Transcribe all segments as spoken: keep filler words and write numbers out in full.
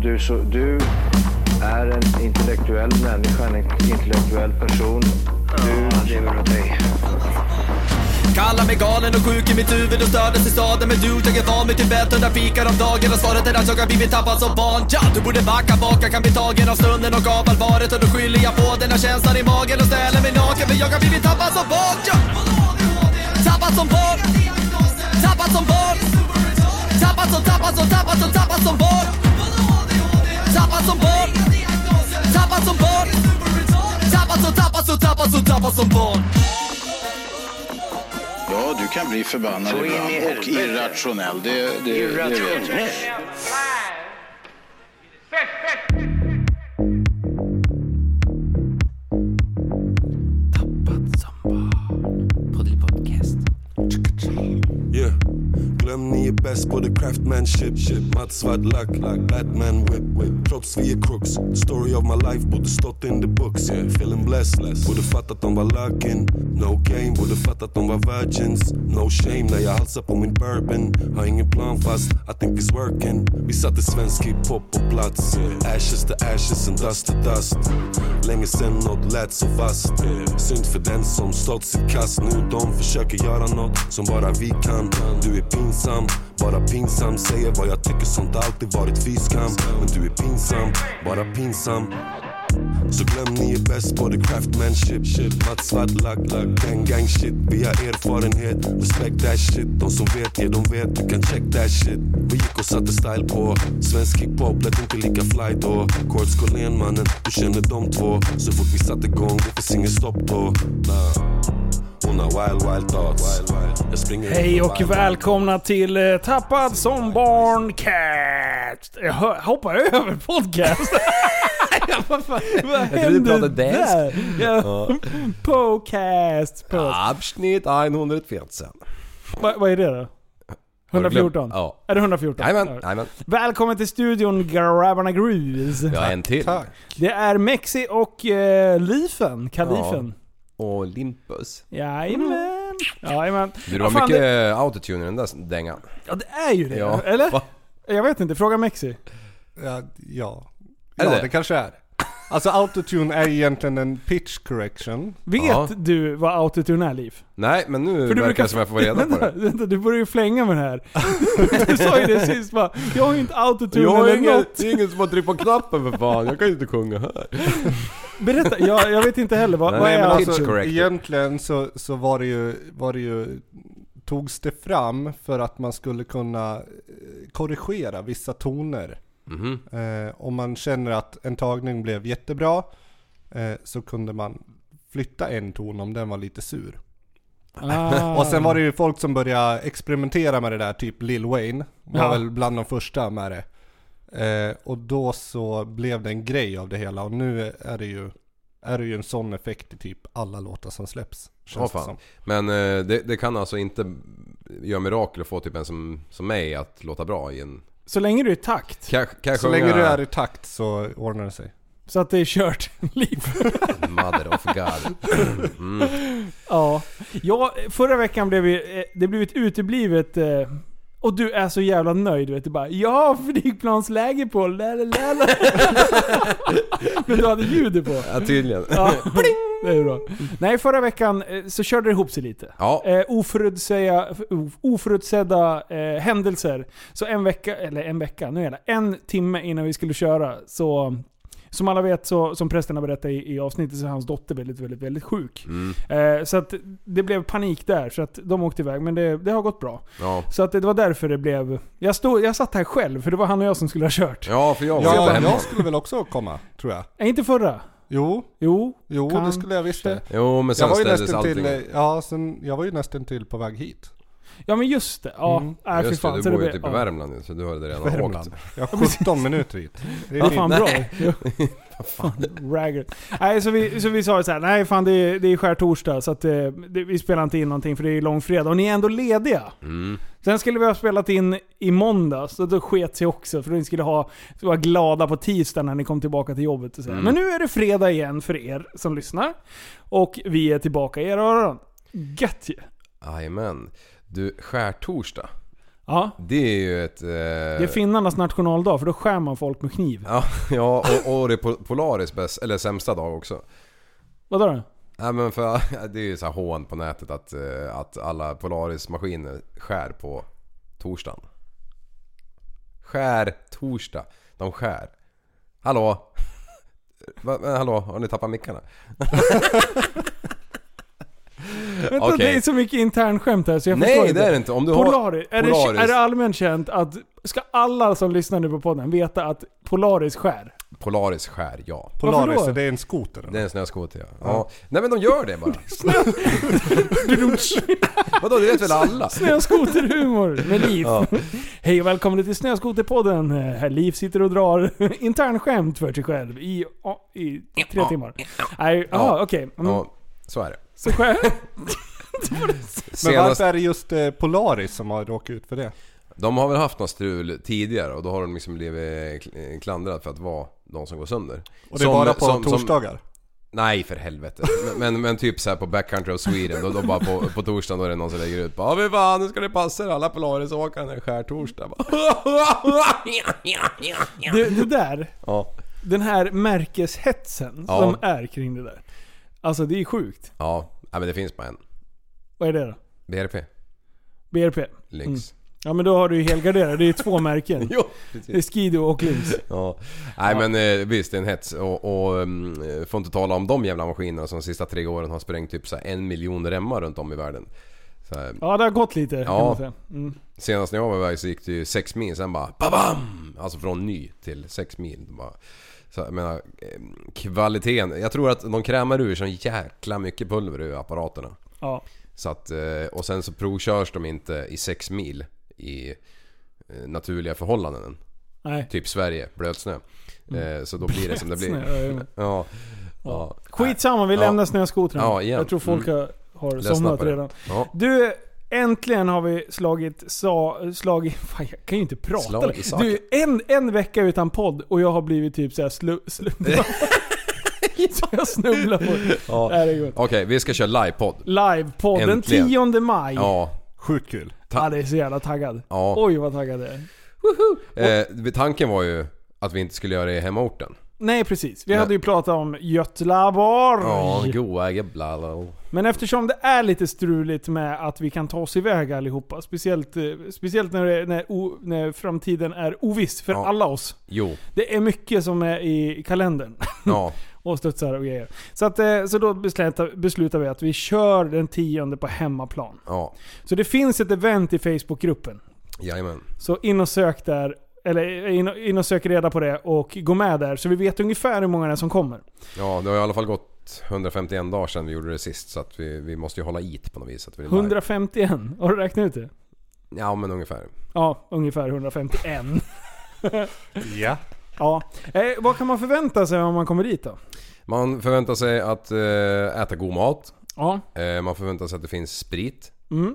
du, så, du är en intellektuell människa, en intellektuell person. Du lever åt dig. Kallar mig galen och sjuk i mitt huvud och stördes i staden. Men du, jag är van vid Tibet under fikar om dagen. Och svaret är att jag har blivit tappad som barn. Ja, du borde backa bak, jag kan bli tagen av stunden och av allvaret. Och då skyller jag på den här känslan i magen och ställer mig naken. För jag har blivit tappad som barn. Ja. Tappad som barn. Tappad som barn. Tappad som, tappad som, tappad som, tappad som barn. Tappad som barn. Tappad som barn. Tappad som, tappad som, tappad som, tappad som barn. Ja, du kan bli förbannad ibland och irrationell. Det, det, irrationell. Det vet jag. Tappat som barn. Poddpodcast. Yeah. Glöm ni är bäst på the craftsmanship shit. Matt svart lack, like Batman whip whip. Props vi är crooks. Story of my life borde stått in the books. Yeah. Feeling blessed. Borde fattat de var lacking. No game, borde fattat de var virgins. No shame när jag halsar på min bourbon. Har ingen plan fast I think it's working. Vi satte svensk hiphop på plats. Yeah. Ashes to ashes and dust to dust. Länge sen något lät så fast. Yeah. Synd för den som stått sitt kast. Nu de försöker göra något som bara vi kan. Du är pinsam, bara pinsam. Säger vad jag tycker, sånt alltid varit fiskam. Men du är pinsam, bara pinsam. Så glöm ni är bäst på the craftsmanship shit. Matt svart lack, lack, gang gang shit. Vi har erfarenhet, respect that shit. De som vet, ja de vet, du kan check that shit. Vi gick och satte style på svensk hiphop, lät inte lika fly då. Kort Skolén mannen, du känner de två. Så fort vi satte igång, det finns ingen stopp då. Nah. Hon har wild, wild thoughts. Wild, wild. Hej och wild, välkomna wild. till uh, Tappad som barn cast. Jag hör, hoppar över podcast. Vad fan, vad hände där? Ja. Podcast. Abschnitt etthundrafjorton. Vad va är det då? hundrafjorton? Ja. Är det hundrafjorton? Jajamän, jajamän. Välkommen till studion Grabbarna Grooves. Ja, en till. Tack. Det är Mexi och uh, Lifen, Kalifen. Ja. Och Limpus. Jajamän. Jajamän. Du har mycket det... autotune i den där dängan. Ja, det är ju det. Ja. Eller? Va? Jag vet inte, fråga Mexi. Ja, ja. Är ja det? det kanske är. Alltså autotune är egentligen en pitch correction. Vet ja. du vad autotune är, Liv? Nej, men nu verkar brukar... det som jag får reda på det. Vänta, du börjar ju flänga med det här. Du sa ju det sist va? Jag har ju inte autotune jag eller ingen, något. Det är ingen som har tryckt på knappen för fan. Jag kan ju inte sjunga här. Berätta, jag, jag vet inte heller vad, Nej, vad är men autotune? alltså, egentligen så, så var det ju, var det ju togs det fram för att man skulle kunna korrigera vissa toner. Mm-hmm. Eh, om man känner att en tagning blev jättebra eh, så kunde man flytta en ton om den var lite sur. Ah. Och sen var det ju folk som började experimentera med det där, typ Lil Wayne var ja. väl bland de första med det. Eh, och då så blev det en grej av det hela, och nu är det ju är det ju en sån effekt i typ alla låtar som släpps. Oh, fan. Som. Men eh, det, det kan alltså inte göra mirakel och få typ en som, som mig att låta bra i en... Så länge du är i takt. Kan, kan så sjunga... länge du är i takt så ordnar det sig. Så att det är kört liv. Mother of God. Mm. Ja. ja, förra veckan blev vi, det blev ett uteblivet... Och du är så jävla nöjd, vet du bara. Ja, flygplansläge på. Lalalala. Men du hade ljudet på. Ja, tydligen. Ja. Det är bra. Nej, förra veckan så körde det ihop sig lite. Ja. Eh, oförutsäga, oförutsedda eh, händelser. Så en vecka, eller en vecka, nu är det en timme innan vi skulle köra. Så... Som alla vet, så, som prästerna berättade i, i avsnittet, så är hans dotter väldigt, väldigt, väldigt sjuk. Mm. Eh, så att det blev panik där, så att de åkte iväg. Men det, det har gått bra. Ja. Så att det var därför det blev... Jag, stod, jag satt här själv, för det var han och jag som skulle ha kört. Ja, för jag, ja, jag, jag skulle väl också komma, tror jag. Är inte förra? Jo, jo, jo det skulle jag visst det. Jo, men sen jag var ju nästan till, ja, sen, jag var ju nästan till på väg hit. Ja, men just det. Ja, mm. äh, just fan, det, så du bor det ju typ i Värmland nu, så du har det redan Värmland. åkt. Jag har sjutton minuter hit. Det är ja, fan bra. Fan, ragger. Nej, så vi, så vi sa så här, nej fan det är, det är skärtorsdag, så att det, det, vi spelar inte in någonting för det är långfredag och ni är ändå lediga. Mm. Sen skulle vi ha spelat in i måndag, så då sket sig också för att ni skulle ha, vara glada på tisdag när ni kom tillbaka till jobbet och så. Mm. Men nu är det fredag igen för er som lyssnar och vi är tillbaka i era öron. Gött ju. Jajamän. Du, skärtorsdag. Ja. Det är ju ett... Eh... Det är finnarnas nationaldag, för då skär man folk med kniv. Ja, ja och, och det är Polaris bäst, eller sämsta dag också. Vad då? Ja, men för, det är ju så här hån på nätet att, att alla Polaris-maskiner skär på torsdagen. Skär torsdag. De skär. Hallå? Va, hallå, har ni tappat mickarna? Vänta, okay. Det är så mycket internskämt här så jag Nej, förstår det inte. är det inte. Om du Polaris. har Är, Polaris. Det, är det allmänt känt att ska alla som lyssnar nu på podden veta att Polaris skär? Polaris skär, ja. Polaris, det är en skoter då? Det är en snöskoter, ja. ja. ja. Nej, men de gör det bara. Vadå, det vet väl alla? Snöskoterhumor med Liv. Ja. Hej och välkommen till Snöskoterpodden. Här Liv sitter och drar internskämt för sig själv i, i tre timmar. Nej, ja, okej. Okay. Mm. Ja, så är det. Så skär. Men varför är det just eh, Polaris som har råkat ut för det? De har väl haft något strul tidigare och då har de liksom blivit klandrade för att vara de som går sönder. Och det är som, bara på som, torsdagar? Som, nej, för helvete. men, men, men typ så här på Backcountry of Sweden då, då bara på, på torsdagen då är det någon som lägger ut bara, vi fan, nu ska det passa alla Polaris-åkarna en skär torsdag. det, det där, ja. Den här märkeshetsen ja. som är kring det där. Alltså det är sjukt. Ja, ja men det finns bara en. Vad är det då? B R P. B R P. Lynx. Mm. Ja, men då har du ju helgarderat. Det är två märken. Jo, det är Skido och Lynx. Ja. Nej, ja. men eh, visst, det är en hets. Och, och um, får inte tala om de jävla maskinerna som de sista tre åren har sprängt typ så här en miljon remmar runt om i världen. Så här, ja, det har gått lite. Ja. Mm. Senast när jag var iväg så gick det ju sex mil, sen bara babam! Alltså från ny till sex mil. Bara, så jag menar, kvaliteten. Jag tror att de krämar ur så jäkla mycket pulver ur apparaterna. Ja. Så att, och sen så provkörs de inte i sex mil i naturliga förhållanden. Nej. Typ Sverige, blötsnö. Mm. Så då blir det som det blir. Snö, ja. Ja. Skitsamma, vi lämnar ja. snöskotren. Ja, igen. Jag tror folk mm. har somnat redan. Ja. Du, äntligen har vi slagit sa, slagit, fan, jag kan ju inte prata. Du, en, en vecka utan podd och jag har blivit typ såhär slu, slu, så jag snubblar på det. Ja. Okej, okay, vi ska köra livepodd. Livepodd den tionde maj. Ja. Sjukt kul. Ta- ja, det är så jävla taggad. Ja. Oj, vad taggad det är. Eh, tanken var ju att vi inte skulle göra det i hemmaorten. Nej, precis. Vi Men. hade ju pratat om Götlaborg. Ja, goa jävlar. Men eftersom det är lite struligt med att vi kan ta oss iväg allihopa, speciellt, speciellt när, det, när, o, när framtiden är oviss för ja. alla oss. Jo. Det är mycket som är i kalendern. Ja. och studsar och grejer. Så, att, så då beslutar, beslutar vi att vi kör den tionde på hemmaplan. Ja. Så det finns ett event i Facebookgruppen. Jajamän. Så in och sök där. Eller in och, in och sök reda på det och gå med där. Så vi vet ungefär hur många det är som kommer. Ja, det har i alla fall gått hundrafemtioen dagar sedan vi gjorde det sist. Så att vi, vi måste ju hålla it på något vis. Att vi hundrafemtioen? Har du räknat ut det? Ja, men ungefär. Ja, ungefär hundrafemtioen. Ja. Ja. Eh, vad kan man förvänta sig om man kommer dit då? Man förväntar sig att eh, äta god mat. Ja. Eh, man förväntar sig att det finns sprit. Mm.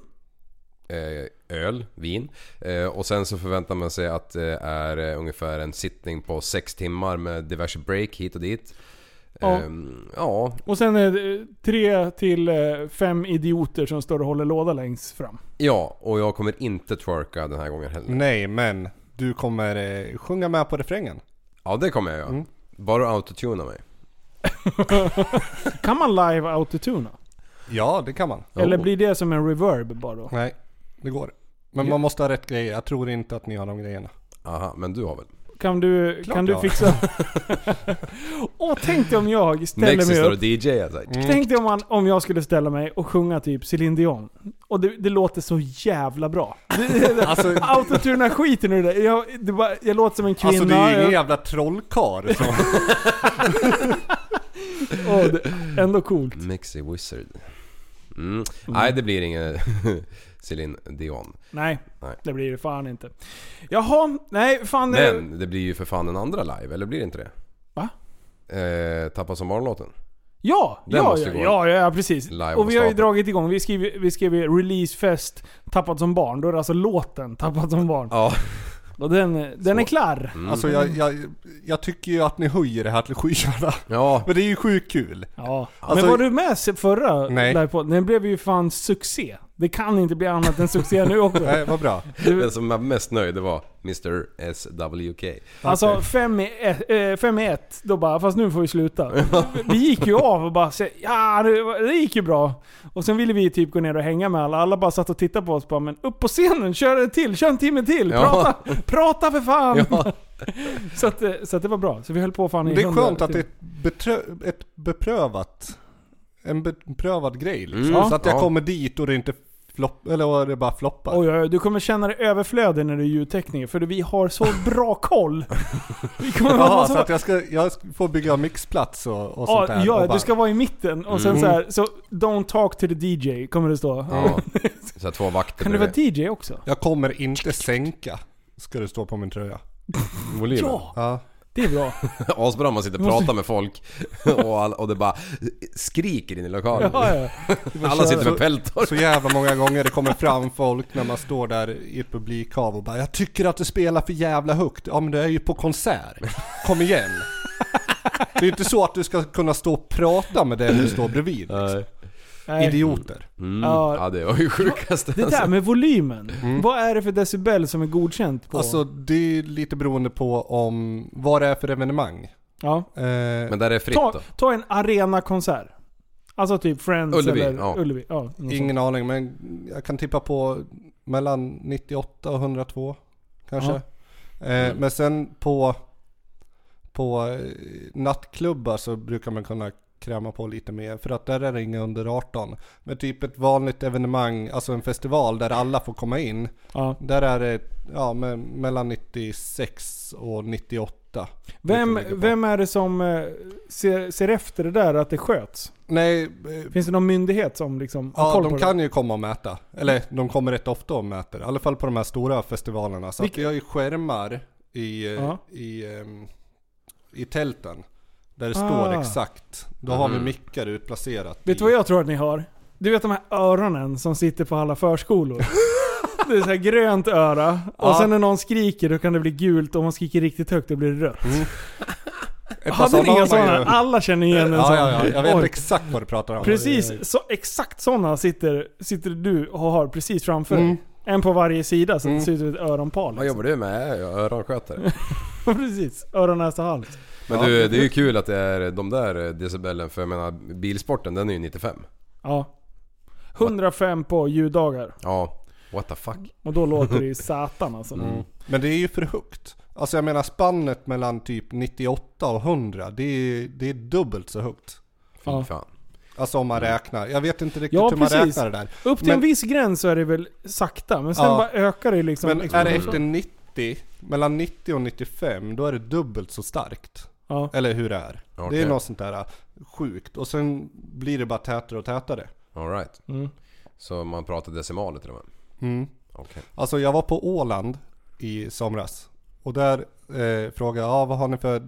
Eh, öl, vin. Eh, och sen så förväntar man sig att det är eh, ungefär en sittning på sex timmar med diverse break hit och dit. Ja. Eh, ja. Och sen är det tre till fem idioter som står och håller låda längst fram. Ja, och jag kommer inte twerka den här gången heller. Nej, men du kommer eh, sjunga med på refrängen. Ja, det kommer jag göra. Mm. Bara autotuna mig. Kan man live autotuna? Ja, det kan man. Eller blir det som en reverb bara då? Nej, det går. Men man måste ha rätt grejer. Jag tror inte att ni har de grejerna. Aha, men du har väl? Kan du, kan du fixa? Åh, tänk dig om jag ställer Nexus mig upp. Och D J, alltså. mm. Tänk dig om, man, om jag skulle ställa mig och sjunga typ Céline Dion. Och det, det låter så jävla bra. Alltså, autotuna skiten ur det. Jag, det bara, jag låter som en kvinna. Alltså det är ju ingen jävla trollkar. Åh, det, ändå coolt. Mixi Wizard. Mm. Mm. Nej, det blir ingen Céline Dion. Nej, nej, det blir det fan inte. Jaha, nej fan. Men det blir ju för fan en andra live, eller blir det inte det? Va? Eh, Tappa som barnlåten. Ja, ja, ja, ja, ja, precis. Live och vi har ju starten. dragit igång. Vi skrev, vi skrev releasefest Tappat som barn. Då är det alltså låten Tappat som barn. Ja. Och den, den är klar. Mm. Alltså jag, jag, jag tycker ju att ni höjer det här till skyarna. Ja. Men det är ju sjukt kul. Ja. Alltså, men var du med förra nej. livepodden? Den blev ju fan succé. Det kan inte bli annat än succé nu också. Nej, vad bra. Den som var mest nöjd det var mister S W K. Alltså fem i ett, äh, fem i ett, då bara, fast nu får vi sluta. Vi gick ju av och bara, ja det, det gick ju bra. Och sen ville vi typ gå ner och hänga med alla. Alla bara satt och tittade på oss bara, men upp på scenen, kör det till, kör en timme till. Prata, ja. prata för fan. Ja. så, att, så att det var bra. Så vi höll på fan i det är skönt att det är ett, betrö- ett beprövat en beprövad grej liksom. Mm. Så att jag ja. kommer dit och det inte flopp, eller det bara floppar. Oj, oj, du kommer känna dig överflödig när du är ljudtekniker, för vi har så bra koll. Vi kommer ja, så... så att jag ska jag får bygga mixplats och, och ja, sånt där. Ja, och bara... du ska vara i mitten och sen mm. så här, så don't talk to the D J kommer det stå. Ja. Så två vakter. Kan du vara D J också? Jag kommer inte sänka, ska det stå på min tröja. Volymen. Ja. Ja. Det är bra. Asbra man sitter och pratar med folk och, all, och det bara skriker in i lokalen. Ja, ja. Alla sitter med peltor. Så jävla många gånger det kommer fram folk när man står där i ett publikhav och bara, jag tycker att du spelar för jävla högt. Ja, men du är ju på konsert. Kom igen. Det är ju inte så att du ska kunna stå och prata med den du står bredvid. Liksom. Idioter. Mm. Ja. ja, det var ju sjukast. Det där med volymen. Mm. Vad är det för decibel som är godkänt på? Alltså det är lite beroende på om vad det är för evenemang. Ja. Eh, Men där är fritt ta, då? ta en arenakonsert. Alltså typ Friends Ullevi, eller ja. Ullevi. Ja, ingen sånt. aning, men jag kan tippa på mellan nittioåtta och hundratvå kanske. Ja. Eh, mm. Men sen på på nattklubbar så brukar man kunna kräma på lite mer, för att där är det inga under arton. Men typ ett vanligt evenemang, alltså en festival där alla får komma in. Ja. Där är det ja, med, mellan nittiosex och nittioåtta. Vem, vem är det som eh, ser, ser efter det där att det sköts? Nej, eh, finns det någon myndighet som liksom har ja, koll de på kan det? Ju komma och mäta. Eller de kommer rätt ofta och mäter. I alla fall på de här stora festivalerna. Så att vi har ju skärmar i, ja. i, um, i tälten. Där det ah. står exakt. Då mm. har vi mickar utplacerat. Vet du vad jag tror att ni har? Du vet de här öronen som sitter på alla förskolor. Det är så här grönt öra. Och ja. sen när någon skriker då kan det bli gult. Och om man skriker riktigt högt då blir det rött. Mm. Hade ni inga sådana? Ju... Alla känner igen en ja, sån. Ja, ja, jag vet Oj. exakt vad du pratar om. Precis, så, exakt sådana sitter, sitter du och har precis framför mm. En på varje sida så mm. det ser ut som ett öronpal. Liksom. Vad jobbar du med? Jag är öronskötare. Precis, öron, nästa, hals. Men ja. du, det är ju kul att det är de där decibelen, för jag menar bilsporten den är ju nittiofem. Ja. hundrafem på ljuddagar. Ja. What the fuck? Och då låter det ju satan alltså. Mm. Men det är ju för högt. Alltså jag menar spannet mellan typ nittioåtta och hundra, det är, det är dubbelt så högt. Fy ja. fan. Alltså om man räknar. Jag vet inte riktigt ja, hur man räknar det där. Upp till men, en viss gräns så är det väl sakta. Men sen ja. bara ökar det liksom. Men är det efter nittio, mellan nittio och nittiofem, då är det dubbelt så starkt. Ja. Eller hur det är. Okay. Det är något sånt där sjukt. Och sen blir det bara tätare och tätare. All right. Mm. Så man pratar decimaler till och med. Mm. Okay. Alltså jag var på Åland i somras. Och där eh, frågade jag, ah, vad har ni för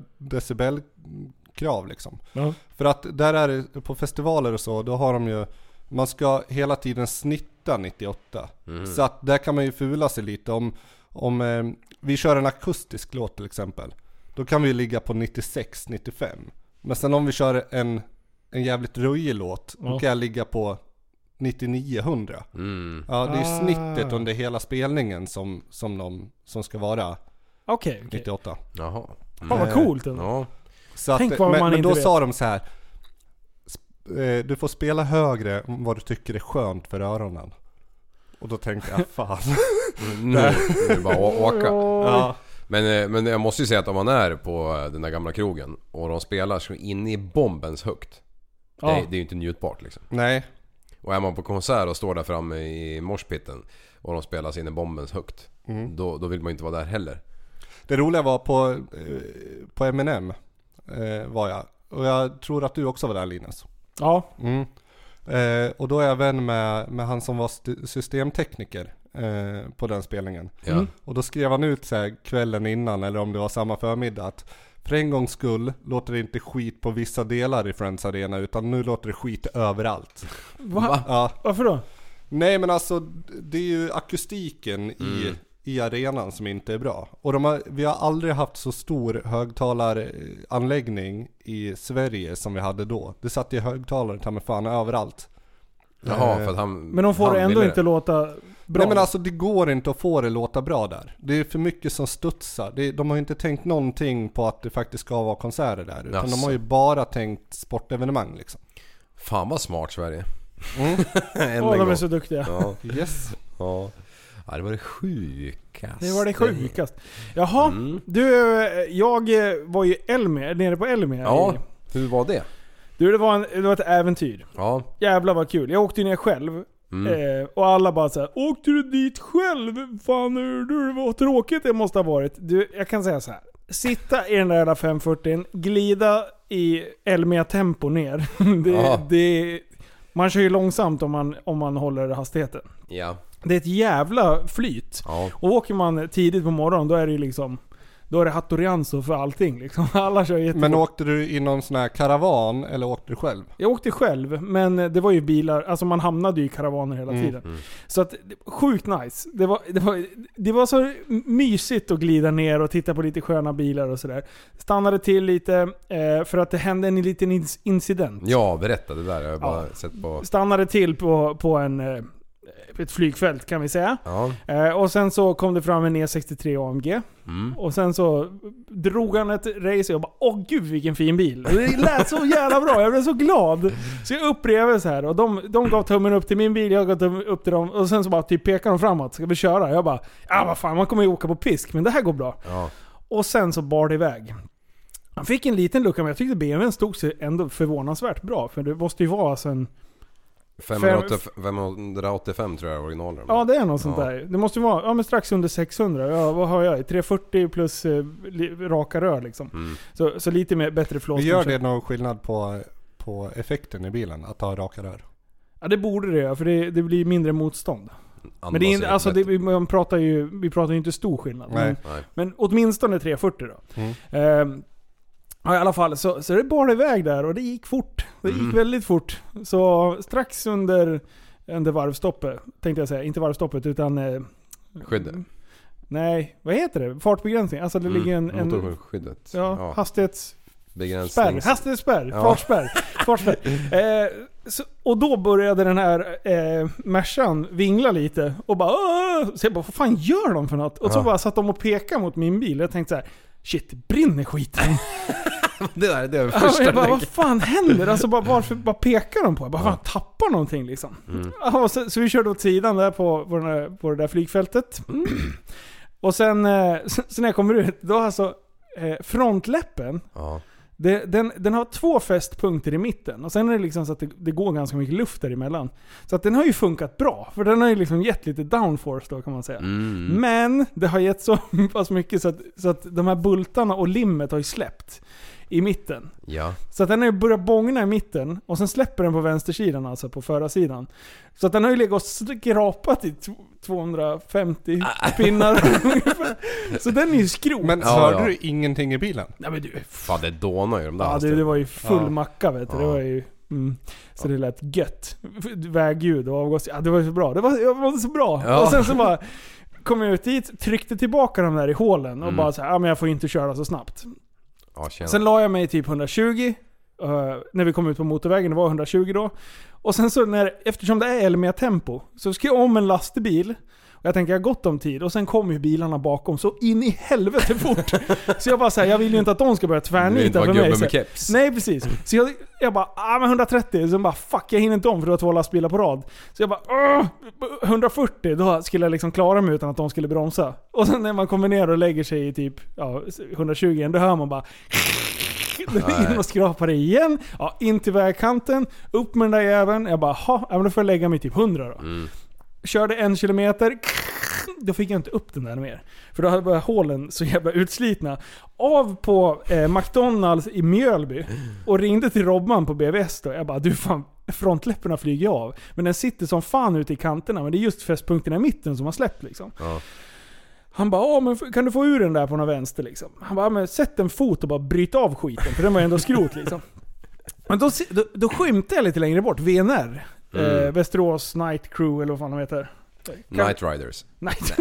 decibelkrav liksom? Ja. För att där är det, på festivaler och så, då har de ju, man ska hela tiden snitta nittioåtta. Mm. Så att där kan man ju fula sig lite. Om, om eh, vi kör en akustisk låt till exempel, då kan vi ligga på nittiosex nittiofem. Men sen om vi kör en, en jävligt röjig låt, ja. då kan jag ligga på nittionio hundra. Mm. Ja, det är ah. snittet under hela spelningen som, som, de, som ska vara okay, okay. nittioåtta. Jaha. Mm. Ja, vad coolt. Ja. Så att, Tänk vad men, man men inte då vet. Sa de så här, du får spela högre än vad du tycker är skönt för öronen. Och då tänkte jag, fan. nu, nu bara åka. Ja. Men, men jag måste ju säga att om man är på den där gamla krogen och de spelar så in i bombens högt. Ja. Det, det är ju inte njutbart liksom. Nej. Och är man på konsert och står där framme i morspitten och de spelar sig in i bombens högt, mm. då, då vill man ju inte vara där heller. Det roliga var på, eh, på M and M eh, var jag. Och jag tror att du också var där, Linus. Ja. Mm. Eh, och då är jag vän med, med han som var st- systemtekniker eh, på den spelningen. Mm. Och då skrev han ut så här kvällen innan, eller om det var samma förmiddag, att för en gångs skull låter det inte skit på vissa delar i Friends Arena, utan nu låter det skit överallt. Va? Ja. Varför då? Nej, men alltså det är ju akustiken mm. i, i arenan som inte är bra. Och de har, vi har aldrig haft så stor högtalaranläggning i Sverige som vi hade då. Det satt ju högtalare ta med fan överallt. Jaha, för att han... Men de får han det ändå ville... inte låta bra. Nej men alltså det går inte att få det låta bra där. Det är för mycket som studsar. Det, de har ju inte tänkt någonting på att det faktiskt ska vara konserter där. Utan Jaså. de har ju bara tänkt sportevenemang liksom. Fan vad smart Sverige. Mm. Åh, oh, de är så duktiga. Ja. Yes. Ja. Ja, det var det sjukast. Det var det sjukast. Jaha, Mm. du, jag var ju Elmia, nere på Elmia. Ja, hur var det? Du, det var, en, det var ett äventyr. Ja. Jävlar vad kul. Jag åkte ju ner själv. Mm. Eh, och alla bara såhär, åkte du dit själv? Fan, du, det var tråkigt det måste ha varit. Du, jag kan säga så här. Sitta i den där jävla femhundrafyrtio, glida i Elmia tempo ner. det, Ja. det, man kör ju långsamt om man, om man håller hastigheten. Ja. Det är ett jävla flyt. Ja. Och åker man tidigt på morgonen, då är det ju liksom, då är det Hattorianzo för allting liksom. Alla kör jättefort. Men åkte du i någon sån här karavan eller åkte du själv? Jag åkte själv, men det var ju bilar, alltså man hamnade ju i karavaner hela Mm, tiden. mm. Så att, sjukt nice. Det var, det, var, det var så mysigt att glida ner och titta på lite sköna bilar och sådär. Stannade till lite, eh, för att det hände en liten ins- incident. Ja, berätta det där. Jag har bara Ja. sett på... Stannade till på, på en, eh, ett flygfält kan vi säga. Ja. Eh, och sen så kom det fram en E sextiotre A M G. Mm. Och sen så drog han ett race och jag bara, åh gud vilken fin bil. Det lät så jävla bra, jag blev så glad. Så jag upprevde så här och de, de gav tummen upp till min bil, jag gav tummen upp till dem. Och sen så bara typ pekade de framåt, ska vi köra? Jag bara, ja vad fan, man kommer ju åka på pisk, men det här går bra. Ja. Och sen så bar det iväg. Han fick en liten lucka, men jag tyckte B M W:n stod sig ändå förvånansvärt bra. För det måste ju vara alltså en... femhundraåttiofem tror jag är originalet. Ja, det är något sånt Ja. där. Det måste vara ja, men strax under sexhundra. Ja, vad har jag? trehundrafyrtio plus eh, li- raka rör liksom. Mm. Så, så lite mer bättre flås. Vi gör kanske. det någon skillnad på, på effekten i bilen att ha raka rör? Ja, det borde det göra, för det, det blir mindre motstånd. Andas Men det är inte, helt alltså det, rätt. vi, man pratar ju, vi pratar ju inte stor skillnad. Nej. Men, Nej. men åtminstone trehundrafyrtio då. Mm. Ehm, ja, i alla fall, så, så det bar iväg där och det gick fort. Det gick Mm. väldigt fort. Så strax under, under varvstoppet, tänkte jag säga. Inte varvstoppet utan... Eh, Skyddet. Nej, vad heter det? Fartbegränsning. Alltså det ligger en... en Motorskyddet. ja, Ja. hastighets... Begränsning. Spärr, hastighetsspärr, Ja. fartspärr. fartspärr. Eh, så, och då började den här eh, Mercan vingla lite och bara Åh! Så jag bara, vad fan gör de för något? Och så Ja. bara satt de och pekade mot min bil. Jag tänkte så här: shit, brinner skiten? Det där det är det Ja, första jag bara, jag vad tänker. fan händer? Alltså bara, varför bara pekar de på? Jag bara, fan, tappar någonting liksom. Mm. Ja, och så, så vi körde åt sidan där på, på, den där, på det där flygfältet. Och sen, eh, sen när jag kommer ut, då alltså eh, frontläppen, Ja. det, den, den har två fästpunkter i mitten. Och sen är det liksom så att det, det går ganska mycket luft däremellan. Så att den har ju funkat bra. För den har ju liksom gett lite downforce då kan man säga. Mm. Men det har gett så pass mycket så att, så att de här bultarna och limmet har ju släppt i mitten. Ja. Så att den har ju börjat bångna i mitten och sen släpper den på vänstersidan, alltså på förarsidan. Så att den har ju legat och skrapat i t- tvåhundrafemtio pinnar. Så den är ju skrot. Men Ja, hörde ja. du ingenting i bilen? Nej, men du, Fan det dånar ju de där. ja, det, det var ju full Ja. macka vet du. Det Ja. var ju, mm, så det lät gött. Vägljud och avgas. Ja, det var ju så bra. Det var, det var så bra. Ja. Och sen så bara kom jag ut dit, tryckte tillbaka de där i hålen och Mm. bara så här, ja men jag får inte köra så snabbt. Ja, tjena. Sen la jag mig typ hundratjugo uh, när vi kom ut på motorvägen, det var hundratjugo då. Och sen så när, eftersom det är Elmia tempo, så ska jag om en lastbil. Och jag tänker jag har gott om tid. Och sen kommer ju bilarna bakom så in i helvete fort. Så jag bara säger, jag vill ju inte att de ska börja Du vill inte tvärnita vara för mig. gubben Så, med keps. nej precis. Så jag, jag bara, ah men hundratrettio. Så jag bara, fuck jag hinner inte om för det var två lastbilar på rad. Så jag bara, åh, hundrafyrtio. Då skulle jag liksom klara mig utan att de skulle bromsa. Och sen när man kommer ner och lägger sig i typ ja, hundratjugo, då hör man bara in och skrapar det igen. Ja, in till vägkanten. Upp med den där jäveln. Jag bara, ha, ja, men då får jag lägga mig typ hundra då. Mm. Körde en kilometer. Då fick jag inte upp den där mer. För då var hålen så jävla utslitna. Av på eh, McDonalds i Mjölby. Och ringde till Robban på B V S då. Jag bara, du fan, frontläpparna flyger av. Men den sitter som fan ute i kanterna. Men det är just fästpunkterna i mitten som har släppt liksom. Ja. Han bara, ja men kan du få ur den där på någon vänster liksom? Han bara, men sätt en fot och bara bryt av skiten. För den var ändå skrot liksom. Men då, då, då skymtade jag lite längre bort. V N R. Mm. Eh, Västerås Night Crew eller vad fan de heter. Kan- Night Riders. Night,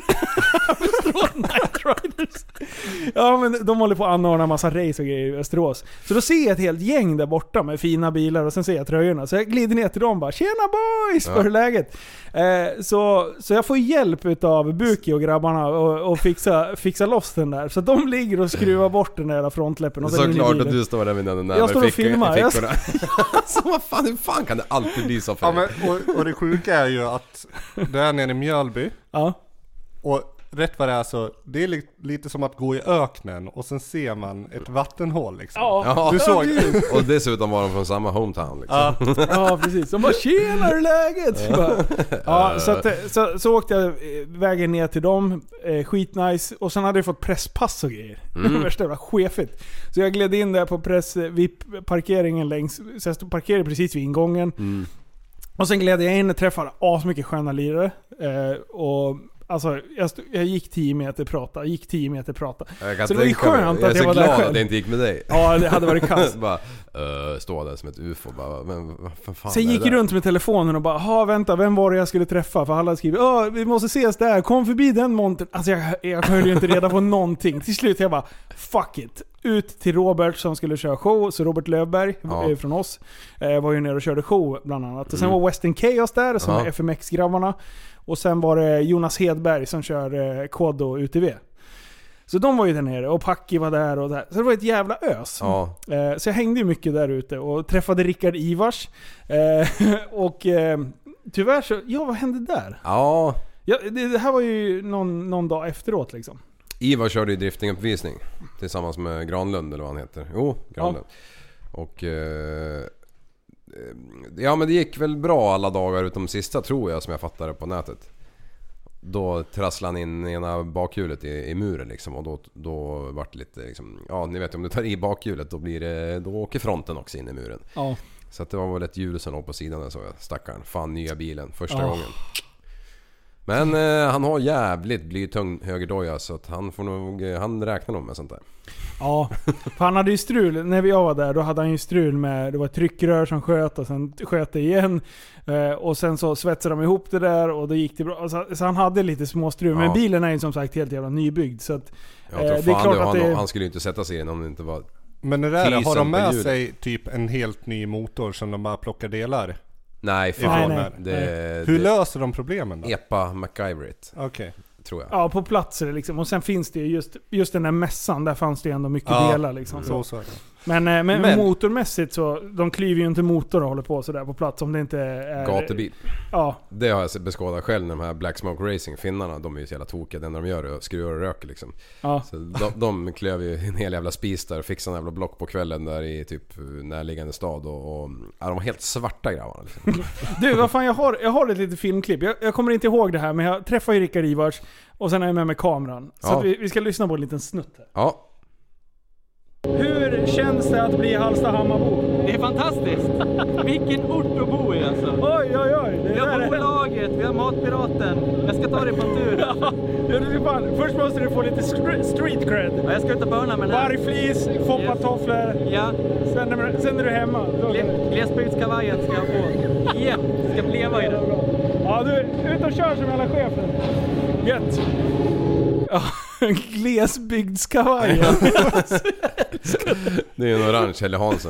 Night Riders. Ja, men de håller på att anordna en massa race och grejer i Västerås. Så då ser jag ett helt gäng där borta med fina bilar och sen ser jag tröjorna. Så jag glider ner till dem och bara, tjena boys, ja. För läget. Eh, så, så jag får hjälp av Buki och grabbarna och, och fixa, fixa loss den där. Så de ligger och skruvar bort den där frontläppen. Och så klart att du står där med den där jag står och filmar. Jag står... alltså, vad fan, hur fan kan det alltid bli så för? Ja, men, och, och det sjuka är ju att det är nere i Mjölby. Ja. Och rätt vad det är så, det är li- lite som att gå i öknen och sen ser man ett vattenhål liksom. Ja. Du såg och dessutom var de från samma hometown liksom. Ja, ja precis. De bara, tjena, hur är läget? Ja, ja så, att, så, så åkte jag vägen ner till dem, eh, skitnice. Och sen hade jag fått presspass och grejer. Mm. Det värsta var chefigt. Så jag gled in där på press V I P-parkeringen längs, så jag stod parkerad precis vid ingången. Mm. Och sen gled jag in och träffade asmycket sköna lirare. Eh, och alltså, jag, stod, jag gick tio meter prata, gick tio meter prata. Så det var ju skönt jag att jag var där själv. Jag är så glad att det inte gick med dig. Ja, det hade varit kass. bara, uh, stå där som ett ufo. Bara, men vad fan. Sen gick jag runt med telefonen och bara, ha vänta, vem var det jag skulle träffa? För alla hade skrivit, ja vi måste ses där, kom förbi den montern. Alltså jag, jag höll ju inte reda på någonting. Till slut jag bara, fuck it. Ut till Robert som skulle köra show. Så Robert Löfberg ja. från oss eh, var ju nere och körde show bland annat. Och sen mm. var Western Chaos där, som ja. är F M X-grabbarna. Och sen var det Jonas Hedberg som kör eh, Kodo U T V. Så de var ju där nere och Packi var där och där. Så det var ett jävla ös. Ja. Eh, så jag hängde ju mycket där ute och träffade Rickard Ivars. Eh, och eh, tyvärr så, ja vad hände där? Ja. ja det, det här var ju någon, någon dag efteråt liksom. Ivar körde ju driftinguppvisning tillsammans med Granlund eller vad han heter. Jo, Granlund. Ja. Och eh, ja men det gick väl bra alla dagar utom sista tror jag som jag fattade på nätet. Då trasslade han in ena bakhjulet i, i muren liksom och då, då var det lite liksom, ja ni vet om du tar i bakhjulet då blir det, då åker fronten också in i muren. Ja. Så att det var väl ett hjul som låg på sidan där så jag stackaren, fan nya bilen första ja. gången. Men eh, han har jävligt blytung högerdoja så att han får nog, han räknar nog med sånt där. Ja, för han hade ju strul, när vi var där då hade han ju strul med, det var ett tryckrör som sköt och sen sköt det igen eh, och sen så svetsade de ihop det där och då gick det bra, så, så han hade lite små strul, ja. men bilen är ju som sagt helt jävla nybyggd så att eh, det är klart det, att han, det... han skulle ju inte sätta sig in om det inte var. Men det där, har de med sig typ en helt ny motor som de bara plockar delar? Nej, fan. Nej, nej. Det, Hur det, löser de problemen då? Epa MacGyverit. Okej. Okay. Tror jag. Ja, på platser liksom. Och sen finns det ju just, just den där mässan, där fanns det ändå mycket ja, delar liksom. Så. Så men, men, men motormässigt så, de klyver ju inte motor och håller på sådär på plats om det inte är... Gatubil. Ja. Det har jag beskådat själv, de här Black Smoke Racing, finnarna, de är ju så jävla tokiga. Det enda de gör är att skruva och röka liksom. Ja. Så de, de klöv ju en hel jävla spis där och fixade en jävla block på kvällen där i typ närliggande stad och, och ja, de var helt svarta grabbarna liksom. Du, vad fan, jag har, jag har ett litet filmklipp. Jag, jag kommer inte ihåg det här, men jag träffade ju Rickard Ivars och sen är jag med med kameran. Så ja. att vi, vi ska lyssna på en liten snutt här. Ja. Hur känns det att bli Hallstahammarbo? Det är fantastiskt. Vilken ort att bo i alltså. Oj, oj, oj. Det vi har bolaget, vi har matpiraten. Jag ska ta dig på en tur. Ja, du fan. Först måste du få lite street cred. Ja, jag ska ut och börna med den här. Vargflis, foppatofflor. Ja. Sen är, sen är du hemma. Gle- glesbygdskavajen ska jag få. Ja, ska leva i den. Ja, du är ute och kör som hela chefen. Gött. Ja. Glesbygdskavajen. Det är en orange Helle Hansen.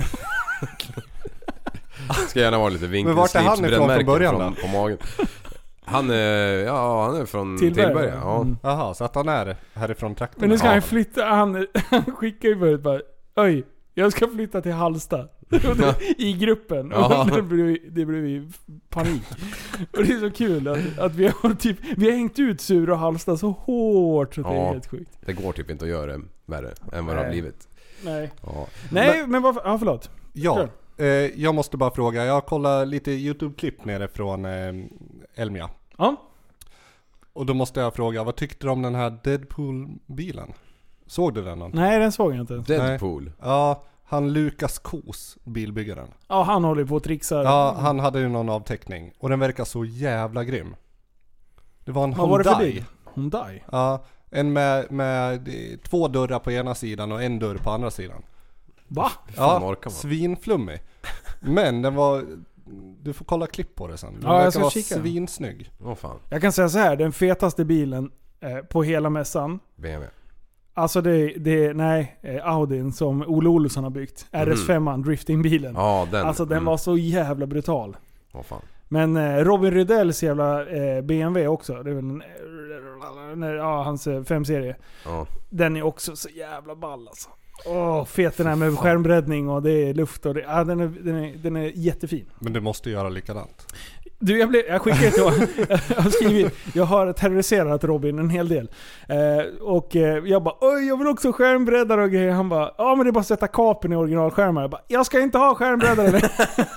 Ska gärna vara lite vinkelslips. Men vart är han ifrån från början från, på magen. Han är, ja, han är från Tillberga. Tillberga. Ja. Mm. Jaha, så att han är härifrån trakten. Men nu ska ja. han flytta. Han, han skickar ju förut bara, oj, jag ska flytta till Hallsta. I gruppen. Och det blev, det blev panik. Och det är så kul att, att vi har typ, vi har hängt ut Sur och Hallsta så hårt så det ja, är helt sjukt. Det går typ inte att göra det värre än vad det har blivit. Nej. Ja. Nej, men, men varför? Ja, förlåt. Ja, eh, jag måste bara fråga. Jag kollar lite YouTube-klipp nere från eh, Elmia. Ja. Och då måste jag fråga, vad tyckte du om den här Deadpool-bilen? Såg du den någon? Nej, den såg jag inte. Deadpool? Nej. Ja, han Lukas Kos, bilbyggaren. Ja, han håller på att trixa. Ja, han hade ju någon avteckning. Och den verkar så jävla grym. Det var en Vad Hyundai. var det för bil? Hyundai? Ja, en med, med två dörrar på ena sidan och en dörr på andra sidan. Va? Ja, svinflummig. Men den var du får kolla klipp på det sen. Den Ja, jag ska vara kika. svinsnygg. Åh oh, fan. Jag kan säga så här, den fetaste bilen eh, på hela mässan. B M W. Alltså det, det nej, eh, Audin som Olle Olsson har byggt. R S fem, driftingbilen. Ja, den. Alltså den mm. var så jävla brutal. Åh oh, fan. Men eh, Robin Rydells jävla eh, B M W också. Det är väl en, eh, ja, hans eh, fem-serie. Ja. Den är också så jävla ball alltså. Åh, fet den här med skärmbreddning och det är luft och det, ja, den, är, den, är, den är jättefin. Men du måste göra likadant. Du, jag, blev, jag skickade till jag har skrivit, jag har terroriserat Robin en hel del. Eh, och eh, jag bara, oj jag vill också skärmbreddare och grejer. Han bara, ja men det är bara att sätta kapen i originalskärmar. Jag bara, jag ska inte ha skärmbreddare.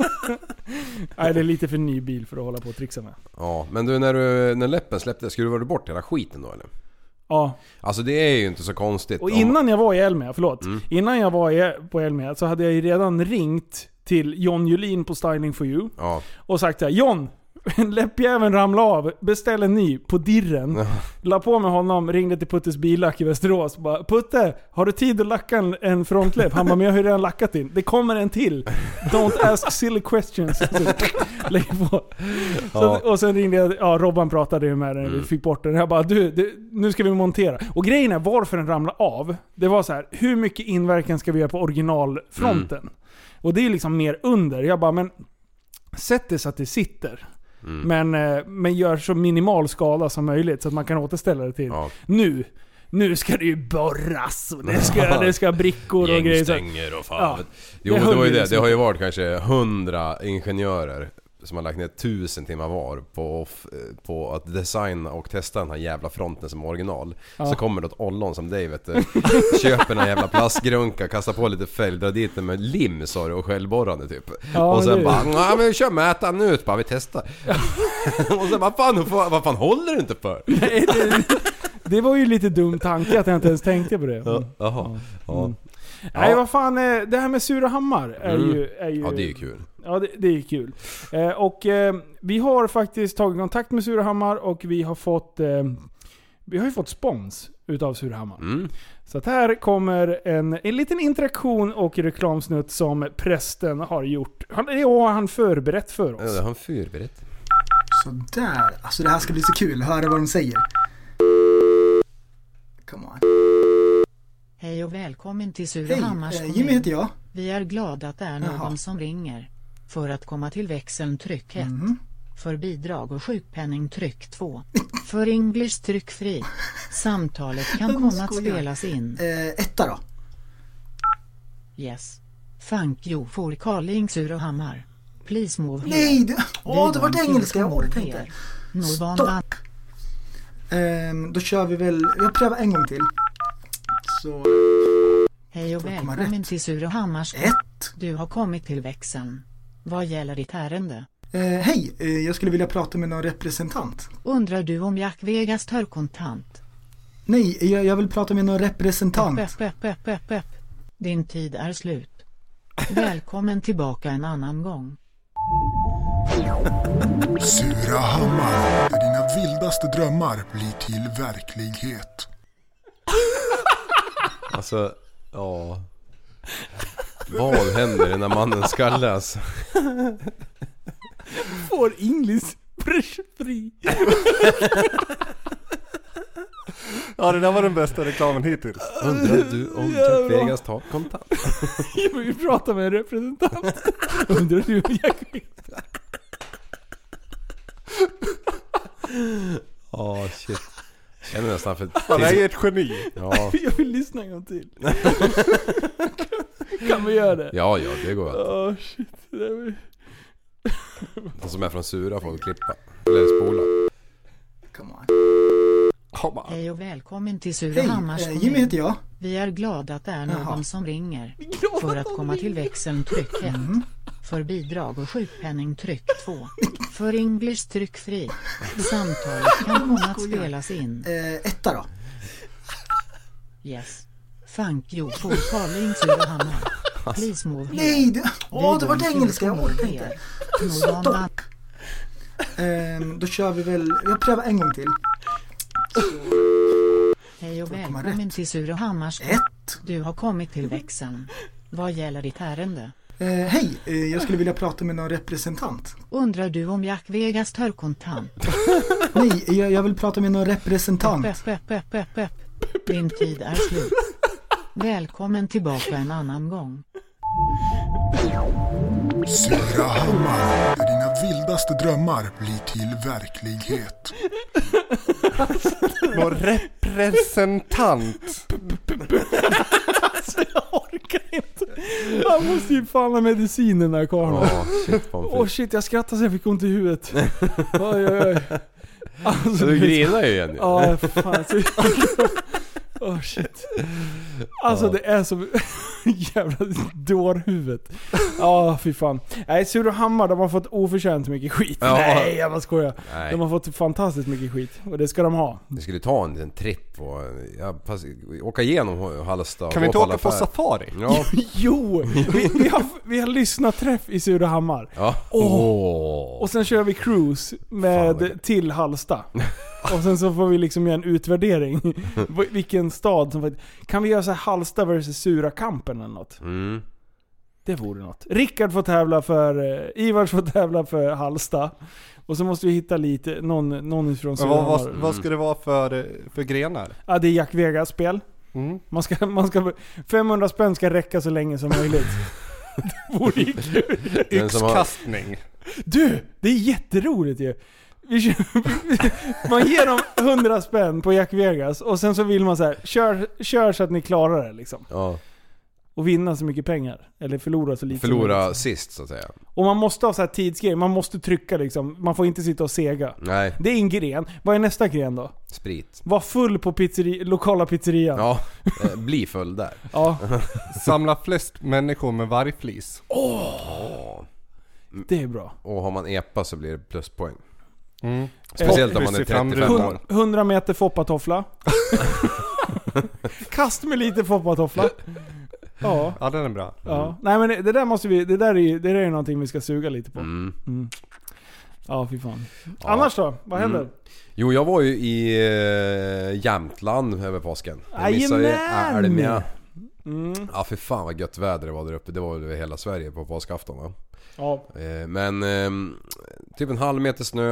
Nej, det är lite för ny bil för att hålla på och trixa med. Ja, men du när, du, när läppen släppte, skruvade du bort hela skiten då eller? Ja. Alltså det är ju inte så konstigt. Och innan jag var i Elmia, förlåt. Mm. Innan jag var i, på Elmia så hade jag ju redan ringt till John Julin på Styling for You. Ja. Och sagt såhär, John, läppjäveln ramlade av, beställ en ny på dirren. Ja. La på med honom, ringde till Puttes billack i Västerås. Bara, Putte, har du tid att lacka en, en frontläpp? Han bara, men jag har ju redan lackat in. Det kommer en till. Don't ask silly questions. Så, lägg på. Så, Ja. och sen ringde jag, ja Robban pratade ju med den, Mm. vi fick bort den. Jag bara, du, det, nu ska vi montera. Och grejen är, varför den ramlade av, det var så här, hur mycket inverkan ska vi göra på originalfronten? Mm. Och det är liksom mer under. Jag bara, men sätt det så att det sitter. Mm. Men, eh, men gör så minimal skada som möjligt så att man kan återställa det till. Ja. Nu nu ska det ju borras och det ska, det ska brickor och grejer. Gängstänger och fan. Ja. Jo, Det det, höll var ju ju det. liksom. Det har ju varit kanske hundra ingenjörer som har lagt ner tusen timmar var på, på att designa och testa den här jävla fronten som original. Ja. Så kommer det ett ollon som dig vet du, köper en jävla plastgrunka, kastar på lite fälg, drar dit den med lim sa du, och självborrande typ. Ja, och sen det- bara, ja men vi kör mätaren ut bara, vi testar. Och sen bara, fan, vad, vad fan håller du inte för? Nej, det, det var ju lite dum tanke att jag inte ens tänkte på det. Ja, jaha. Ja. Mm. Nej, vad fan, eh, det här med Surahammar är, Mm. ju, är ju... Ja, det är ju kul. Ja, det, det är kul. Eh, och eh, vi har faktiskt tagit kontakt med Surahammar och vi har fått... Eh, vi har ju fått spons utav Surahammar. Mm. Så att här kommer en, en liten interaktion och reklamsnutt som prästen har gjort. Han, det har han förberett för oss. Ja, det har han förberett. Så där. Alltså det här ska bli så kul. Höra vad de säger. Come on. Hej och välkommen till Surahammars Hej, eh, kommun. Jimmy heter jag. Vi är glada att det är någon Jaha. som ringer. För att komma till växeln tryck ett. Mhm. För bidrag och sjukpenning tryck två. För English tryck fri. Samtalet kan Jag komma att skojar. spelas in. Eh, etta då. Yes. Thank you for calling Surahammar. Please move here. Nej, det, åh, We det var want det you engelska to jag move orkar inte. here. No Stopp. one- Ehm, då kör vi väl, jag prövar en gång till. Så, Hej och Får komma välkommen rätt. till Surahammars. ett. Du har kommit till växeln. Vad gäller ditt ärende? Eh, hej, eh, jag skulle vilja prata med någon representant. Undrar du om Jack Vegas tar kontant? Nej, jag, jag vill prata med någon representant. Öpp, öpp, öpp, öpp, öpp. Din tid är slut. Välkommen tillbaka en annan gång. Surahammar, där dina vildaste drömmar blir till verklighet. Alltså, ja. Vad händer när mannen skallas? Får English pressure free. Ja, det där var den bästa reklamen hittills. Undrar du om Jack Vegas tar kontant? Jag vill prata med en representant. Undrar du om Jack Vegas? Åh, oh, shit. Jag känner nästan för... Han är ju ett geni. Ja. Jag vill lyssna en gång till. Kan vi göra det? Ja, ja, det går alltid. Åh, shit. Det är väl- De som är från Sura får vi klippa. Eller spola. Come on. Hej och välkommen till Hej, Surahammars eh, kommun. Jimmy heter jag. Vi är glada att det är någon Jaha. som ringer. Glada För att att komma de till ringer. växeln tryck ett. Mhm. För bidrag och sjukpenning tryck två. För English tryck fri. Samtalet kan komma att skojar. spelas in. Eh, etta då. Yes. Thank you for calling Surahammar. Please move here. Nej, det, åh, det var We det want you engelska to jag move orkar here. inte. No Stopp. one- Ehm, då kör vi väl, jag prövar en gång till. Hej och Får komma välkommen rätt. till Surahammars. ett. Du har kommit till växeln. Vad gäller ditt ärende? Eh, Hej, eh, jag skulle vilja prata med någon representant. Undrar du om Jack Vegas tar kontant? Nej, jag, jag vill prata med någon representant. Pepp, pepp, pepp, pepp, pepp. Din tid är slut. Välkommen tillbaka en annan gång. Surahammar, där dina vildaste drömmar blir till verklighet. Någon representant. Alltså jag orkar inte. Han måste ju fan ha medicinen där karln. Åh shit, Åh oh, shit, jag skrattar så jag fick ont i huvudet. Oj oj oj. Alltså, så du grinar ju igen. Ja, fan. Så... Åh oh, shit. Alltså ja. Det är så jävla dårhuvudet. Ja, oh, fy fan. Nej, Surahammar, de har fått oförtjänt mycket skit. Ja. Nej, jag bara skojar. Nej. De har fått fantastiskt mycket skit. Och det ska de ha. Vi skulle ta en, en tripp och ja, pass, åka igenom Hallsta. Kan vi inte åka på safari? Ja. Jo, vi, vi, har, vi har lyssnat träff i Surahammar. Ja. Oh. Och sen kör vi cruise med fan, till Hallsta. Och sen så får vi liksom göra en utvärdering. Vilken stad som... Kan vi göra så här Hallsta versus Surakampen eller något? Mm. Det vore något. Rickard får tävla för... Eh, Ivars får tävla för Hallsta. Och så måste vi hitta lite... Någon, någon ifrån Surahammar. Vad, vad, vad ska det vara för, för grenar? Ja, det är Jack Vegas-spel. Mm. Man ska, man ska... femhundra spänn ska räcka så länge som möjligt. Det vore ju kul. Yxkastning. Du, det är jätteroligt ju. Man ger dem hundra spänn på Jack Vegas och sen så vill man så här, kör, kör så att ni klarar det liksom. Ja. Och vinna så mycket pengar. Eller förlora så lite. Förlora sist så att säga. Och man måste ha så här tidsgrej. Man måste trycka liksom. Man får inte sitta och sega. Nej. Det är en gren. Vad är nästa gren då? Sprit. Var full på pizzeri- lokala pizzerian. Ja, eh, bli full där. Ja. Samla flest människor med vargflis. Åh! Oh. Det är bra. Och har man epa så blir det pluspoäng. Mm. Speciellt om man är trettiofem år. hundra meter foppatoffla. Kast med lite foppatoffla. Ja. Ja, den är bra. Ja. Mm. Nej men det där måste vi, det där är det där är någonting vi ska suga lite på. Mm. Mm. Ja, fy fan. Ja. Annars då? Vad händer? Mm. Jo, jag var ju i äh, Jämtland över påsken. Jag missade ju Älmja. Mm. Ja, för fan vad gött väder det var där uppe. Det var ju hela Sverige på påskafton, va? Ja. Eh, men eh, typ en halv meter snö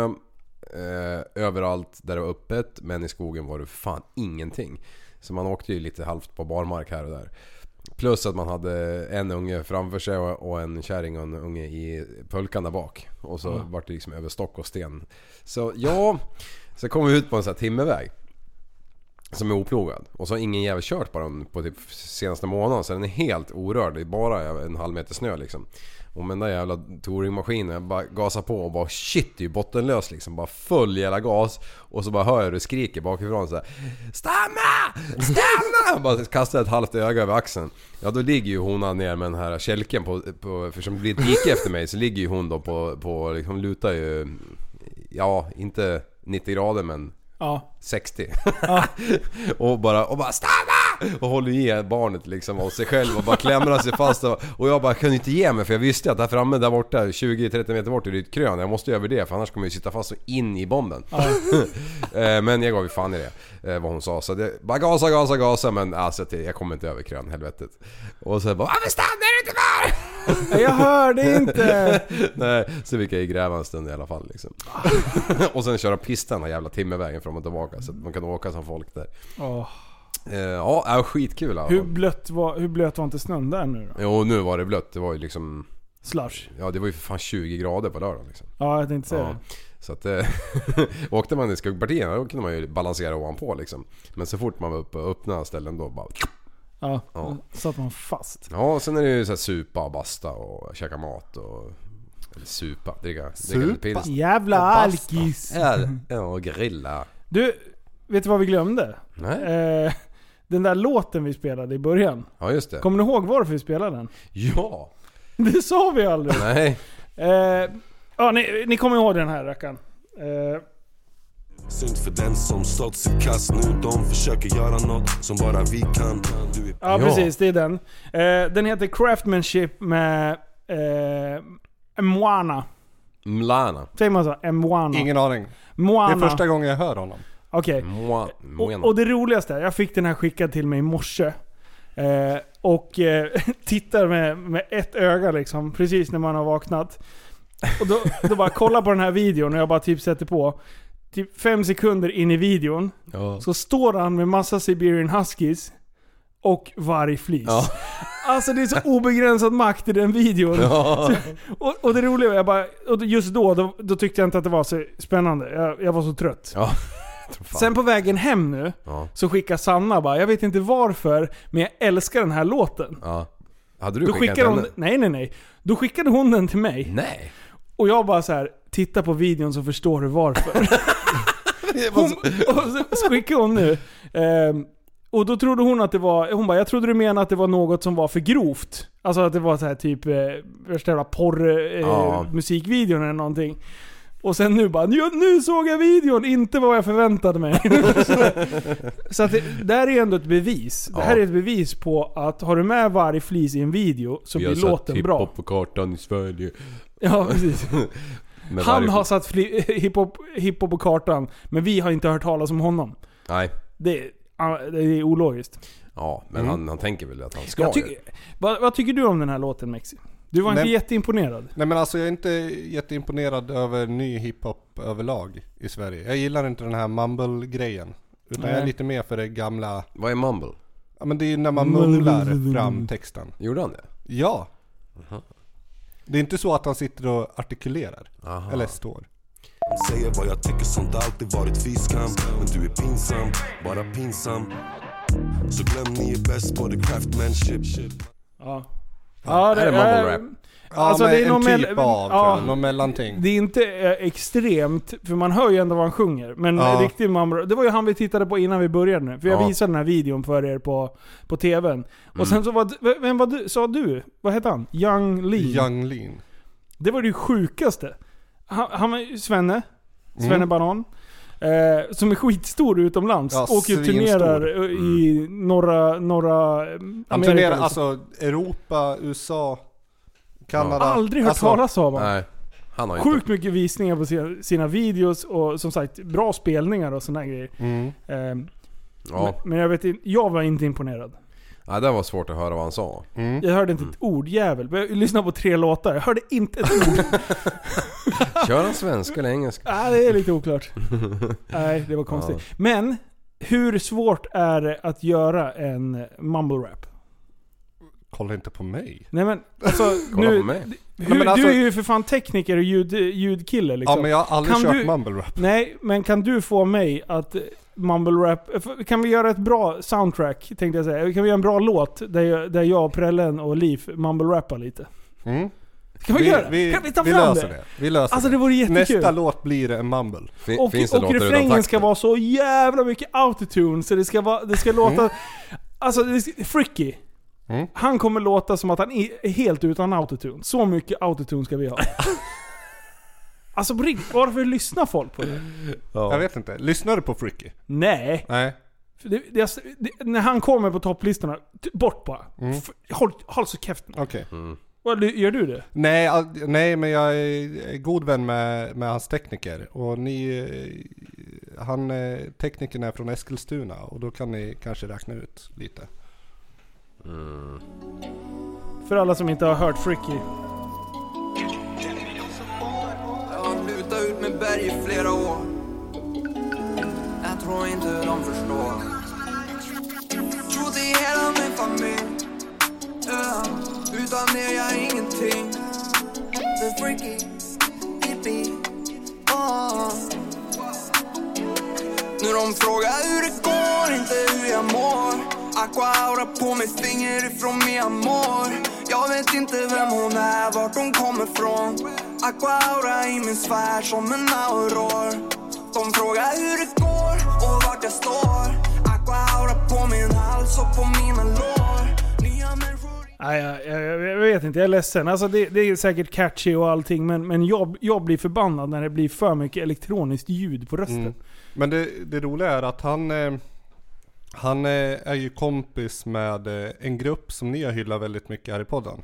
eh, överallt där det var öppet, men i skogen var det för fan ingenting. Så man åkte ju lite halvt på barmark här och där. Plus att man hade en unge framför sig och en kärring och en unge i pulkan där bak. Och så mm. var det liksom över stock och sten. Så ja, så kom vi ut på en sån här timmerväg som är oplogad. Och så har ingen jävel kört på den på typ senaste månaden. Så den är helt orörd. Det är bara en halv meter snö liksom. Och med den där jävla touringmaskinen, jag bara gasar på och bara shit, det är ju bottenlös liksom. Bara full jävla gas. Och så bara hör jag det skriker bakifrån så här: stanna! Stanna! Jag bara kastar ett halvt öga över axeln. Ja, då ligger ju hon ner med den här kälken på, på för som det blir ett dike efter mig, så ligger ju hon då på, på liksom lutar ju, ja, inte nittio grader men ja. sextio. Ja. och bara och bara stanna! Och håller i barnet liksom och sig själv och bara klämrar sig fast och, och jag bara kunde inte ge mig, för jag visste att där framme där borta tjugo till trettio meter bort är det ett krön. Jag måste över det, för annars kommer jag sitta fast och in i bomben. Ja. Men jag gav ju fan i det, vad hon sa. Så det bara gasa, gasa, gasa. Men alltså, jag kommer inte över krön, helvetet. Och så bara, varför stannar du inte där? Jag hörde inte. Nej, så fick jag ju gräva en stund i alla fall liksom. Och sen köra pistan den här jävla timmervägen fram och tillbaka, så att man kan åka som folk där. Oh. Ja, det var skitkul. Hur blött var, hur blött var inte snön där nu då? Jo, nu var det blött. Det var ju liksom slush. Ja, det var ju för fan tjugo grader på lördag liksom. Ja, jag tänkte säga ja. det. Så att eh, åkte man i skuggpartierna, då kunde man ju balansera ovanpå liksom. Men så fort man var uppe och öppna ställen då bara ja, ja. Så att man fast. Ja, och sen är det ju så här supa och basta och käka mat och eller supa, dricka, dricka jävla alkis. Ja, och grilla. Du, vet du vad vi glömde? Nej. Eh, den där låten vi spelade i början. Ja, just det. Kommer du ihåg varför vi spelade den? Ja. Det sa vi aldrig. Nej. Eh, ja, ni, ni kommer ihåg den här rackaren. Eh, Synd för den som stått sitt kast nu. De försöker göra något som bara vi kan. Du är... Ja, precis. Det är den. Eh, den heter Craftsmanship med eh, Moana. Mlana. Säger man så? Moana. Ingen aning. Moana. Det är första gången jag hör honom. Okej. Okay. Och, och det roligaste är, jag fick den här skickad till mig i morse. Eh, och eh, tittar med, med ett öga liksom, precis när man har vaknat. Och då, då bara kolla på den här videon och jag bara typ sätter på. Typ fem sekunder in i videon ja. så står han med massa Siberian Huskies och vargflis. Ja. Alltså det är så obegränsad makt i den videon. Ja. Så, och, och det roliga jag bara, och just då, då då tyckte jag inte att det var så spännande. Jag, jag var så trött. Ja. Sen på vägen hem nu ja. så skickar Sanna bara, jag vet inte varför, men jag älskar den här låten. Ja. Hade du då skickat hon, henne? Nej, nej, nej. Då skickade hon den till mig. Nej. Och jag bara så här, titta på videon så förstår du varför. hon, och så skickade hon nu. Um, och då trodde hon att det var, hon bara, jag trodde du menade att det var något som var för grovt. Alltså att det var så här typ eh, värsta jävla porr eh, ja. musikvideon eller någonting. Och sen nu bara, nu, nu såg jag videon, inte vad jag förväntade mig. Så att det, det här är ändå ett bevis. Ja. Det här är ett bevis på att har du med varje flis i en video så blir låten bra. Hiphop på kartan i Sverige. Ja, precis. Han varje... har satt fli- hiphop, hiphop på kartan, men vi har inte hört talas om honom. Nej. Det, det är ologiskt. Ja, men mm. han, han tänker väl att han ska. Jag tycker, vad, vad tycker du om den här låten, Mexi? Du var nej, inte jätteimponerad. Nej men alltså jag är inte jätteimponerad över ny hiphop överlag i Sverige. Jag gillar inte den här mumble-grejen. Utan nej. jag är lite mer för det gamla. Vad är mumble? Ja men det är när man mumlar fram texten. Gjorde han det? Ja. Aha. Det är inte så att han sitter och artikulerar. Aha. Eller står. Säger vad jag tycker, sånt alltid varit fiskam. Men du är pinsam, bara pinsam. Så glöm ni är bäst på the craftmanship. Ja. Ja, det är mumble rap. Ja, alltså det är en någon typ me- av ja, någon mellanting. Det är inte eh, extremt, för man hör ju ändå vad han sjunger. Men ja. riktigt mumble, det var ju han vi tittade på innan vi började nu. För jag ja. visade den här videon för er på, på tvn. Och mm. sen så var, vem var du, sa du? Vad heter han? Young Lean. Young Lean. Det var det sjukaste. Han, han var Svenne. Svenne mm. Banan. Eh, som är skitstor utomlands. Ja, åker och turnerar mm. i norra, norra Han Amerika, turnerar liksom. Alltså Europa, U S A, Kanada. Jag har aldrig hört alltså, talas av honom. Nej, han har Sjukt inte. mycket visningar på sina, sina videos och som sagt bra spelningar och såna grejer. Mm. Eh, ja. men, men jag vet inte, jag var inte imponerad. Ja, det var svårt att höra vad han sa. Mm. Jag hörde inte ett ord, jävel. Jag lyssnade på tre låtar. Jag hörde inte ett ord. Kör han svenska eller engelska? Nej, det är lite oklart. Nej, det var konstigt. Ja. Men hur svårt är det att göra en mumble rap? Kolla inte på mig. Nej men alltså Kolla nu, på mig. Hur, Nej, men alltså, du är ju för fan tekniker och ljud, ljudkille liksom. Ja, men jag har aldrig kan kört du, mumble rap. Nej, men kan du få mig att mumble rap, kan vi göra ett bra soundtrack tänkte jag säga. Kan vi göra en bra låt där jag, där jag Prellen och Liv mumble rappar lite? Mm. Kan vi, vi göra? Vi, kan vi ta vi fram löser det? det? Vi löser alltså det vore jättekul. Nästa låt blir en mumble. Fin, och finns det och refrängen ska vara så jävla mycket autotune så det ska vara, det ska låta mm. alltså det ska, Fricky. Mm. Han kommer låta som att han är helt utan autotune. Så mycket autotune ska vi ha. Alltså på riktigt, varför lyssnar folk på det? Ja. Jag vet inte. Lyssnar du på Fricky? Nej. Nej. Det, det, det, när han kommer på topplistorna, bort bara. Mm. Håll, håll så käften. Okej. Okay. Mm. Vad gör du det? Nej, all, nej, men jag är god vän med, med hans tekniker. Och ni, han teknikern är från Eskilstuna. Och då kan ni kanske räkna ut lite. Mm. För alla som inte har hört Fricky. Jag har lutat ut med berg i flera år. Jag tror inte de förstår. Tror till hela min familj. Ja, utan er jag är ingenting. The Fricky hippie. Oh. Nu de frågar hur det går, inte hur jag mår. Aqua aura på mitt finger ifrån min amor. Jag vet inte vem hon är, vart hon kommer från. Aqua aura i min sfär som en auror. De frågar hur det går och vart jag står. Aqua aura på min hals och på mina lår. Nya människor. Nej, jag, jag, jag vet inte, jag är ledsen. Alltså det, det är säkert catchy och allting, men, men jag, jag blir förbannad när det blir för mycket elektroniskt ljud på rösten. Mm. Men det, det roliga är att han... Eh... Han är ju kompis med en grupp som ni har hyllat väldigt mycket här i podden.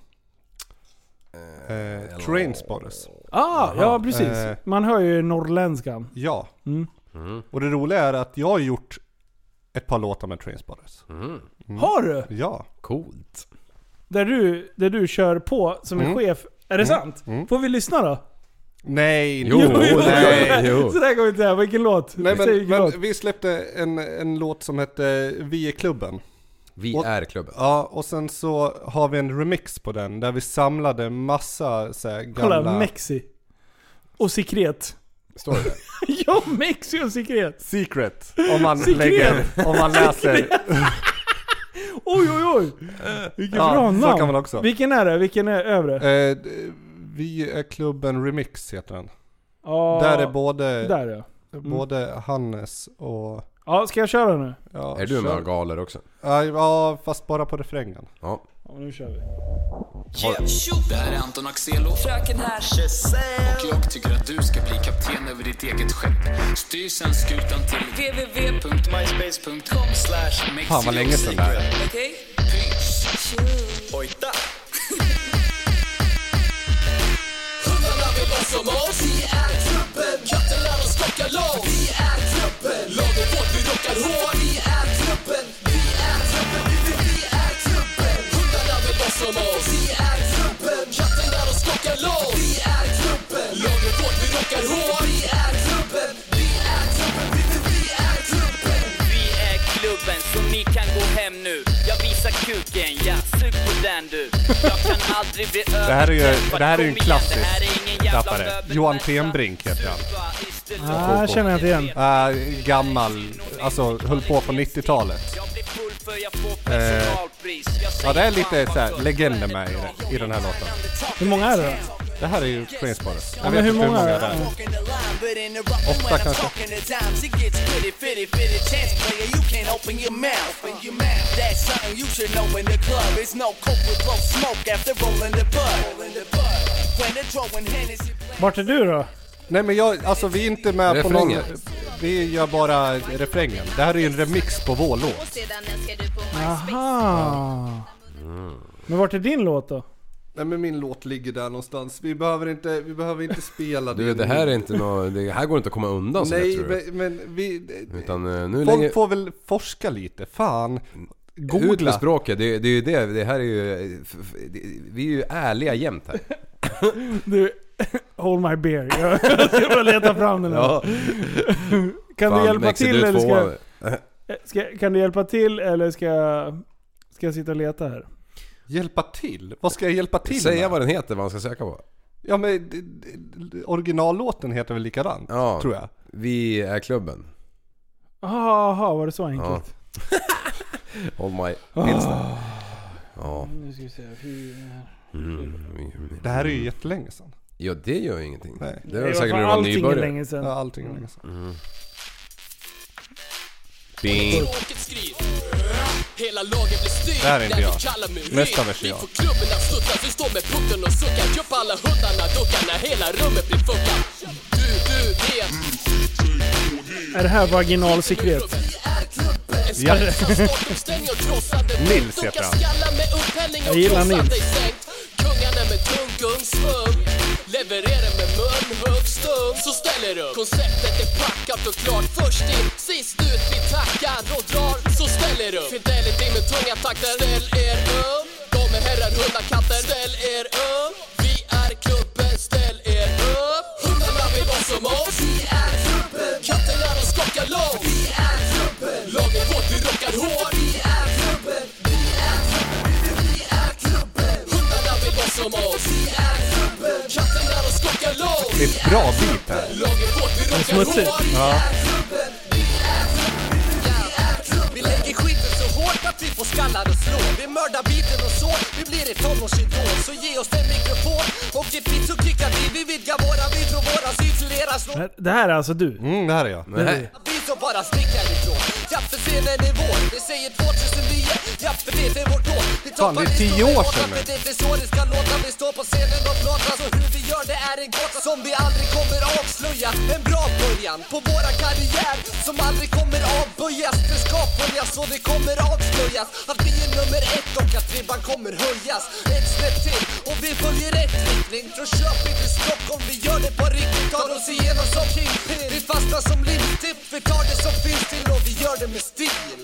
Eh, Trainspotters. Ah, ja precis. Man hör ju norrländskan. Ja. Mm. Mm. Och det roliga är att jag har gjort ett par låtar med Trainspotters. Mm. Mm. Har du? Ja. Coolt. Där du, där du kör på som en Mm. chef. Är det Mm. sant? Mm. Får vi lyssna då? Nej, Jo, jo, nej. jo. Så där går vi inte här. Vilken låt? Nej, Säg men, vilken men låt. vi släppte en, en låt som hette Vi är klubben. Vi och, är klubben. Ja, och sen så har vi en remix på den där vi samlade massa så här, gamla... Kolla, Mexi. Och Secret. Står det? Ja, Mexi och Secret. Secret. Om man Secret. lägger, om man läser... Oj, oj, oj. Vilken Ja, bra så namn. kan man också. Vilken är det? Vilken är övre? Eh, vi är klubben remix heter den. Ja, Där är både, där ja. Mm. både Hannes och... Ja, ska jag köra nu? Ja, Är du med kör. och galer också? Ja, ja, fast bara på refrängen. Ja. Ja, nu kör vi. Yeah. Det här är Anton Axelo. Fröken här. Och jag tycker att du ska bli kapten över ditt eget skepp. Styr sen skutan till w w w punkt myspace punkt com slash mexi. Fan vad länge sedan där. Okej? Peace. Ojta. Hundarna vill vara som oss. Vi är klubben. Katten lär oss skocka lås. Vi är klubben. Laget vårt, vi rockar hårt. Vi är klubben. Vi är klubben. Vi, vi, vi är klubben. Hundarna vill vara som oss. Vi är klubben. Katten lär oss skocka lås. Vi är klubben. Laget vårt, vi rockar hårt. Vi är klubben. Vi är klubben. Vi, vi, vi är klubben. Vi är klubben, så ni kan gå hem nu. Jag visar kuken, ja, sug på den du. Jag kan aldrig bli över. Det här är ju, det här är ju en klassisk Det här är ingen jävla rappare. böbel. Johan Tenbrink heter han. Ah, känner jag inte igen. Uh, gammal, alltså höll på på nittiotalet. Uh, ja, det är lite så här, legender med i, i den här låten. Hur många är det då? Det här är ju Trainspotters. Ja, men hur många är det? Åtta kanske. Vart är du då? Nej men jag, alltså vi är inte med på någon, Refrängen. vi gör bara refrängen. Det här är ju en remix på vår låt. Aha. Men vart är din låt då? Nej men min låt ligger där någonstans. Vi behöver inte, vi behöver inte spela Du, det här är inte nå, det här går inte att komma undan så Nej, lätt, tror jag. men, men vi... Utan eh, nu folk länge... får väl forska lite, fan. Ut Googla. med språket, det, det är ju det, det här är ju... f- f- det- Vi är ju ärliga jämt här. Du, hold my beer. Jag ska bara leta fram den här. Ja. Kan Fan, du hjälpa Mexi, till du är eller ska, tvåa. ska... Kan du hjälpa till eller ska jag... Ska jag sitta och leta här? Hjälpa till? Vad ska jag hjälpa till Säga med? vad den heter, vad man ska söka på. Ja men d- d- originallåten heter väl likadant, Ja, tror jag. Vi är klubben. Aha, var det så enkelt? Ja. Hold my pilsner. Ja. Nu ska vi se. Hur... Mm. Det här är ju jättelänge sedan. Ja, det gör ju ingenting. Nej. Det var Nej, säkert vad när fan, du var allting är nybörjare. länge sedan. Ja, allting är länge sedan. Mm. Bing. Hela laget blir styrt. Det här är inte jag. Kallar mig Nästa rik. vers är Vi jag. får klubben att studsa. Vi står med pucken och suckar. Köp alla hundarna duckar när hela rummet blir fuckat. Du, du, det. Är det här vaginalsekret? Ja. Nils heter han. Jag gillar Nils. Kungarna med tungung svung. Levererar med munhugg stund. Så ställer upp. Konceptet är packat och klart. Först in, sist ut. Vi tackar och drar. Så ställer upp. Fidelity med tunga takter. Ställ er upp. Kom med herrar, hundar, katter. Ställ er upp. Vi är klubben. Ställ er upp. Hundarna vill vara som oss. Vi är klubben. Katten lär oss skocka lås. Vi är klubben. Laget vårt, vi rockar hårt. Vi är klubben. Vi är klubben. Vi är klubben. Hundarna vill vara som oss. Vi är klubben. Katten lär oss skocka lås. Det är ett bra beat här. Laget vårt, vi rockar smutsigt. hårt. Vi Ja. är klubben. Vi är klubben. Vi är klubben. Vi lägger skiten så hårt att vi får skallar och slå. Vi mördar biten och så. Vi blir ett tonårsidol. Så ge oss en mikrofon. Och det finns så kickar vi. Vi vidgar våra vid från våra syd till era slå. Det- Det här är alltså du? Mm, det här är jag. Nej. Vi som bara stickar ifrån. Japp för scenen är vår. Vi säger tvåtusenio. Japp för det är vårt år. Vi Fan, det är tio år sedan nu. men det är så det ska låta. Vi står på scenen och pratar. Så hur vi gör det är en gåta som vi aldrig kommer avslöja. En bra början på våra karriär som aldrig kommer av och gästerskap följas och det kommer avslöjas att vi är nummer ett och att ribban kommer höjas. Ett snett till och vi följer rätt riktning. Från Köping till Stockholm, vi gör det på riktigt. Tar oss igenom som Kingpin. Vi fastnar som limstipp, vi tar det som finns till och vi gör det med stil.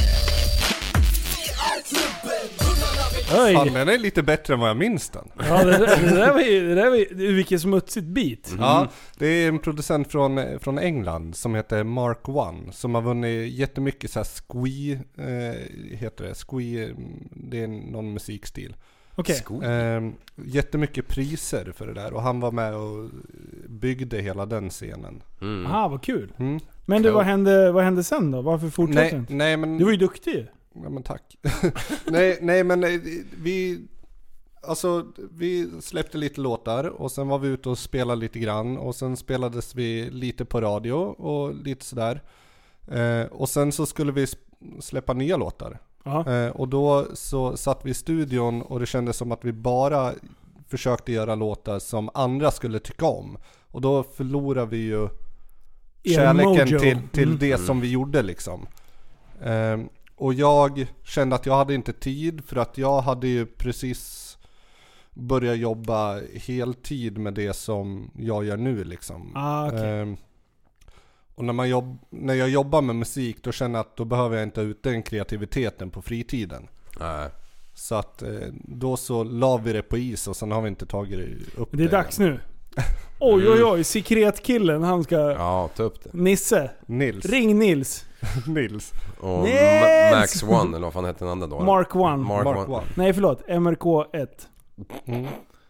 Fan, den är lite bättre än vad jag minns den. Ja, det, det, det där var ju, det där var ju, vilket smutsigt bit. Mm. Ja, det är en producent från, från England som heter Mark One, som har vunnit jättemycket så här squee, eh, heter det, squee, det är någon musikstil. Okej. Okay. Eh, jättemycket priser för det där, och han var med och byggde hela den scenen. Mm. Aha, vad kul. Mm. Men du, vad hände, vad hände sen då? Varför fortsatte nej, du inte? Nej, men... Du var ju duktig. Ja, men tack. nej, nej, men vi... Alltså, vi släppte lite låtar och sen var vi ute och spelade lite grann. Och sen spelades vi lite på radio och lite sådär. Eh, och sen så skulle vi släppa nya låtar. Eh, och då så satt vi i studion och det kändes som att vi bara försökte göra låtar som andra skulle tycka om. Och då förlorade vi ju kärleken till, till mm. det som vi gjorde liksom. Eh, och jag kände att jag hade inte tid, för att jag hade ju precis börjat jobba heltid med det som jag gör nu liksom. Ah, okay. eh, och när, man jobb, när jag jobbar med musik, då känner jag att då behöver jag inte ha ut den kreativiteten på fritiden. Nej. Så att eh, då så la vi det på is och sen har vi inte tagit det upp. Det är dags nu. Oj oj oj, sekretkillen, han ska... Ja, ta upp det. Nisse. Nils. Ring Nils. Nils. Och Nils! Ma- Max One, eller vad fan hette den andra då? Mark One. Mark, Mark One. One. Nej, förlåt. M R K ett. Mm.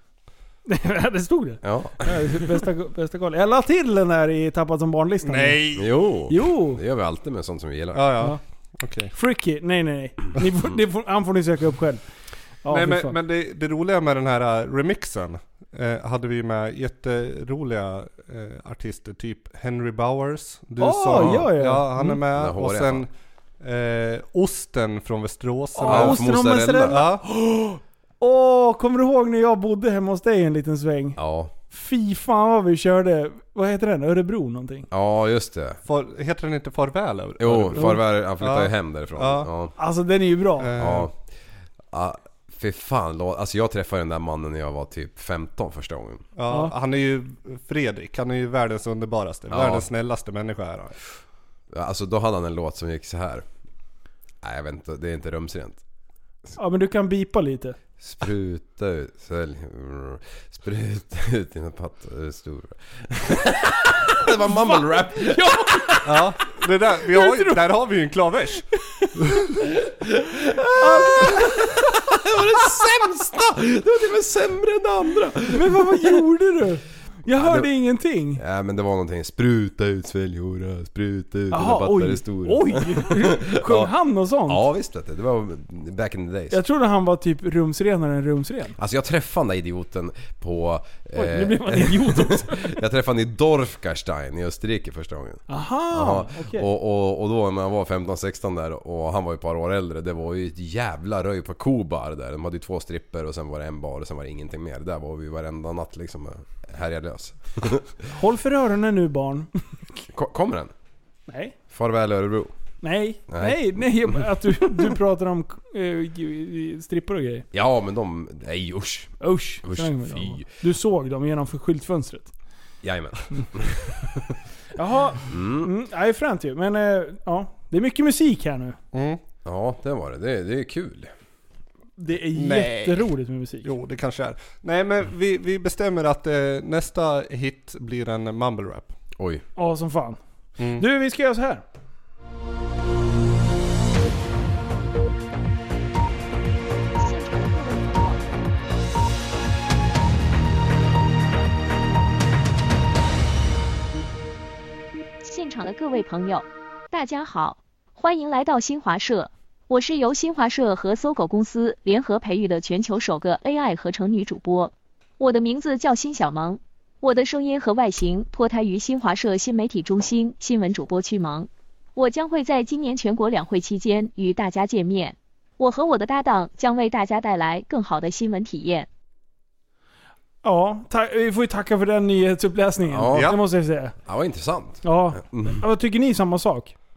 Det stod det. Ja. Bästa, bästa koll. Jag la till den där i Tappat som barnlistan. Nej. Jo. Jo. Det gör vi alltid med sånt som vi gillar. Ja, ja. ja. Okej. Okay. Freaky. Nej, nej, nej. Ni får, ni får, han får ni söka upp själv. Ja, nej, men, men det, det roliga med den här remixen eh, hade vi med jätteroliga eh, artister, typ Henry Bowers. Du oh, sa, ja, ja. ja, han är med. Mm. Och sen eh, Osten från Västerås. Oh, Osten och mozzarella. Ja. Åh, oh, kommer du ihåg när jag bodde hemma hos dig en liten sväng? Ja. Fy fan vad vi körde. Vad heter den? Örebro någonting? Ja, just det. Far, heter den inte Farväl? Jo, Farväl. Han flyttade ju ja. hem därifrån. Ja. Ja. Alltså den är ju bra. Eh. Ja. Ja. Fy fan, alltså jag träffade den där mannen när jag var typ femton första gången. Ja, Ja. han är ju Fredrik, han är ju världens underbaraste, Ja. världens snällaste människa här. Alltså då hade han en låt som gick så här. Nej, jag vet inte, det är inte rumsrent. Ja, men du kan bipa lite. Spruta ut, sälj, spruta ut dina pattar stora. Det var mumble rap. Ja, Ja, det där, vi har, där har vi ju en klavers. Det var det sämsta! Det var till och med sämre än det andra. men vad, vad gjorde du? Jag hörde det, ingenting. Ja, men det var någonting. Spruta ut sväljhora, spruta ut Aha, dina pattar är stora. Oj, sjöng Ja. han och sånt? Ja, visst vet du. Det var back in the days. Jag trodde han var typ rumsrenare än rumsren. Alltså jag träffade den där idioten på... Oj, nu blir man idiot också. Jag träffade han i Dorfgarstein i Österrike första gången. Aha, okej. Okay. Och, och, och då när man var femton sexton där och han var ju ett par år äldre, det var ju ett jävla röj på Kobar där. De hade ju två stripper och sen var det en bar och sen var det ingenting mer. Där var vi varenda natt liksom härjadlös. Håll för öronen nu, barn. Ko- kommer den? Nej. Farväl Örebro. Nej, Nej. nej, nej, att du, du pratar om uh, strippor och grejer. Ja, men de... Nej, usch. Usch. Usch, fy. Du såg dem genom skyltfönstret. Jajamän. Jaha, mm. Mm, jag är fränt ju. Men uh, ja, det är mycket musik här nu. Mm. Ja, det var det. Det, det är kul. Det är Nej. jätteroligt med musik. Jo, det kanske är. Nej, men vi, vi bestämmer att eh, nästa hit blir en mumble rap. Oj. Ja, som fan. Mm. Du, vi ska göra så här. 现场的各位朋友，大家好，欢迎来到新华社。我是由新华社和搜狗公司联合培育的全球首个 A I 合成女主播，我的名字叫辛小萌，我的声音和外形脱胎于新华社新媒体中心新闻主播区萌。我将会在今年全国两会期间与大家见面，我和我的搭档将为大家带来更好的新闻体验。 Ja, ta- vi får ju tacka för den nyhetsuppläsningen. Ja. Det måste jag säga. Ja, vad intressant. Ja, Mm. vad tycker ni samma sak?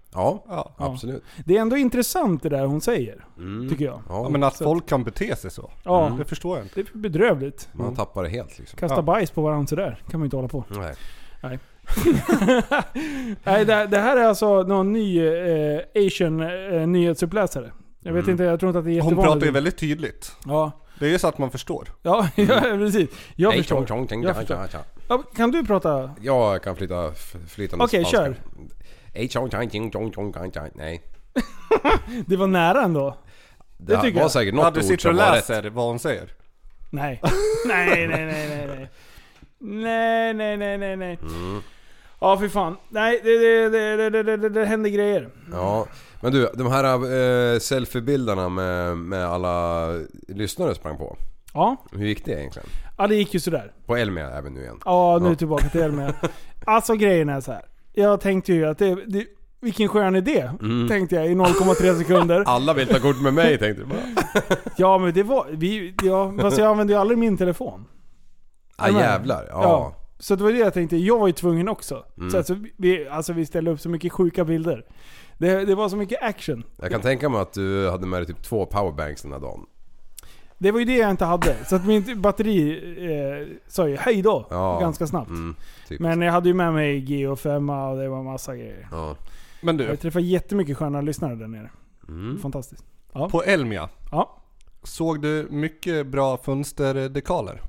Ja, Ja. absolut. Det är ändå intressant det där hon säger, Mm. tycker jag. Ja, men att Så folk kan bete sig så. Ja. Mm. Det förstår jag inte. Det är bedrövligt. Man tappar det helt liksom. Kasta Ja. bajs på varandra sådär kan man inte hålla på. Nej. Nej. Nej, det, det här är alltså någon ny eh, Asian eh, nyhetsuppläsare. Jag vet Mm. inte, jag tror inte att det är Hon jättevanligt. pratar ju väldigt tydligt. Ja. Det är ju så att man förstår. Ja, ja precis. Jag Hej, förstår. tjong, tjong, tjong, Jag tja, förstår. tja, tja. Ja, kan du prata? Jag kan flytta flytande Okej, spanska. kör. Hej, tjong, tjong, tjong, tjong, tjong, tjong, tjong. Nej. Det var nära ändå. Det, Det tycker var jag. säkert Ja, något du ord sitter som och var läser rätt. vad hon säger. Nej. nej, nej, nej, nej, nej. Nej, nej, nej, nej, nej. Mm. Ja, för fan. Nej, det, det, det, det, det, det, det händer grejer. Ja, men du, de här eh, selfiebilderna med, med alla lyssnare sprang på. Ja. Hur gick det egentligen? Ja, det gick ju sådär. På Elmia även nu igen. Ja, nu Ja. tillbaka till Elmia. Alltså grejen är så här. Jag tänkte ju att det, det vilken skön idé, Mm. tänkte jag i noll komma tre sekunder. Alla vill ta kort med mig, tänkte du bara. Ja, men det var... Vi, ja, fast jag använde ju aldrig min telefon. Ah, jävlar, ja. Ja. Så det var det jag tänkte. Jag var ju tvungen också. Mm. Så alltså, vi, alltså vi ställde upp så mycket sjuka bilder. Det, det var så mycket action. Jag kan tänka mig att du hade med dig typ två powerbanks den här dagen. Det var ju det jag inte hade. Så att min batteri eh, sa ju hej då. Ja. Ganska snabbt. Mm, typ. Men jag hade ju med mig Geo fem och det var massa grejer. Ja. Men du, Jag träffade jättemycket sköna lyssnare där nere. Mm. Fantastiskt. Ja. på Elmia, Ja. såg du mycket bra fönsterdekaler?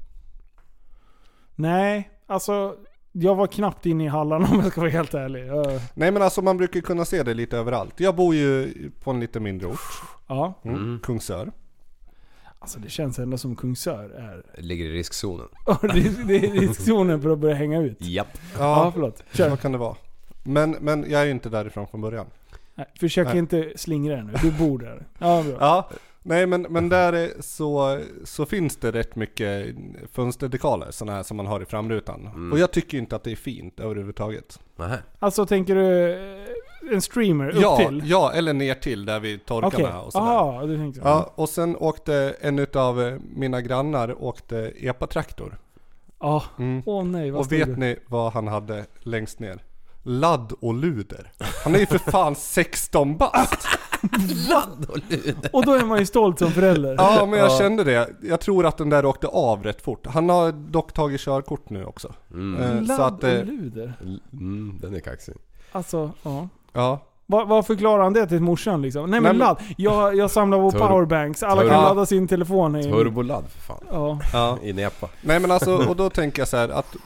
Nej, alltså jag var knappt inne i hallen om jag ska vara helt ärlig. Jag, Nej, men alltså man brukar kunna se det lite överallt. Jag bor ju på en lite mindre ort. ja. Mm. Mm. Kungsör. Alltså det känns ändå som Kungsör är... Ligger i riskzonen. det, det är riskzonen för att börja hänga ut. Japp. Ja, Ja, förlåt. Kör. så kan det vara. Men, men jag är ju inte därifrån från början. Nej, försök Nej. inte slingra dig nu. Du bor där. Ja, bra. Ja, nej men, men där är, så, så finns det rätt mycket fönsterdekaler, sådana här som man har i framrutan. Mm. Och jag tycker inte att det är fint överhuvudtaget. Nähä. Alltså tänker du eh, en streamer upp Ja, till? ja, eller ner till där vid torkarna Okej. och sådär. Jaha, du tänkte så. Ja, och sen åkte en utav mina grannar åkte epatraktor. Ja. Mm. Åh nej, vad Och stod vet det? ni vad han hade längst ner? Ladd och luder. Han är ju för fan sexton bast. Ladd och luder. Och då är man ju stolt som förälder. Ja, men jag kände det. Jag tror att den där åkte av rätt fort. Han har dock tagit körkort nu också. Mm. Eh, Ladd så att, eh, och luder. Mm, den är kaxig. Alltså, ja. ja. Vad, vad förklarar han det till morsan liksom? Nej men Nej, men- ladd. Jag, jag samlar på Tur- powerbanks. Alla tur- kan Ja. ladda sin telefon i... Turboladd för fan. Ja. Ja. I Nepa. Nej men alltså, och då tänker jag så här att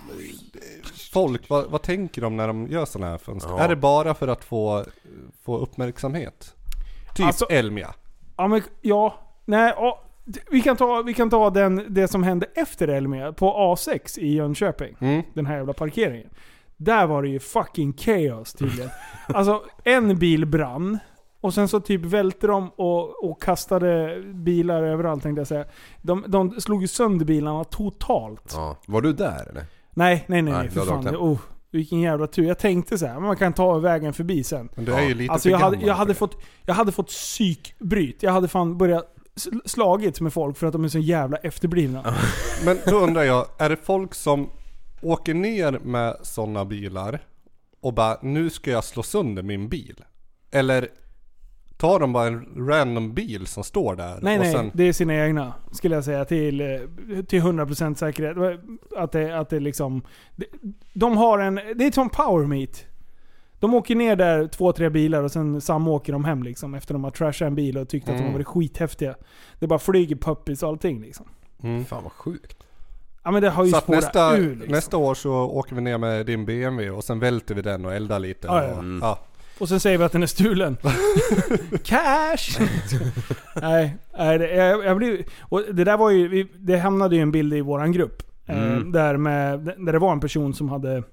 folk, vad, vad tänker de när de gör sådana här fönster? Ja. Är det bara för att få, få uppmärksamhet? Typ Alltså- Elmia. Ja men, ja. Nej, ja. Vi kan ta, vi kan ta den, det som hände efter Elmia på A sex i Jönköping. Mm. Den här jävla parkeringen. Där var det ju fucking chaos tydligen. Alltså en bil brann. Och sen så typ välte de och, och kastade bilar överallt tänkte jag säga. De, de slog ju sönder bilarna totalt. Ja. Var du där eller? Nej, nej, nej, Nej, nej du för hade fan. åkt hem. Oh, vilken jävla tur. Jag tänkte så här, men man kan ta vägen förbi sen. Men du är ju lite Alltså för jag hade, gammal jag, för hade det. fått, jag hade fått psykbryt. Jag hade fan börjat sl- slagits med folk för att de är så jävla efterblivna. Men då undrar jag, är det folk som åker ner med sådana bilar och bara, nu ska jag slå sönder min bil? Eller tar de bara en random bil som står där? Nej, och nej. sen, Det är sina egna. Skulle jag säga. Till, eh, till hundra procent säkerhet. Att det, att det liksom... De, de har en... Det är som power meet. De åker ner där två, tre bilar och sen samåker de hem liksom. Efter de har trashat en bil och tyckt att de Mm. har varit skithäftiga. Det bara flyger puppies och allting liksom. mm. Fan vad sjukt. Ja men det har ju Så att spårat nästa, ur liksom. nästa år så åker vi ner med din B M W och sen välter vi den och eldar lite. Ja, ja. Och, Mm. ja. Och sen säger vi att den är stulen. Cash! nej, nej det, jag, jag blir, och det där var ju, vi, det hamnade ju en bild i våran grupp. Eh, Mm. där, med, där det var en person som hade...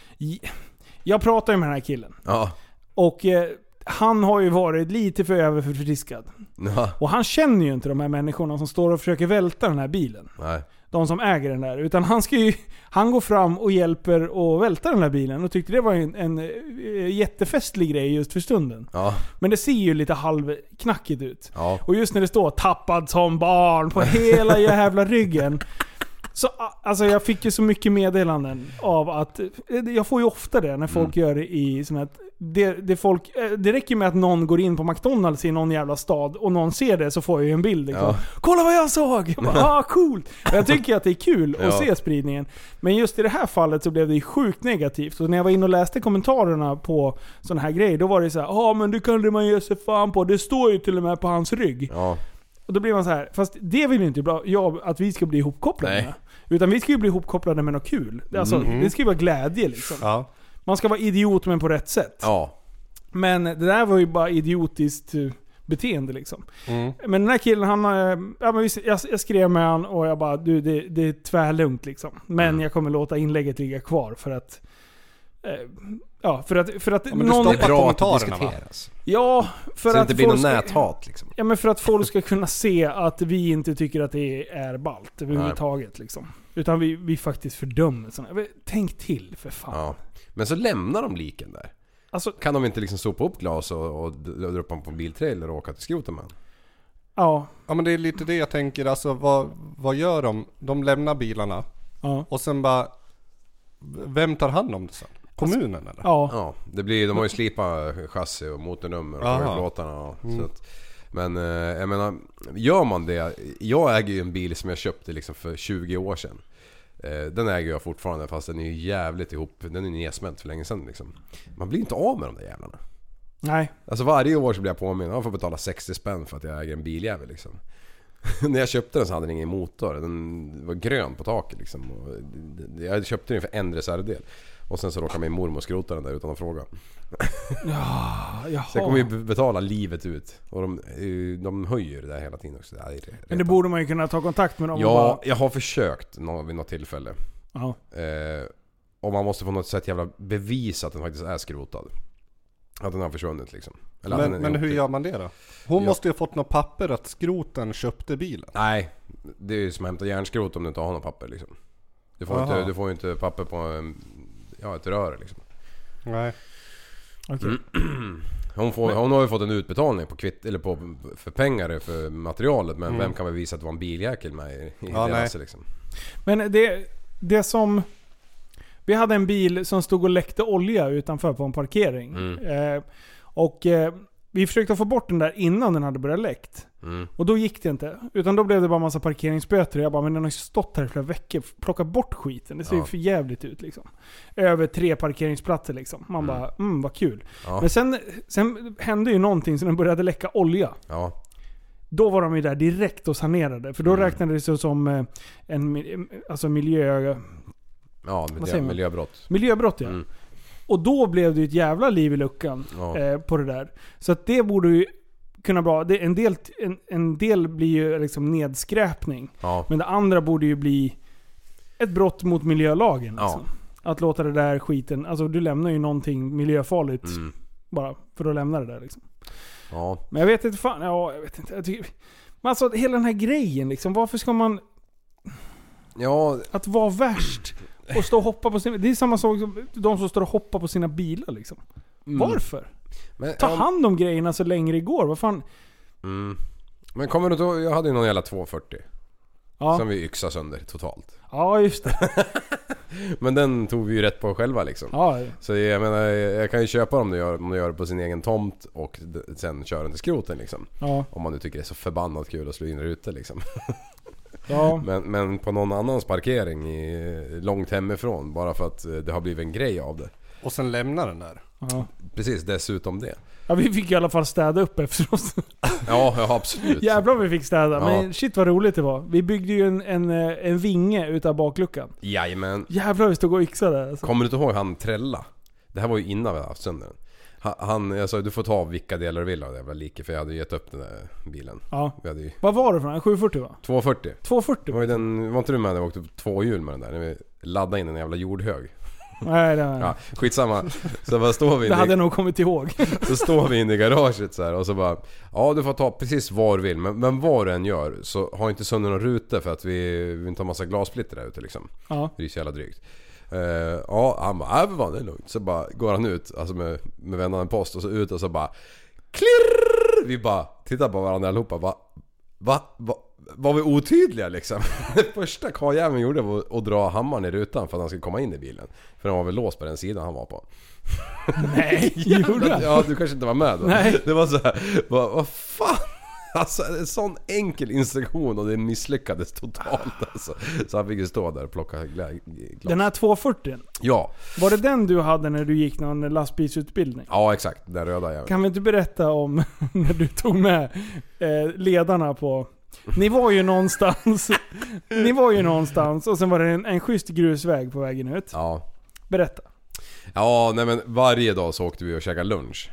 Jag pratade med den här killen. Ja. Och eh, han har ju varit lite för överförfriskad. Ja. Och han känner ju inte de här människorna som står och försöker välta den här bilen. Nej. De som äger den där. Utan han ska ju, han går fram och hjälper att välta den här bilen. Och tyckte det var en, en, eh, jättefestlig grej just för stunden. Ja. Men det ser ju lite halvknackigt ut. Ja. Och just när det står 'tappad som barn' på hela jävla ryggen. Så alltså jag fick ju så mycket meddelanden av att... Jag får ju ofta det när folk gör det i såna här det, det, folk, det räcker med att någon går in på McDonalds i någon jävla stad och någon ser det, så får jag ju en bild liksom. Ja. Kolla vad jag såg! Jag bara, ah, coolt! Jag tycker att det är kul att ja. se spridningen. Men just i det här fallet så blev det sjukt negativt. Så när jag var inne och läste kommentarerna på såna här grejer, då var det så här: ja ah, men det kunde man ge sig fan på. Det står ju till och med på hans rygg. Ja. Och då blir man så här, fast det vill ju inte bra, jag, att vi ska bli ihopkopplade med. Utan vi ska ju bli ihopkopplade med något kul. Alltså, mm. det ska ju vara glädje liksom. Ja. Man ska vara idiot men på rätt sätt. Ja. Men det där var ju bara idiotiskt beteende liksom. Mm. Men den här killen, han, ja, men jag, jag skrev med han och jag bara, du det, det är tvärlugnt liksom. Men mm. jag kommer låta inlägget ligga kvar för att eh, ja, för att för att ja, men någon det är bra att det diskuteras. Ja, för så att inte blir någon näthat liksom. Ja, men för att folk ska kunna se att vi inte tycker att det är ballt överhuvudtaget liksom. Utan vi, vi faktiskt fördömer såna. Tänk till för fan. Ja. Men så lämnar de liken där. Alltså, kan de inte liksom sopa upp glas och, och dra upp dem på en biltrailer och åka till skroten med? Ja. Ja, men det är lite det jag tänker. Alltså, vad, vad gör de? De lämnar bilarna. Ja. Och sen bara, vem tar hand om det sen? Kommunen alltså, eller? Ja. Ja, det blir, de har ju slipat chassi och motornummer och plåtarna och mm. så att, men eh, jag menar, gör man det, jag äger ju en bil som jag köpte liksom för tjugo år sedan. Eh, den äger jag fortfarande, fast den är ju jävligt ihop, den är nedsmält för länge sedan liksom. Man blir inte av med de där jävlarna. Nej. Alltså varje år så blir jag påminn, jag får betala sextio spänn för att jag äger en biljävel liksom. När jag köpte den så hade den ingen motor, den var grön på taket liksom. Och jag köpte den för en reservdel. Och sen så råkade min mormor skrota den där utan att fråga. Ja, jaha. Så jag kommer ju betala livet ut. Och de, de höjer det där hela tiden också. Det är Men det borde man ju kunna ta kontakt med dem. Ja, bara... jag har försökt någon, vid något tillfälle. Ja. Eh, och man måste på något sätt jävla bevisa att den faktiskt är skrotad. Att den har försvunnit liksom. Eller men men hur gör man det då? Hon ja. måste ju ha fått något papper att skroten köpte bilen. Nej, det är ju som att hämta järnskrot om du inte har något papper liksom. Du får, inte, du får ju inte papper på ja, ett rör liksom. Nej. Okay. Hon, får, hon har ju fått en utbetalning på kvitt, eller på, för pengar för materialet. Men mm. vem kan väl visa att det var en biljäkel med i, i ja, deras liksom. Men det, det som... Vi hade en bil som stod och läckte olja utanför på en parkering. Mm. Eh, och eh, vi försökte få bort den där innan den hade börjat läckt. Mm. Och då gick det inte. Utan då blev det bara massa parkeringsböter. Jag bara, men den har ju stått här i flera veckor. Plocka bort skiten. Det ser ju ja. för jävligt ut liksom. Över tre parkeringsplatser liksom. Man mm. bara, mm vad kul. Ja. Men sen, sen hände ju någonting så den började läcka olja. Ja. Då var de ju där direkt och sanerade. För då mm. räknades det som en alltså miljö... Ja, miljö, miljöbrott. Miljöbrott, ja. Mm. Och då blev det ju ett jävla liv i luckan ja. eh, på det där. Så att det borde ju kunna vara... Det, en, del, en, en del blir ju liksom nedskräpning. Ja. Men det andra borde ju bli ett brott mot miljölagen. Ja. Liksom. Att låta det där skiten... Alltså du lämnar ju någonting miljöfarligt mm. bara för att lämna det där liksom. Ja. Men jag vet inte fan... Ja, jag vet inte. Jag tycker, men alltså hela den här grejen liksom. Varför ska man... Ja... Att vara värst... Och stå och hoppa på sina... Det är samma sak som de som står och hoppar på sina bilar liksom. Mm. Varför? Men, Ta hand om grejerna så länge det går. Vad fan? Mm. Men kommer du då... Jag hade ju någon jävla tvåhundrafyrtio. Ja. Som vi yxade sönder totalt. Ja, just det. Men den tog vi ju rätt på själva liksom. Ja. Så jag menar, jag kan ju köpa dem om du gör, om du gör det på sin egen tomt och sen köra den till skroten liksom. Ja. Om man nu tycker det är så förbannat kul att slå in ute liksom. Ja. Men, men på någon annans parkering i, långt hemifrån, bara för att det har blivit en grej av det. Och sen lämnar den där. Ja. Precis, dessutom det. Ja, vi fick i alla fall städa upp efter oss. Ja, ja absolut. Jävlar vi fick städa. Ja. Men shit vad roligt det var. Vi byggde ju en, en, en vinge utav bakluckan. Jajamän. Jävlar vi stod och yxade. Alltså. Kommer du inte ihåg han Trella? Det här var ju innan vi hade haft sönder den. Han, jag sa du får ta vilka delar du vill av det jävla like, för jag hade gett upp den där bilen. Ja. Vi hade ju... Vad var det för en? sjuhundrafyrtio va? tvåhundrafyrtio. tvåhundrafyrtio? Var, den, var inte du med när vi åkte två hjul med den där? När vi laddade in en jävla jordhög. Nej, det var... Ja, skitsamma. Så bara står vi det hade jag nog kommit ihåg. Så står vi inne i garaget så här, och så bara, ja du får ta precis vad du vill, men, men vad du än gör så har inte sönder någon ruta för att vi, vi inte har massa glassplitter där ute liksom. Ja. Det är så jävla drygt. Uh, ja, han bara, äh, vad det är lugnt. Så bara går han ut, alltså med, med vändande post och så ut och så bara klirr! Vi bara tittar på varandra allihopa bara, Va? Va? Var vi otydliga liksom? Det första karljäveln gjorde var att dra hammaren i rutan för att han skulle komma in i bilen. För han var väl låst på den sidan han var på. Nej, gjorde Ja, du kanske inte var med då. Nej. Det var så här, vad, vad fan? Alltså en sån enkel instruktion och det misslyckades totalt alltså. Så han fick ju stå där och plocka glä- glas. Den här tvåhundrafyrtio. Ja. Var det den du hade när du gick någon lastbilsutbildning? Ja, exakt. Den röda jäveln. Kan vi inte berätta om när du tog med eh, ledarna på... Ni var ju någonstans. Ni var ju någonstans och sen var det en, en schysst grusväg på vägen ut. Ja. Berätta. Ja, nej men varje dag så åkte vi och käkade lunch.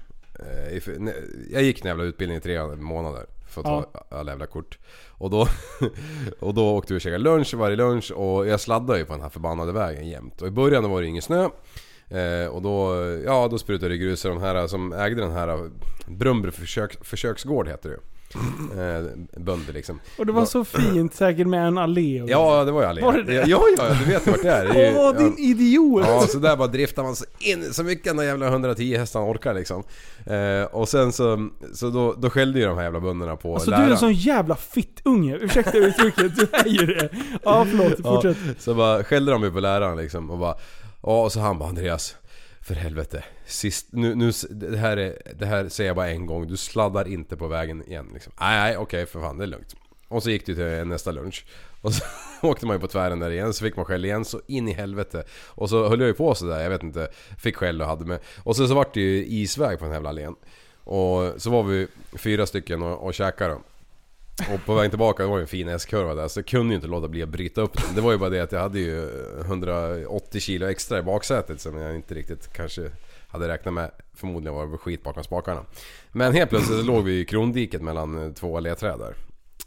Jag gick en jävla utbildning i tre månader för att ta ja. alla jävla kort. Och då, och då åkte vi och käkade lunch varje lunch och jag sladdade ju på den här förbannade vägen jämt. Och i början var det ingen snö. Eh, och då, ja, då sprutade det grus. De här som ägde den här Brumbro försök, försöksgård heter det. Eh, bönder liksom. Och det var så fint säkert med en allé och ja, det var ju allé. Var det det? Ja, ja, du vet vart det är. Det är ju, Åh, din ja, idiot! Ja, så där bara driftar man så, in, så mycket den jävla hundratio hästarna orkar liksom. Eh, och sen så, så då, då skällde ju de här jävla bönderna på alltså, läraren. du är en sån jävla fittunge. Ursäkta uttrycket, du är ju det. Ja, förlåt, fortsätt. Ja, så bara skällde de ju på läraren liksom. Och bara, ja, och så han bara, Andreas, för helvete. Sist, nu, nu, det, här är, det här säger jag bara en gång. Du sladdar inte på vägen igen liksom. Nej, nej, okej, okay, för fan, det är lugnt. Och så gick det till nästa lunch. Och så åkte man ju på tvären där igen. Så fick man skäll igen, så in i helvete. Och så höll jag ju på så där, jag vet inte. Fick skäll och hade med. Och så, så var det ju isväg på den här jävla allén. Och så var vi fyra stycken och, och käkade dem. Och på vägen tillbaka, det var ju en fin S-kurva där. Så jag kunde ju inte låta bli att bryta upp den. Det var ju bara det att jag hade ju hundraåttio kilo extra i baksätet som jag inte riktigt kanske hade räknat med. Förmodligen var det skit bakom spakarna. Men helt plötsligt så låg vi i krondiket mellan två ledträd där.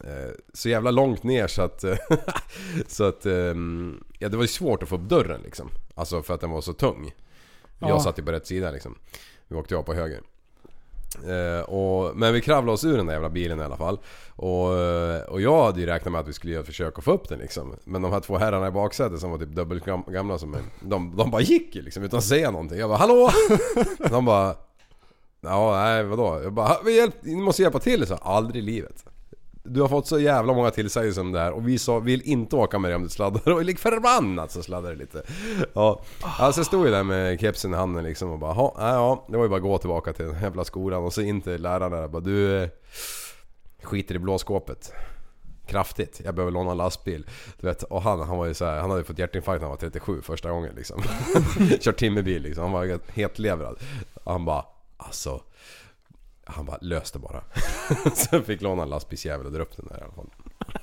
Så jävla långt ner så att så att ja, det var ju svårt att få upp dörren liksom. Alltså för att den var så tung. Jag ja. satt ju på rätt sida liksom. Vi åkte jag på höger. Eh, och, men vi kravlade oss ur den där jävla bilen i alla fall. Och, och jag hade ju räknat med att vi skulle göra ett försök att få upp den liksom. Men de här två herrarna i baksätet som var typ dubbelt gamla som en, de, de bara gick ju liksom utan att säga någonting. Jag bara, hallå! De bara, ja nej vadå? Jag bara, vi hjälp, ni måste hjälpa till så. Aldrig i livet. Du har fått så jävla många tillsägelser om det här. Och vi sa, vill inte åka med dig om du sladdar. Och lik förbannat så sladdar det lite. Ja, alltså jag stod ju där med kepsen i handen liksom. Och bara, ja, ja, det var ju bara att gå tillbaka till den jävla skolan. Och så in till läraren där. Bara, du skiter i blåskåpet. Kraftigt, jag behöver låna en lastbil. Du vet, och han, han var ju så här, han hade fått hjärtinfarkt när han var trettiosju första gången liksom. Kört timmerbil liksom. Han var helt levrad. Och han bara, alltså... Han bara löste bara. Så fick låna en lastbilsjävel och dra upp den där i alla fall.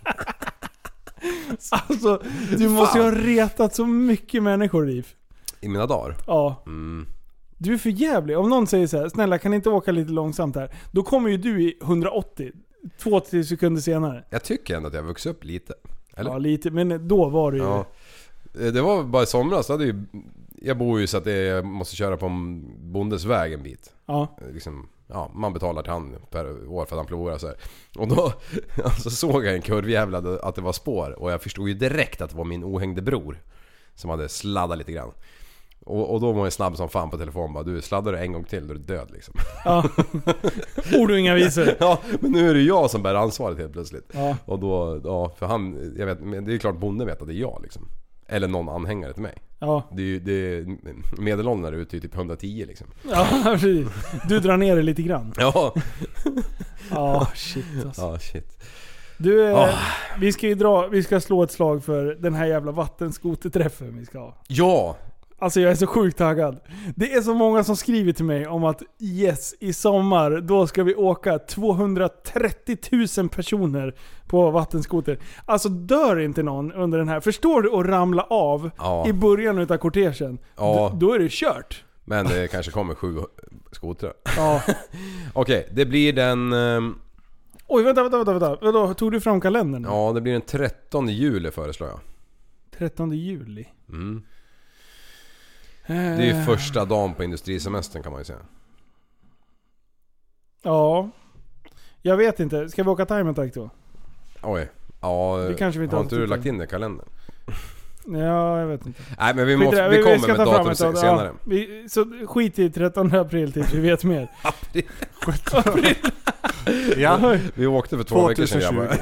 Alltså, du måste ju ha retat så mycket människor, Riv. I mina dagar? Ja. Mm. Du är för jävlig. Om någon säger så här, snälla kan inte åka lite långsamt här? Då kommer ju du i hundraåttio, två till sekunder senare. Jag tycker ändå att jag vuxit upp lite. Eller? Ja, lite. Men då var det ju... Ja. Det var bara i somras. Hade ju, jag bor ju så att jag måste köra på en bondesväg en bit. Ja. Liksom... Ja, man betalar till han per år för att han plovar så här. Och då alltså, såg jag en kurvjävla att det var spår. Och jag förstod ju direkt att det var min ohängde bror som hade sladdat lite grann. Och, och då var jag snabb som fan på telefon. Bara, du sladdar du en gång till, då är du död liksom. Ja. Ord och inga visor. Ja, men nu är det jag som bär ansvaret helt plötsligt. Ja. Och då, ja, för han, jag vet, det är klart bonden vet att det är jag liksom. Eller någon anhängare till mig. Ja. Det är ju det medelåldern är ute i typ hundratio liksom. Ja, precis. Du drar ner det lite grann. Ja. Ja, oh, shit alltså. Ja, shit. Du, eh, oh. vi ska ju dra, vi ska slå ett slag för den här jävla vattenskoterträffen vi ska ha. Ja. Alltså jag är så sjukt taggad. Det är så många som skriver till mig om att yes, i sommar då ska vi åka tvåhundratrettio tusen personer på vattenskoter. Alltså dör inte någon under den här. Förstår du att ramla av ja. i början utav kortegen? Ja. D- då är det kört. Men det kanske kommer sju skotrar. Ja. Okej, okay, det blir den... Um... Oj, vänta, vänta, vänta, vänta. Vadå, tog du fram kalendern? Ja, det blir den trettonde juli föreslår jag. trettonde juli? Mm. Det är ju första dagen på industrisemestern kan man ju säga. Ja. Jag vet inte. Ska vi åka time attack då? Oj. Ja, det kanske vi inte har inte du lagt in det i kalendern? Ja, jag vet inte. Nej, men vi, måste, vi, vi kommer med datum senare. Ja, vi, så skit i trettonde april tills vi vet mer. April. april. Ja. Vi åkte för två veckor sedan grabbar.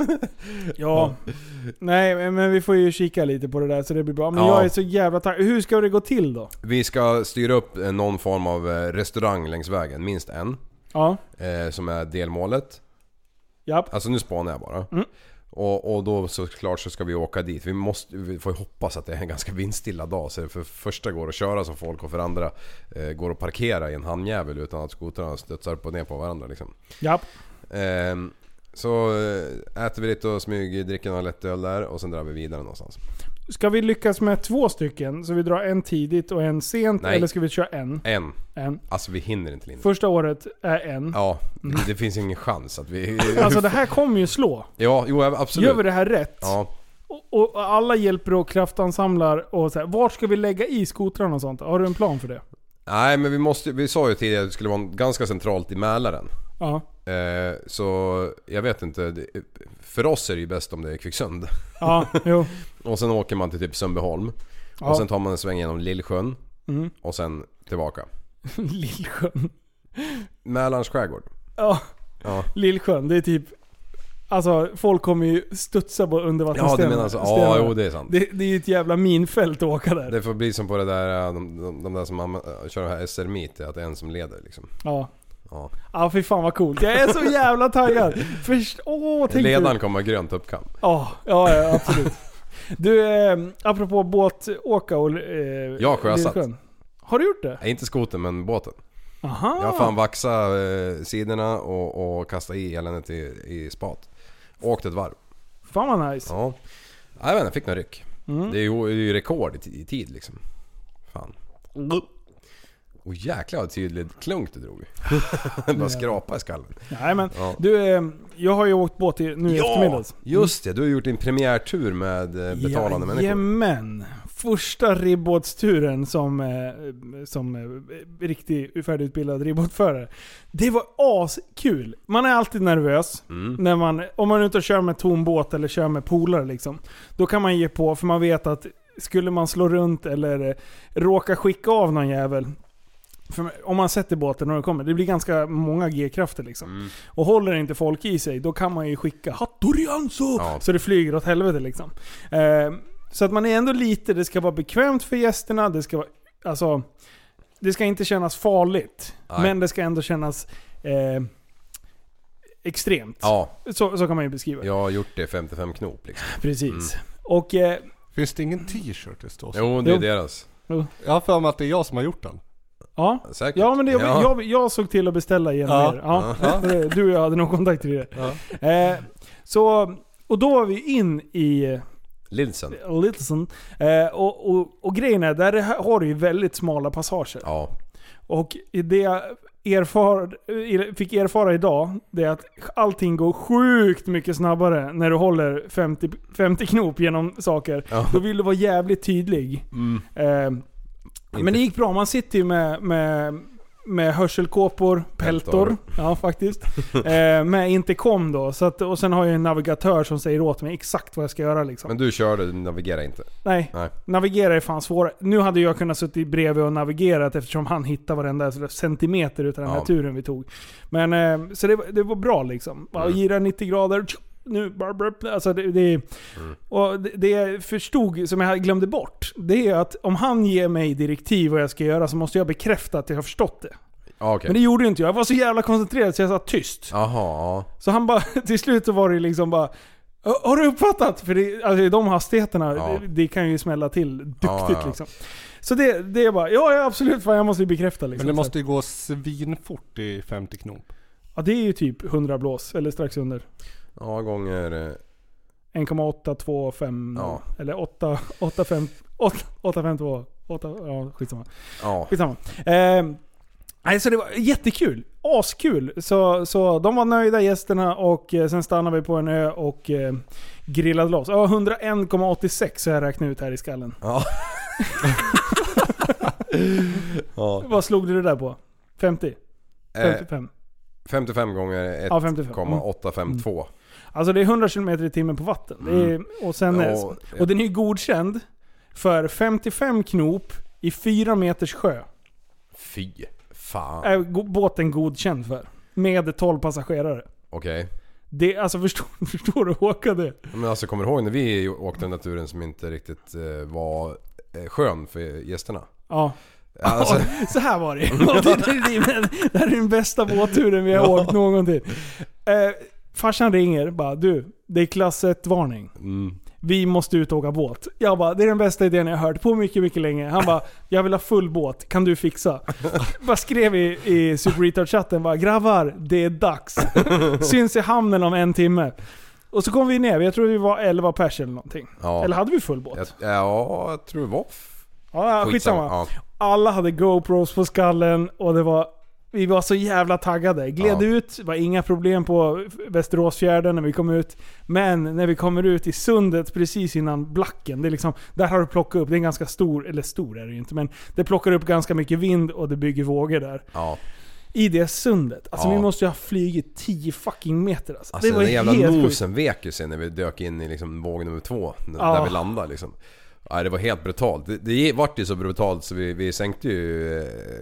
Ja. Nej, men vi får ju kika lite på det där så det blir bra. Men ja. jag är så jävla taggad. Hur ska det gå till då? Vi ska styra upp någon form av restaurang längs vägen, minst en. Ja. Eh, som är delmålet. Japp. Alltså nu spanar jag bara. Mm. Och, och då såklart så ska vi åka dit. Vi, måste, vi får hoppas att det är en ganska vindstilla dag. Så för första går att köra som folk och för andra eh, går att parkera i en handjävel utan att skotrarna stötsar upp och ner på varandra liksom. Japp. Eh, så äter vi lite och smyg, dricker några lättöl där och sen drar vi vidare någonstans. Ska vi lyckas med två stycken? Så vi drar en tidigt och en sent? Nej. Eller ska vi köra en? En. En. Alltså vi hinner inte linje. Första året är en. Ja, mm. det finns ingen chans att vi... Alltså det här kommer ju slå. Ja, jo absolut. Gör vi det här rätt? Ja. Och, och alla hjälper och kraftansamlar och så här, vart ska vi lägga i skotrarna och sånt? Har du en plan för det? Nej, men vi måste, vi sa ju tidigare att det skulle vara ganska centralt i Mälaren. Ja. Eh, så jag vet inte, för oss är det ju bäst om det är Kvicksund. Ja, jo. Och sen åker man till typ Sundbyholm. Ja. Och sen tar man en sväng genom Lillsjön. Mm. Och sen tillbaka. Lillsjön. Mälarens skärgård. Ja. Ja. Lillsjön, det är typ... Alltså folk kommer ju studsa på undervattensstenar. Ja, det menar alltså. Ja, jo, det är sant. Det, det är ju ett jävla minfält att åka där. Det får bli som på det där, de, de, de där som man kör det här S R-meet, att det är en som leder liksom. Ja. Ja. Ja, fy fan vad coolt. Jag är så jävla taggad. Först, åh, tänk Ledaren du. kommer ha grönt uppkamp. Ja, ja, ja, absolut. Du, eh, apropå båtåka och... Eh, Ja, sjösatt. Lillsjön. Har du gjort det? Nej, inte skoten men båten. Aha. Jag har fan vaxa eh, sidorna och, och kasta i eländet i, i spat. Åkt ett varv. Fan vad nice. Ja. Jag vet inte, jag fick några ryck. Mm. Det är ju, det är ju rekord i, i tid liksom. Fan. Och jäklar vad tydligt klunk det drog. Bara skrapa i skallen. Nej men, ja. du, eh, jag har ju åkt båt i, nu i ja, eftermiddags. just det. Du har gjort din premiärtur med eh, betalande människor. Jajamän. Första ribbåtsturen som, eh, som eh, riktig färdigutbildad ribbåtförare. Det var askul. Man är alltid nervös. Mm. När man, om man är ute och kör med tom båt eller kör med polare liksom. Då kan man ge på, för man vet att skulle man slå runt eller eh, råka skicka av någon jävel. För om man sätter båten när det kommer, det blir ganska många G-krafter liksom. Mm. Och håller inte folk i sig, då kan man ju skicka Hattorianso! Ja. Så det flyger åt helvete liksom. Eh, så att man är ändå lite, det ska vara bekvämt för gästerna, det ska vara, alltså, det ska inte kännas farligt. Nej. Men det ska ändå kännas eh, extremt. Ja. Så, så kan man ju beskriva. Jag har gjort det femtiofem knop liksom. Precis. Mm. Och... Eh, finns det ingen t-shirt det står så? Jo, det är jo. deras. Jo. Jag har för mig att det är jag som har gjort den. Ja, säkert. Ja men det, ja. Jag, jag såg till att beställa genom ja. er. Ja. Ja. Du och jag hade någon kontakt till det. Ja. Eh, så, och då var vi in i Lilsen. Lilsen. Eh, och, och, och grejen är, där har du ju väldigt smala passager. Ja. Och det jag erfar, fick erfara idag, det är att allting går sjukt mycket snabbare när du håller femtio, femtio knop genom saker. Ja. Då vill du vara jävligt tydlig. Mm. Eh, Men det gick bra, man sitter ju med, med, med hörselkåpor, peltor, ja faktiskt, eh, med intercom då, så att, och sen har jag en navigatör som säger åt mig exakt vad jag ska göra liksom. Men du körde, du navigerar inte? Nej, Nej. navigera är fan svårare. Nu hade jag kunnat sitta bredvid och navigerat eftersom han hittade varenda centimeter utav den här ja. turen vi tog. Men, eh, så det, det var bra liksom. Mm. Gira nittio grader, nu, alltså det, det, mm. och det, det jag förstod, som jag glömde bort, det är att om han ger mig direktiv vad jag ska göra så måste jag bekräfta att jag har förstått det. Okay. Men det gjorde inte jag. Jag var så jävla koncentrerad så jag sa tyst. Aha. Så han bara, till slut så var det liksom bara, har du uppfattat? För det, alltså de hastigheterna, ja. det, det kan ju smälla till duktigt ja, ja. liksom. Så det, det är bara, ja, ja absolut, för jag måste ju bekräfta liksom. Men det måste ju gå svinfort i femtio knop. Ja, det är ju typ hundra blås, eller strax under. Ja, gånger... en komma åtta två fem ja. Eller åtta åtta fem åtta fem två åtta, ja, skitsamma. Ja. Skitsamma. Eh, nej, så det var jättekul. Askul. Så, så de var nöjda, gästerna, och eh, sen stannade vi på en ö och eh, grillade loss. Ja, hundraen komma åttiosex så jag räknade ut här i skallen. Ja. Ja. Vad slog du det där på? femtio? femtiofem? Eh. femtiofem gånger ett komma åtta fem två. Mm. Alltså det är hundra kilometer i timmen på vatten. Det är, och, sen är, och, och den är godkänd för femtiofem knop i fyra meters sjö. Fy fan. Är båten godkänd för. med tolv passagerare. Okej. Okay. Det, alltså förstår, förstår du åka det? Men alltså kommer du ihåg när vi åkte den där turen som inte riktigt eh, var eh, skön för gästerna? Ja. Alltså. Ja, så här var det. Det här är den bästa båtturen vi har ja. åkt någonting. Eh, farsan ringer bara, du, det är klass ett-varning. Mm. Vi måste ut och åka båt. Jag bara, det är den bästa idén jag har hört på mycket, mycket länge. Han bara, jag vill ha full båt. Kan du fixa? Bara skrev i, i Super Retard-chatten bara, grabbar, det är dags. Syns i hamnen om en timme. Och så kom vi ner. Jag tror vi var elva pers eller någonting. Ja. Eller hade vi full båt? Jag, ja, jag tror det var. Ja, skitsamma. Ja. Alla hade GoPros på skallen och det var... Vi var så jävla taggade. Gled ja. ut, var inga problem på Västeråsfjärden när vi kom ut. Men när vi kommer ut i sundet precis innan Blacken, det är liksom, där har du plockat upp, det är en ganska stor, eller stor är det ju inte, men det plockar upp ganska mycket vind och det bygger vågor där. Ja. I det sundet. Alltså ja. vi måste ju ha flygit tio fucking meter. Alltså, alltså det var den jävla nosen vek ju sig när vi dök in i liksom våg nummer två. Ja. Där vi landade liksom. Ja, det var helt brutalt. Det, det vart ju så brutalt så vi, vi sänkte ju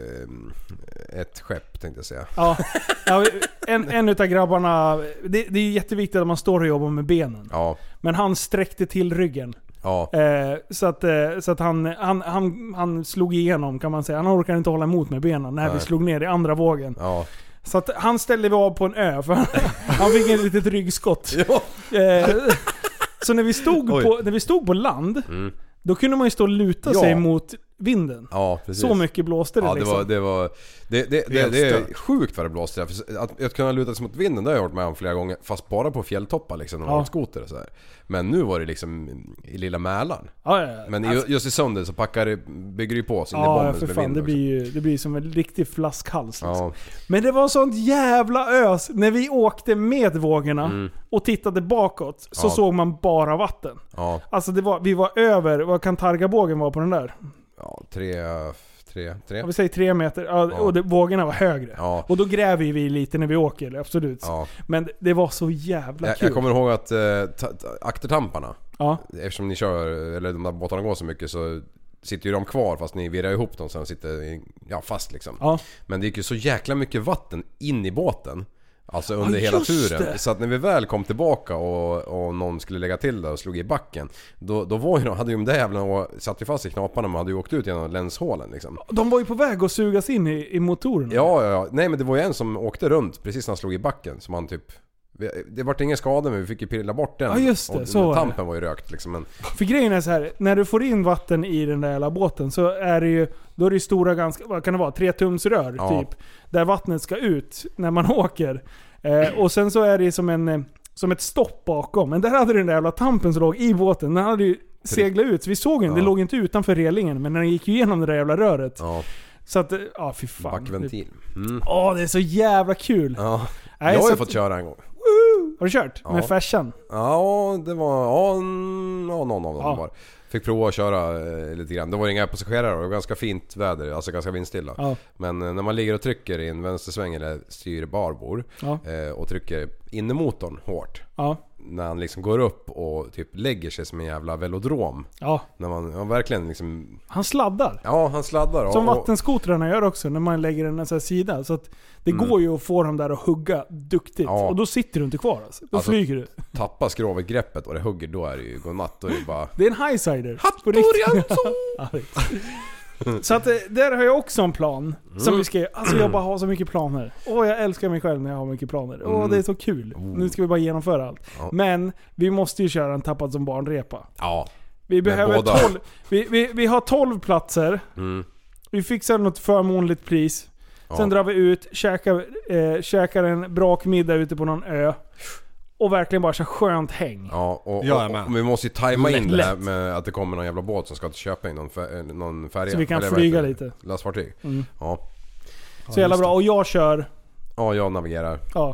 eh, ett skepp, tänkte jag säga. Ja, ja en, en utav grabbarna, det, det är ju jätteviktigt att man står och jobbar med benen. Ja. Men han sträckte till ryggen. Ja. Eh, så att, eh, så att han, han, han, han slog igenom, kan man säga. Han orkade inte hålla emot med benen när Nej. vi slog ner i andra vågen. Ja. Så att han ställde vi av på en ö för han, han fick ett litet ryggskott. Ja. Eh, så när vi stod på, när vi stod på land mm. då kunde man ju stå och luta ja. sig mot vinden. Ja, precis. Så mycket blåste det ja, liksom. Det var, det, var, det, det, det, det är sjukt vad det blåste. Att, att kunna luta sig mot vinden, det har jag gjort med om flera gånger. Fast bara på fjälltoppar liksom, när man har skoter och så här. Men nu var det liksom i lilla Mälaren. Ja, ja, ja. Men alltså, just i söndag så packar det, bygger det på sin ja, ja, för fan, det blir ju det blir som en riktig flaskhals liksom. Ja. Men det var sånt jävla ös när vi åkte med vågorna mm. och tittade bakåt så ja. såg man bara vatten. Ja. Alltså det var, vi var över, vad kan Targabågen vara på den där? Ja, tre... Tre, tre. Ja, vi säger tre meter. Ja, ja. Och det, vågorna var högre. Ja. Och då gräver vi lite när vi åker, absolut. Ja. Men det var så jävla jag, kul. Jag kommer ihåg att eh, t- t- aktertamparna, ja. eftersom ni kör, eller de där båtarna går så mycket, så sitter ju de kvar fast ni virrar ihop dem så de sitter ja, fast liksom. Ja. Men det gick ju så jäkla mycket vatten in i båten. Alltså under ja, hela turen. Det. Så att när vi väl kom tillbaka och, och någon skulle lägga till det och slog i backen, då, då var ju de, hade ju de där jävlarna och satt ju fast i knaparna, men hade ju åkt ut genom länshålen liksom. De var ju på väg att sugas in i, i motorerna. Ja, ja, nej men det var ju en som åkte runt precis när han slog i backen, som han typ... Det var ingen skada, men vi fick ju pilla bort den. Ja, just det, och så tampen var, var ju rökt liksom. Men... För grejen är så här, när du får in vatten i den där jävla båten så är det ju, då är det ju stora ganska, vad kan det vara, tre tums rör ja. typ, där vattnet ska ut när man åker. Eh, och sen så är det som en som ett stopp bakom. Men där hade den där jävla tampen som låg i båten, den hade ju seglat ut. Så vi såg den, ja. det låg inte utanför relingen, men den gick ju igenom det där jävla röret. Ja. Så att, ja fy fan. Backventil. Mm. Åh, det är så jävla kul. Ja. Nej, jag har ju att... fått köra en gång. Woo! Har du kört? Ja. Med färsan? Ja, det var... Ja, någon av dem ja. var. Fick prova att köra eh, lite grann. Det var inga passagerare, det var ganska fint väder, alltså ganska vindstilla. Ja. Men eh, när man ligger och trycker i en vänstersväng eller styr barbord ja. eh, och trycker innemotorn hårt. Ja. När han liksom går upp och typ lägger sig som en jävla velodrom. Ja. När man ja, verkligen liksom... Han sladdar. Ja, han sladdar. Som och, vattenskotrarna gör också när man lägger den här sida. Så att det mm. går ju att få dem där att hugga duktigt. Ja. Och då sitter du inte kvar alltså. Då alltså, flyger du. Tappa skrovet greppet och det hugger, då är det ju godnatt. Då är det bara... Det är en highsider. Hattori Så att där har jag också en plan som mm. vi ska, alltså jag bara har så mycket planer. Åh, jag älskar mig själv när jag har mycket planer. Åh, det är så kul. Oh. Nu ska vi bara genomföra allt. Ja. Men vi måste ju köra en tappad som barnrepa. Ja. Vi behöver tolv, vi, vi, vi har tolv platser. Mm. Vi fixar något förmånligt pris. Sen ja. drar vi ut, käkar, eh, käkar en brakmiddag ute på någon ö. Och verkligen bara så skönt häng. Ja, och, och, och vi måste ju tajma in lätt. Det här med att det kommer någon jävla båt som ska till Köping, någon, fär, någon färja. Så vi kan flyga lite. Lastfartyg. Mm. Ja. Så jävla bra. Och jag kör... Ja, jag navigerar. Ja.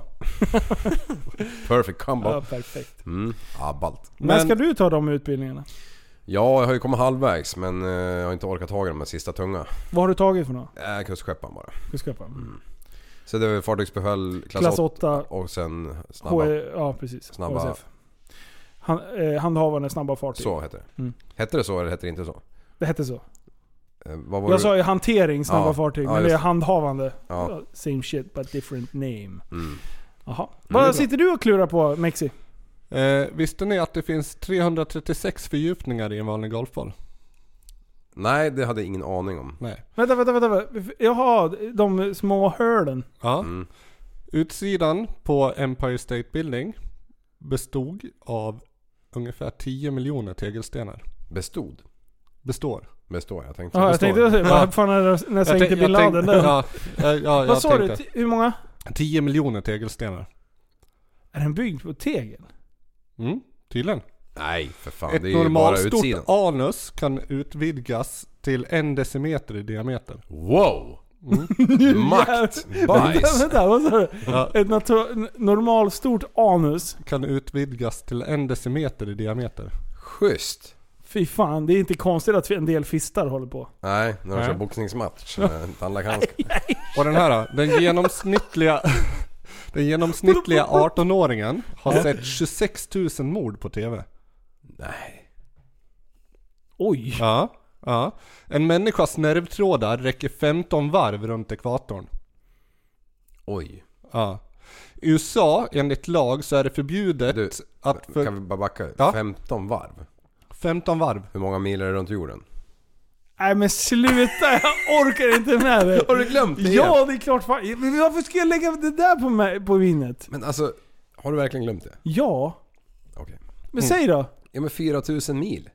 Perfect combo. Ja, perfekt. Mm. Ja, ballt. Men, men ska du ta de utbildningarna? Ja, jag har ju kommit halvvägs, men uh, jag har inte orkat ta de sista tunga. Vad har du tagit för något? Äh, kustskepparen bara. Kustskepparen. Mm. Så det är fartygsbefäl klass, klass åtta och sen snabba. H E, ja, precis. Snabba. Han, eh, handhavande snabba fartyg. Så heter det. Mm. Hette det så eller hette det inte så? Det hette så. Vad var jag det? sa ju hantering, snabba ja. fartyg, ja, men det är handhavande. Ja. Same shit but different name. Mm. Jaha. Vad sitter du och klurar på, Mexi? Eh, visste ni att det finns trehundratrettiosex fördjupningar i en vanlig golfboll? Nej, det hade jag ingen aning om. Nej. Vänta, vänta, vänta, vänta. Jaha, de små hörden. Ja. Mm. Utsidan på Empire State Building bestod av ungefär tio miljoner tegelstenar. Bestod? Består. Består, jag tänkte. Ja, jag tänkte vad ja. fan är det när jag sänkte bin Laden där? Ja, ja, ja, vad sa du? Hur många? tio miljoner tegelstenar. Är den byggd på tegel? Mm, tydligen. Nej, för fan. Ett det är ju bara normalstort utsidan. anus kan utvidgas till en decimeter i diameter. Wow! Mm. Makt! Bajs! Vänta, vad sa du? Ja. Ett natur- normalstort anus kan utvidgas till en decimeter i diameter. Schysst! Fy fan, det är inte konstigt att en del fistar håller på. Nej, när de kör boxningsmatch med tandläkarhandskar. Och den här, den genomsnittliga den genomsnittliga arton-åringen har sett tjugosex tusen mord på tv. Nej. Oj. Ja, ja. En människas nervtrådar räcker femton varv runt ekvatorn. Oj. Ja. I U S A, enligt lag, så är det förbjudet du, att... För... Kan vi bara backa? Ja. femton varv? femton varv. Hur många mil är det runt jorden? Nej men sluta, jag orkar inte med det. Har du glömt det? Ja, det är klart. Fan. Men varför ska jag lägga det där på, mig, på vinnet? Men alltså, har du verkligen glömt det? Ja. Okej. Okay. Men mm. säg då. Ja men fyra tusen mil.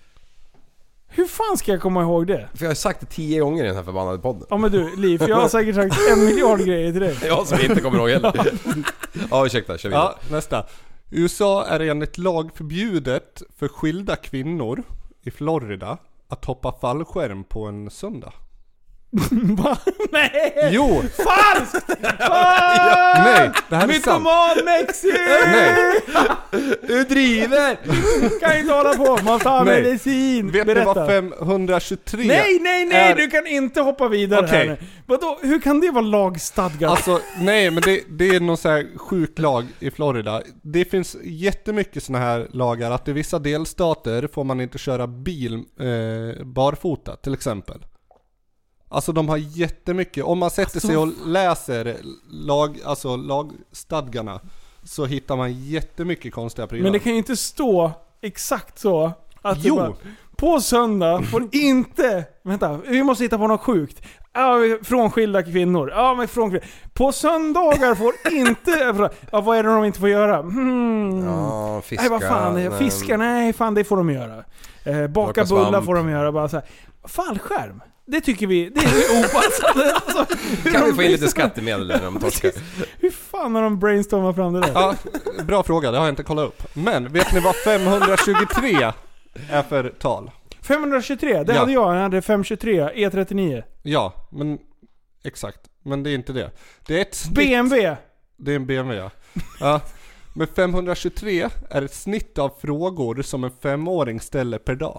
Hur fan ska jag komma ihåg det? För jag har sagt det tio gånger i den här förbannade podden. Ja men du, Liv, jag har säkert sagt en miljard grejer till dig. Jag som inte kommer ihåg heller. Ja, ursäkta, kör vidare. Ja, nästa. I U S A är det enligt lag förbjudet för skilda kvinnor i Florida att hoppa fallskärm på en söndag. Va? Nej! Jo! Falskt! Ja, nej, det här är sant. Mytoman Mexi! Nej! Du driver! Kan inte hålla på, man tar nej. medicin. Vet Berätta. ni vad femhundratjugotre Nej, nej, nej! är... Du kan inte hoppa vidare okay. här nu. Vadå? Hur kan det vara lagstadgat? Alltså, nej, men det, det är någon så här sjuk lag i Florida. Det finns jättemycket såna här lagar att i vissa delstater får man inte köra bil eh, barfota, till exempel. Alltså de har jättemycket. Om man sätter alltså, sig och läser lag, alltså lagstadgarna så hittar man jättemycket konstiga prylar. Men det kan ju inte stå exakt så att jo. Bara, på söndag får inte... Vänta, vi måste hitta på något sjukt. Ja, frånskilda kvinnor. Ja, men från på söndagar får inte... Ja, vad är det de inte får göra? Hmm. Ja, fiska. Nej, vad fan. Fiska, nej, fan det får de göra. Eh, baka bullar svamp. Får de göra. Bara så här. Fallskärm. Det tycker vi, det är opassande. Alltså, kan vi få in lite skattemedel där om torskar? Hur fan har de brainstormat fram det där? Ja, bra fråga, det har jag inte kollat upp. Men vet ni vad femhundratjugotre är för tal? femhundratjugotre, det ja. hade jag. Jag hade femhundratjugotre, E trettionio. Ja, men exakt. Men det är inte det. Det är ett snitt. B M W. Det är en B M W, ja. Ja. Men femhundratjugotre är ett snitt av frågor som en femåring ställer per dag.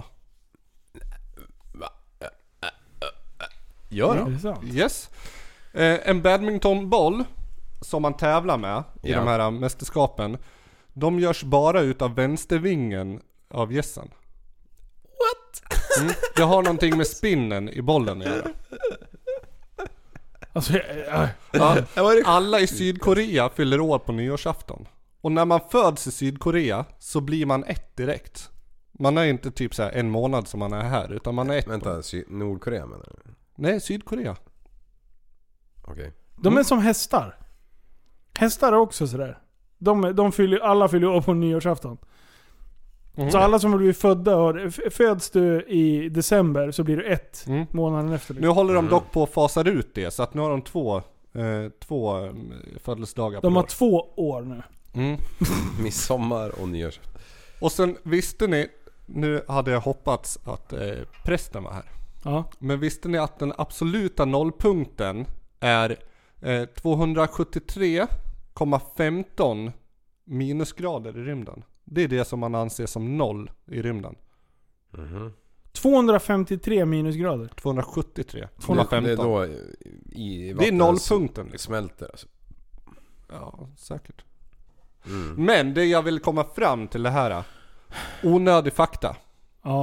Gör mm. de? Yes. Eh, en badmintonboll som man tävlar med i ja. de här mästerskapen, de görs bara ut av vänstervingen av gässen. What? Mm. Det har någonting med spinnen i bollen att göra. Alltså, äh, ja. Alla i Sydkorea fyller år på nyårsafton. Och när man föds i Sydkorea så blir man ett direkt. Man är inte typ så här en månad som man är här, utan man är ett. Vänta, Sy- Nordkorea menar du? Nej, Sydkorea. Okej. Okay. De är mm. som hästar. Hästar är också sådär. De, de fyller, alla fyller år på nyårsafton. Mm. Så alla som har blivit födda, och föds du i december så blir du ett mm. månaden efter. Nu håller de dock på att fasa ut det, så att nu har de två, eh, två födelsedagar på De har år. två år nu. Mm. Midsommar och nyårsafton. Och sen visste ni, nu hade jag hoppats att eh, prästen var här. Ja. Men visste ni att den absoluta nollpunkten är eh, tvåhundrasjuttiotre komma femton minusgrader i rymden? Det är det som man anser som noll i rymden. Mm-hmm. tvåhundrafemtiotre minusgrader. tvåhundrasjuttiotre komma femton. Det är då i det är nollpunkten. Liksom. Smälter alltså. Ja, säkert. Mm. Men det jag vill komma fram till det här. Onödig fakta. Ja.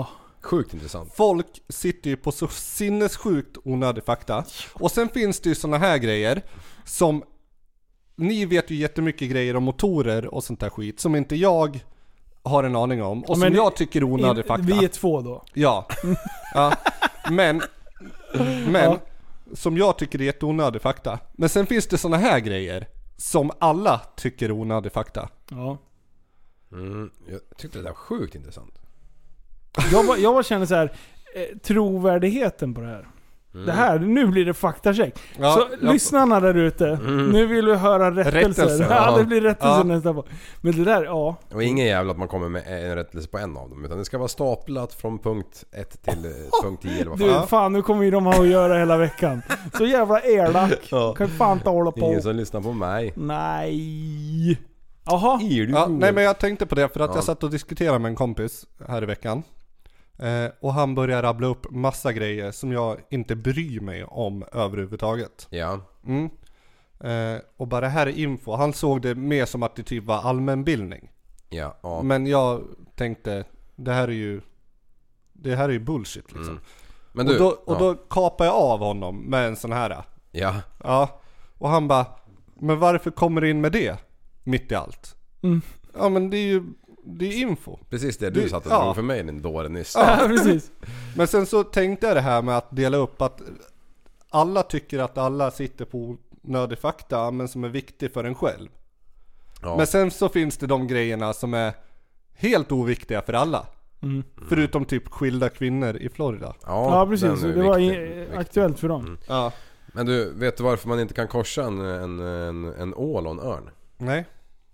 Sjukt intressant. Folk sitter ju på så sinnessjukt onödig fakta. Och sen finns det ju såna här grejer som, ni vet ju jättemycket grejer om motorer och sånt där skit som inte jag har en aning om. Och som men jag tycker är onödig fakta. Vi är två då. Ja. ja. Men, men ja. som jag tycker är jätteonödig fakta. Men sen finns det såna här grejer som alla tycker är onödig fakta. Ja. Mm, jag tyckte det där var sjukt intressant. Jag bara, jag bara känner så här, eh, trovärdigheten på det här. Mm. Det här, nu blir det faktacheck. Ja, så ja. lyssnarna där ute, mm. nu vill vi höra rättelser. Rättelse, ja. ja. Det blir rättelse ja. nästa på. Men det där, ja. Och ingen jävla att man kommer med en rättelse på en av dem, utan det ska vara staplat från punkt ett till oh, punkt tio eller vad fan. Du, fan, nu kommer ju de ha att göra hela veckan. Så jävla elak. Ja. Kan fan inte hålla på. Ingen som lyssnar på mig. Nej. Jaha. Ja, nej men jag tänkte på det för att ja. jag satt och diskuterade med en kompis här i veckan. Eh, och han började rabbla upp massa grejer som jag inte bryr mig om överhuvudtaget. Ja. Mm. Eh, och bara här är info. Han såg det mer som att det typ var allmänbildning. Ja, ja. Men jag tänkte, det här är ju det här är ju bullshit liksom. Mm. Men du, och då, och ja. då kapade jag av honom med en sån här. Ja. Ja. Och han bara, men varför kommer du in med det mitt i allt? Mm. Ja men det är ju det är info. Precis det du det, satt och ja. drog för mig din dåre nyss. Ja, precis. Men sen så tänkte jag det här med att dela upp att alla tycker att alla sitter på nödig fakta men som är viktig för en själv. Ja. Men sen så finns det de grejerna som är helt oviktiga för alla. Mm. Förutom typ skilda kvinnor i Florida. Ja, ja precis. Det var viktig, aktuellt för dem. Mm. Ja. Men du, vet du varför man inte kan korsa en, en, en, en ål och en örn? Nej.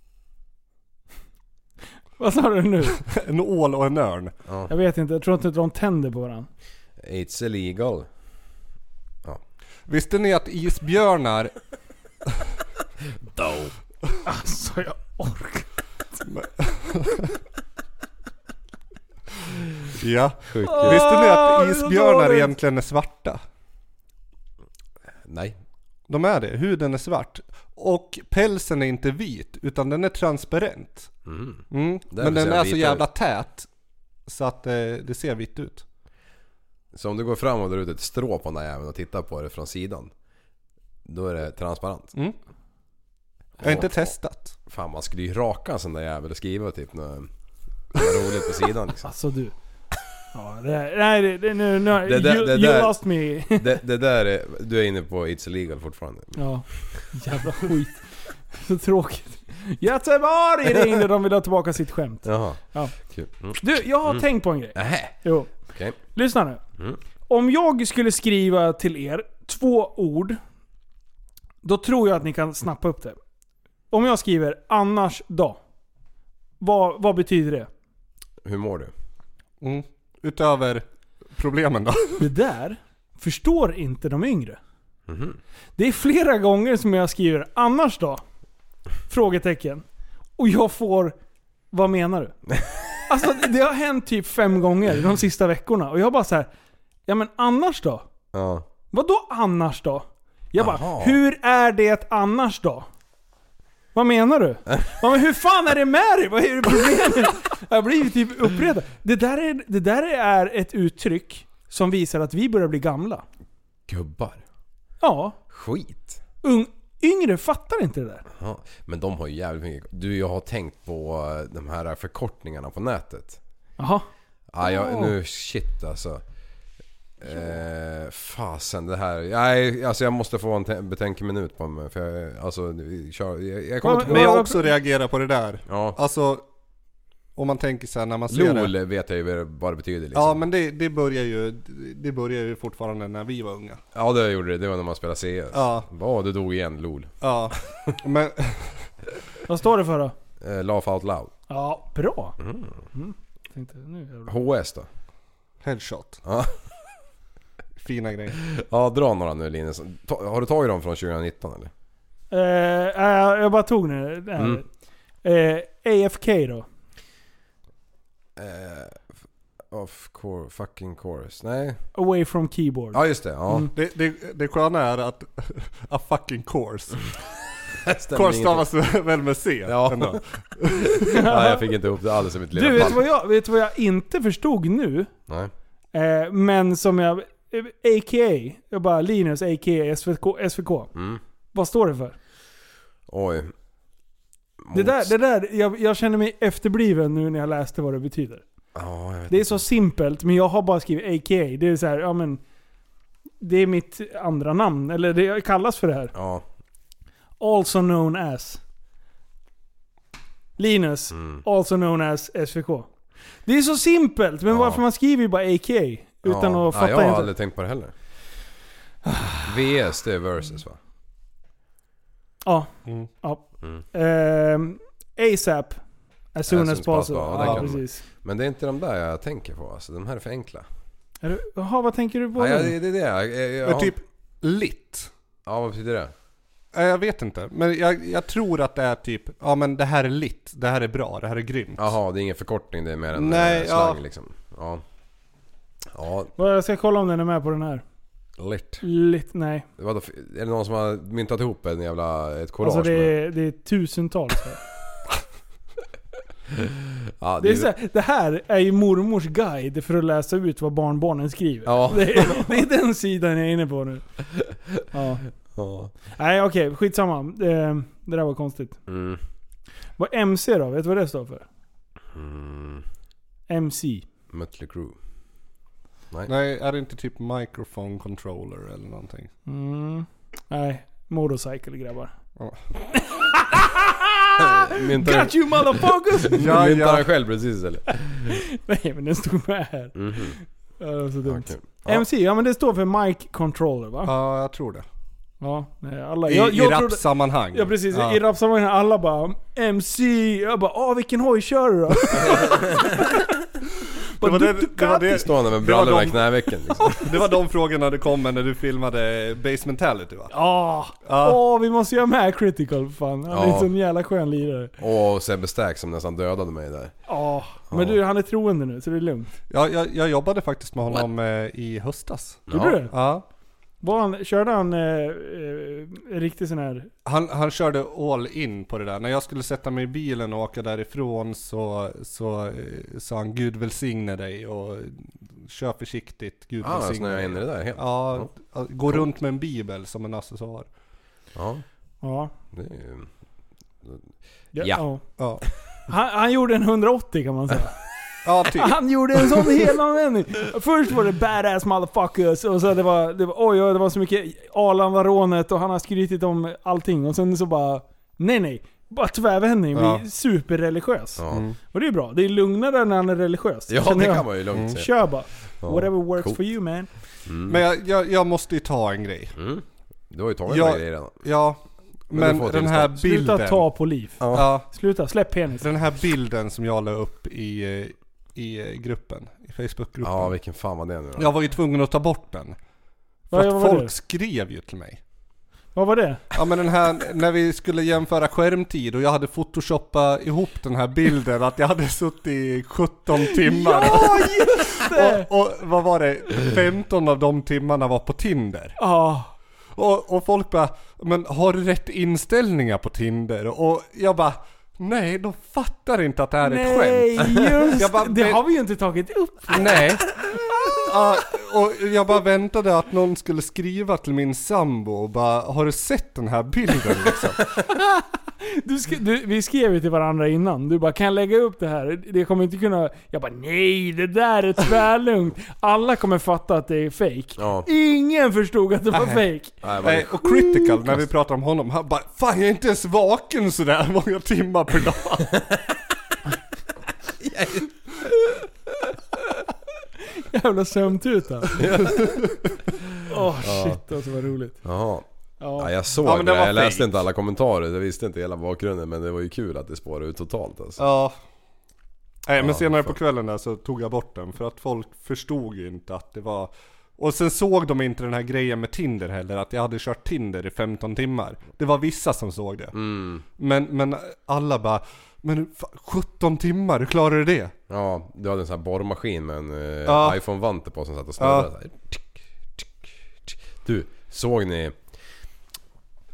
Vad sa du nu? En ål och en örn. Ja. Jag vet inte, jag tror inte att de tänder på varandra. It's illegal. Ja. Visste ni att isbjörnar... Då. Alltså jag orkar Ja. Sjukt. Visste ni att isbjörnar egentligen är svarta? Nej. De är det. Huden är svart. Och pälsen är inte vit, utan den är transparent. Mm. Mm. Men den är så jävla tät så att eh, det ser vitt ut. Så om du går fram och drar ut ett strå på den där jäveln och tittar på det från sidan, då är det transparent. Mm. Jag har inte testat. Fan, man skulle ju raka en sån där jävel och skriva typ något, något roligt på sidan liksom. Alltså du. Ja, det, nej, det, det, nu, nu, det, det, you, det you där, lost me. det, det där är, du är inne på It's illegal fortfarande. Ja, jävla skit. Så tråkigt. Göteborg ringde, de vill ha tillbaka sitt skämt. Jaha, ja. Kul. Mm. Du, jag har mm. tänkt på en grej. Nähä. Jo. Okay. Lyssna nu. Mm. Om jag skulle skriva till er två ord, då tror jag att ni kan snappa upp det. Om jag skriver annars då, vad, vad betyder det? Hur mår du? Mm. Utöver problemen då? Det där förstår inte de yngre. Mm-hmm. Det är flera gånger som jag skriver annars då? Frågetecken. Och jag får, vad menar du? Alltså det har hänt typ fem gånger de sista veckorna. Och jag bara så här, ja men annars då? Ja. Vadå annars då? Jag bara, aha. Hur är det annars då? Vad menar du? Ja, men hur fan är det med dig? Vad är det problemet? Jag blir typ uppretad. Det där är, det där är ett uttryck som visar att vi börjar bli gamla. Gubbar. Ja. Skit. Ung, yngre fattar inte det där. Ja, men de har ju jävligt mycket. Du, jag har tänkt på de här förkortningarna på nätet. Jaha. Ja, jag, nu shit alltså. Eh, fasen det här. Nej, alltså jag måste få en te- betänkeminut på mig för jag, alltså kör, jag, jag kommer men, men jag också reagerar på det där. Ja. Alltså om man tänker så här när man ser LOL det. vet jag ju vad det betyder liksom. Ja, men det, det börjar ju det börjar ju fortfarande när vi var unga. Ja, det gjorde det. Det var när man spelade C S. Ja. Åh, du dog igen LOL. Ja. Men vad står det för då? Eh, laugh out loud. Ja, bra. Mm. Mm. Tänkte, nu H S då? Headshot. Ja. Fina grejer. Ja, dra några nu Linus. Har du tagit dem från tjugonitton eller? Uh, jag bara tog nu. Mm. Uh, A F K då? Uh, of course, fucking course. Nej. Away from keyboard. Ja, just det. Ja. Mm. Det, det, det sköna är att a fucking course. Kors stavas väl med C? Ja. Nej, jag fick inte ihop det alldeles i mitt lilla. Du, vet vad, jag, vet vad jag inte förstod nu? Nej. Eh, men som jag... A K A. Jag bara, Linus, A K A, S V K. S V K. Mm. Vad står det för? Oj. Det där, det där jag, jag känner mig efterbliven nu när jag läste vad det betyder. Oh, jag vet det är inte. så simpelt, men jag har bara skrivit A K A. Det är så här, ja men... Det är mitt andra namn, eller det kallas för det här. Ja. Also known as Linus, mm. also known as S V K. Det är så simpelt, men ja. varför man skriver bara A K A utan ja. att fatta. Ja, jag har inte. aldrig tänkt på det heller. V S, det är versus, va? Ja. Mm. ja. Mm. Um, ASAP as soon as, as possible. Ja, ja, precis. Men det är inte de där jag tänker på, alltså. De här är för enkla. Är du, jaha, vad tänker du på? Ja, det, det är det. Jag, jag, jag, men typ lit. Ja, vad betyder det? Jag vet inte, men jag, jag tror att det är typ, ja men det här är lit, det här är bra, det här är grymt. Jaha, det är ingen förkortning, det är mer en Nej, slang ja. liksom. Ja. Ja. Jag ska kolla om den är med på den här. Lit. Lit, nej. Vadå, är det någon som har myntat ihop en jävla, ett collage? Alltså det är, det är tusentals. Ja, det, det, är så här, det här är ju mormors guide för att läsa ut vad barnbarnen skriver. Ja. Det, är, det är den sidan jag är inne på nu. Ja. Ja. Nej okej, okay, skitsamma. Det, det där var konstigt. Mm. Vad M C då? Vet du vad det står för? Mm. M C. Mötley Crüe. Nej. Nej, är det inte typ microphone controller eller någonting? Mm. Nej, motorcycle grabbar. Oh. Got you motherfuckers! Ja, myntar ja. han själv precis eller? Nej, men den stod med här. Mm-hmm. Ja, så dumt. Okay. Ja. M C, ja men det står för mic controller, va? Ja, jag tror det. Ja, alla, I, jag, jag i rapsammanhang. Ja precis, ja. i rapsammanhang alla bara M C, jag bara åh vilken hoj kör du då? Det var det, det, var det stående med brallorna i knävecken liksom. Det var de frågorna det kom när du filmade Basementality, va? Ja, ja. Åh vi måste göra med Critical fan. Han är ja. en sån jävla skön lirare. Och Sebbe Stack som nästan dödade mig där. Ja, men du han är troende nu så det är lugnt. Ja, jag, jag jobbade faktiskt med honom What? i höstas. Gjorde ja. du? Ja. Var han, körde han eh, eh, riktigt sån här? Han, han körde all in på det där. När jag skulle sätta mig i bilen och åka därifrån så så eh, sa han Gud välsigne dig och kör försiktigt. Gud ah, välsigne dig. In i det där helt. Ja, ja. Gå cool. runt med en bibel som en accessoar. Ja. Ja. Det är ju... Ja. ja. ja. ja. Han, han gjorde en hundraåttio kan man säga. Ja, typ. Han gjorde en sån helomvändning. Först var det badass motherfuckers och så det var, det var oj, oj det var så mycket Arlanda-rånet och han har skrytit om allting och sen så bara nej nej, bara tvärvändning, ja. Superreligiös. Ja. Mm. Och det är bra. Det är lugnare när han är religiös. Ja, det jag. Kan man ju lugnt mm. säga. Kör bara. Ja. Whatever works cool. for you man. Mm. Men jag, jag, jag måste ju ta en grej. Mm. Du har ju tagit jag, en grej redan. Ja. Men, men den här bilden. Sluta ta på liv. Ja. Ja. Sluta, släpp penis. Den här bilden som jag la upp i i gruppen, i Facebookgruppen. Ja, vilken fan var det nu då? Jag var ju tvungen att ta bort den. För vad, att vad folk det? skrev ju till mig. Vad var det? Ja men den här, när vi skulle jämföra skärmtid och jag hade photoshoppat ihop den här bilden att jag hade suttit i sjutton timmar. Ja, just det! och, och vad var det? femton av de timmarna var på Tinder. Ja. Och, och folk bara, men har du rätt inställningar på Tinder? Och jag bara, nej, de fattar inte att det här är ett skämt. Nej, just jag bara, det har vi ju inte tagit upp. Nej. Uh, och jag bara väntade att någon skulle skriva till min sambo och bara, har du sett den här bilden liksom? Du sk- du, vi skrev ju till varandra innan. Du bara, kan jag lägga upp det här? Det kommer inte kunna... Jag bara, nej, det där är tvärlugnt. Alla kommer fatta att det är fake. Ja. Ingen förstod att det var fake. Nej, nej, och Critical, när vi pratar om honom, han bara, fan jag är inte ens vaken sådär många timmar per dag. Jävla sömntuta. Åh oh, shit, alltså vad roligt. Jaha. Ja. Ja, jag såg ja, det. Jag läste inte alla kommentarer. Jag visste inte hela bakgrunden. Men det var ju kul att det spårade ut totalt alltså. Ja. Nej, ja, men senare fan. på kvällen där så tog jag bort den. För att folk förstod ju inte att det var... Och sen såg de inte den här grejen med Tinder heller. Att jag hade kört Tinder i femton timmar. Det var vissa som såg det. Mm. Men, men alla bara... Men sjutton timmar, hur klarar du det? Ja, du hade en sån här borrmaskin med en uh, ja. iPhone-vante på som satt och snurrade ja. så här. Du, såg ni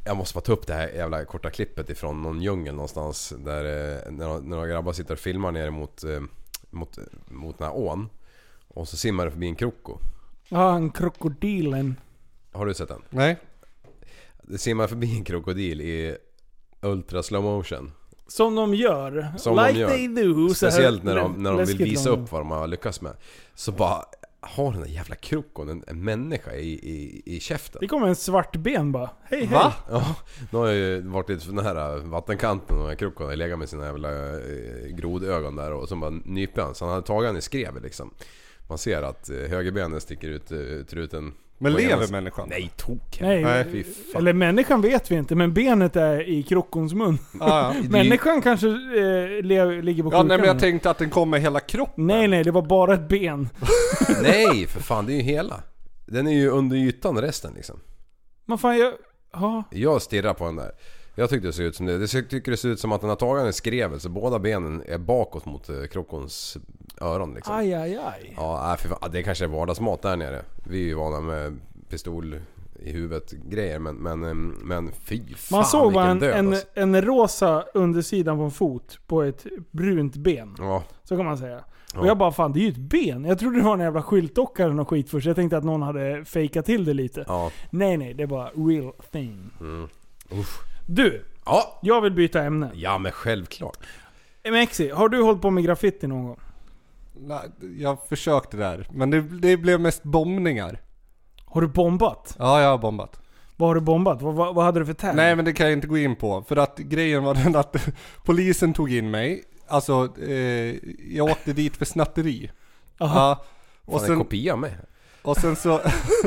Jag måste bara ta upp det här jävla korta klippet ifrån någon djungel någonstans där eh, när några grabbar sitter och filmar ner mot, eh, mot, mot den här ån. Och så simmar det förbi en kroko. Ja, en krokodilen. Har du sett den? Nej. Det simmar förbi en krokodil i ultra slow motion. Som de gör. Som like de gör. They do. Speciellt när de, när de vill visa lång. upp vad de har lyckats med. Så bara har den där jävla krokon en, en människa i, i, i käften. Det kommer en svart ben bara. Hej hej. Va? Ja, nu har jag ju varit lite för nära vattenkanten och krokon har legat med sina jävla eh, grodögon där och så bara nyper han. Så han hade tagit han i skrev liksom. Man ser att eh, högerbenen sticker ut uh, truten. Men lever människan? Nej, tok. Nej, Nej. eller människan vet vi inte, men benet är i krokons mun. Ah, ja. Människan kanske eh, le, ligger på Ja, sjukan. nej, men jag tänkte att den kom med hela kroppen. Nej, nej, det var bara ett ben. Nej, för fan, det är ju hela. Den är ju under ytan resten liksom. Men fan, jag... Ja. Jag stirrar på den där. Jag tyckte det ser ut som det. Det tycker det ser ut som att den har tagit en skrevet så båda benen är bakåt mot eh, krokons öron liksom. Aj, aj, aj. Ja, äh, för fan, det kanske är vardagsmat där nere. Vi är ju vana med pistol i huvudet grejer, men, men, men fy fan. Man såg bara en, död, en, alltså. en rosa undersidan på en fot på ett brunt ben. Ja. Så kan man säga. Ja. Och jag bara, fan det är ju ett ben. Jag trodde det var en jävla skyltdocka eller något skit först. Jag tänkte att någon hade fejkat till det lite. Ja. Nej, nej, det var real thing. Mm. Uff. Du, ja. jag vill byta ämne. Ja, men självklart. Mexi, har du hållit på med graffiti någon gång? Nej, jag försökte där. Men det, det blev mest bombningar. Har du bombat? Ja, jag har bombat. Vad har du bombat? Vad, vad, vad hade du för tag? Nej, men det kan jag inte gå in på. För att grejen var den att polisen tog in mig. Alltså, eh, jag åkte dit för snatteri. Aha. Ja, och fan, sen, en kopia med. Och sen så...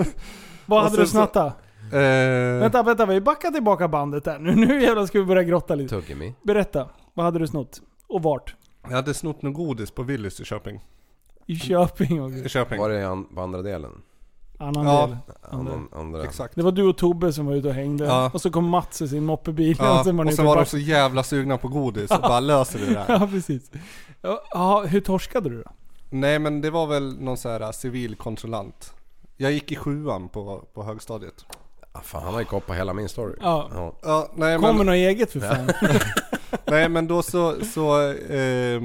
Vad hade du snattat? Så, eh, vänta, vänta, vi backar tillbaka bandet här. Nu, nu jävlar ska vi börja grotta lite. Tuggummi. Berätta, vad hade du snott? Och vart? Jag hade snott något godis på Willys i Köping. I Köping också. I Köping. Var det an, på andra delen? Annan ja. del. Andra. Annan, andra. Exakt. Det var du och Tobbe som var ute och hängde. Ja. Och så kom Mats i sin moppebil. Ja. Och sen var, och sen var de så jävla sugna på godis och bara löser det där. Ja, precis. Ja, hur torskade du då? Nej, men det var väl någon så här civilkontrollant. Jag gick i sjuan på, på högstadiet. Ah, fan, han har ju koppat hela min story. Ja. Ja. Ja, nej, Kommer men, något eget för fan. nej, men då så, så eh,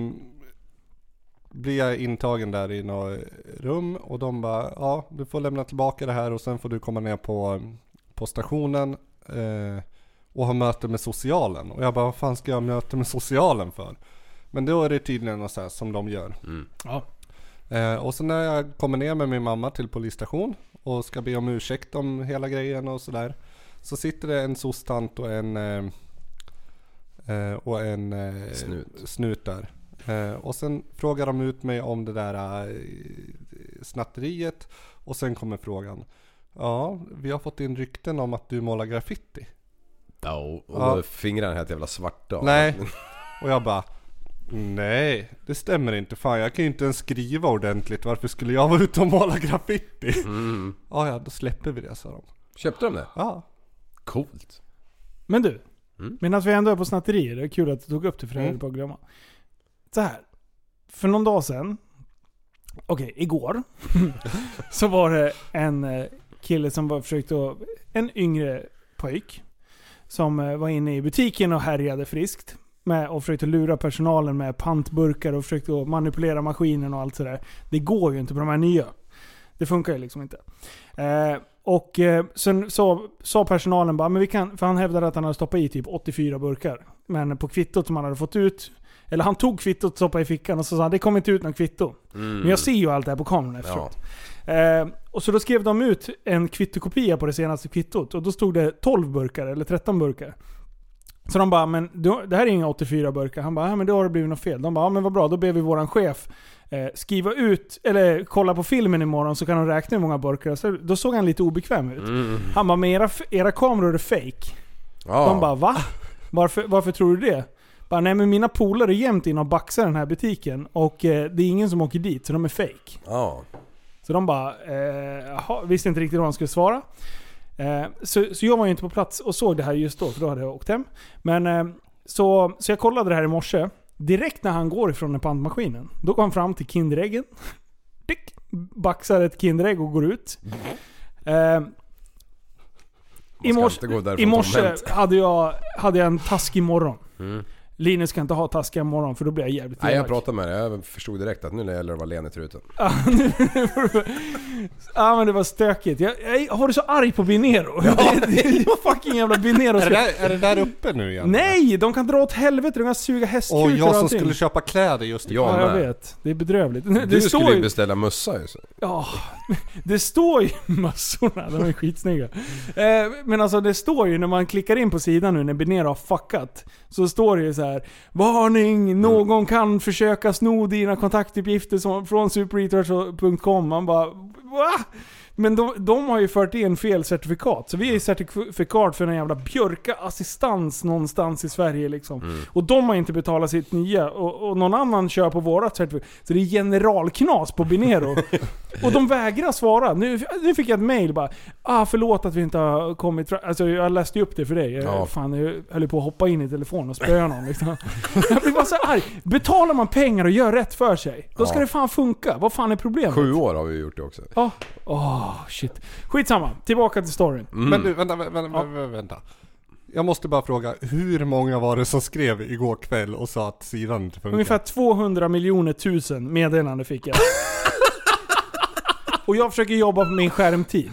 blir jag intagen där i något rum och de bara, ja, du får lämna tillbaka det här och sen får du komma ner på, på stationen eh, och ha möte med socialen. Och jag bara, vad fan ska jag ha möte med socialen för? Men då är det tydligen något så här som de gör. Mm. Ja. Eh, och så när jag kommer ner med min mamma till polisstation och ska be om ursäkt om hela grejen och sådär, så sitter det en sostant och en eh, eh, och en eh, snut. snut där. Eh, och sen frågar de ut mig om det där eh, snatteriet och sen kommer frågan, ja, vi har fått in rykten om att du målar graffiti. Ja, och ja. fingrarna helt jävla svarta. Nej, och jag bara, nej, det stämmer inte. Fan, jag kan ju inte ens skriva ordentligt. Varför skulle jag vara ute och måla graffiti? Mm. Ja, ja, då släpper vi det, sa de. Köpte de det? Ja. Coolt. Men du, mm. medan vi ändå är på snatterier, det är kul att du tog upp det för det här Mm. på att glömma. Så här, för någon dag sedan, okej, okay, igår, så var det en kille som var försökte att, en yngre pojk, som var inne i butiken och härjade friskt. Med och försökte lura personalen med pantburkar och försökte manipulera maskinen och allt sådär. Det går ju inte på de här nya. Det funkar ju liksom inte. Eh, och eh, sen så sa personalen bara, men vi kan, för han hävdade att han hade stoppat i typ åttiofyra burkar. Men på kvittot som han hade fått ut, eller han tog kvittot och stoppade i fickan och så sa han, det kommer inte ut någon kvitto. Mm. Men jag ser ju allt det här på kameran efteråt. Ja. Eh, och så då skrev de ut en kvittokopia på det senaste kvittot och då stod det tolv burkar eller tretton burkar. Så de bara, men du, det här är inga åttiofyra burkar. Han bara, ja, men då har det blivit något fel. De bara, ja, men vad bra, då ber vi våran chef eh, skriva ut, eller kolla på filmen imorgon så kan de räkna hur många burkar. Så då såg han lite obekväm ut. Mm. Han bara, men era, era kameror är fake. Ja. De bara, va? Varför, varför tror du det? Bara, nej, men mina polare är jämt in och baxar den här butiken och eh, det är ingen som åker dit, så de är fake. Ja. Så de bara, eh, jaha, visste inte riktigt vad de skulle svara. Eh, så, så jag var ju inte på plats och såg det här just då, för då hade jag åkt hem. Men eh, så, så jag kollade det här i morse. Direkt när han går ifrån den pantmaskinen, då går han fram till Kinderäggen. Dick, baxar ett Kinderägg och går ut. Eh, Man morse, ska inte gå därifrån I morse tomhänt. hade jag, hade jag en taskig morgon. Mm. Linus ska inte ha taskiga morgon för då blir jag jävligt Nej, jag elak. pratade med dig. Jag förstod direkt att nu gäller det att vara len i truten. Ja, men det var stökigt. Jag, jag har du så arg på Binero. Ja. Det, det är fucking jävla Binero. Är det, där, är det där uppe nu igen? Nej, de kan dra åt helvete. De kan suga hästkukar. Och jag som allting. skulle köpa kläder just i Ja, jag vet. Det är bedrövligt. Du det skulle står ju beställa mössa ju så. Ja, det står ju mössorna. De är skitsnygga. Eh, men alltså det står ju när man klickar in på sidan nu när Binero har fuckat. Så står det ju så här: varning, någon kan försöka sno dina kontaktuppgifter som, från supereaters punkt com. Man bara, va? Men de, de har ju fört in fel certifikat. Så vi är ju certifikat för en jävla björka-assistans någonstans i Sverige liksom. Mm. Och de har inte betalat sitt nya. Och, och någon annan kör på vårat certifikat. Så det är generalknas på Binero. Och de vägrar svara. Nu, nu fick jag ett mail bara. Ah, förlåt att vi inte har kommit fram. Alltså jag läste ju upp det för dig. Jag, ja. fan, jag höll på att hoppa in i telefon och spöa någon liksom. Jag blir bara så arg. Betalar man pengar och gör rätt för sig, då ska ja. det fan funka. Vad fan är problemet? Sju år har vi gjort det också. Ja. Åh, oh, shit. Skitsamma. Tillbaka till storyn. Mm. Men du, vänta, vänta, vänta, ja. vänta. Jag måste bara fråga, hur många var det som skrev igår kväll och sa att sidan inte funkar? Ungefär tvåhundra miljoner tusen meddelande fick jag. Och jag försöker jobba på min skärmtid.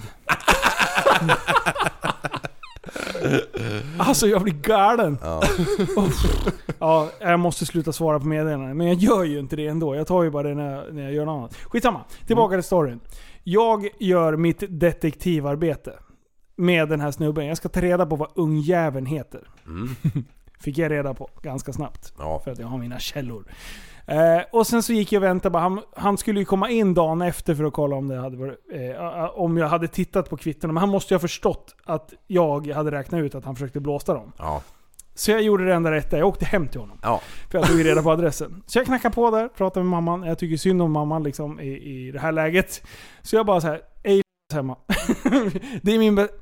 Alltså jag blir galen. Ja. Ja, jag måste sluta svara på meddelanden. Men jag gör ju inte det ändå. Jag tar ju bara det när jag, när jag gör något annat. Skitsamma. Tillbaka till storyn. Jag gör mitt detektivarbete med den här snubben. Jag ska ta reda på vad ungjäveln heter. Mm. Fick jag reda på ganska snabbt. Ja. För att jag har mina källor. Eh, och sen så gick jag och väntade. Han, han skulle ju komma in dagen efter för att kolla om, det hade varit, eh, om jag hade tittat på kvittorna. Men han måste ju ha förstått att jag hade räknat ut att han försökte blåsta dem. Ja. Så jag gjorde det enda rätta. Jag åkte hem till honom. Ja. För jag tog reda på adressen. Så jag knackade på där, pratade med mamman. Jag tycker synd om mamman liksom, i, i det här läget. Så jag bara så här: ej hemma. Det är min be-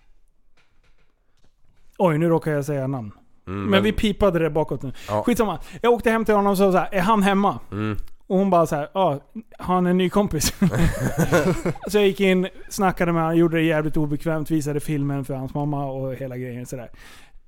Oj, nu råkar jag säga namn. Mm, men, men vi pipade det bakåt nu. Ja. Skitsamma. Jag åkte hem till honom och sa så här: är han hemma? Mm. Och hon bara så här: ja, han är en ny kompis. Så jag gick in, snackade med honom, gjorde det jävligt obekvämt, visade filmen för hans mamma och hela grejen så där.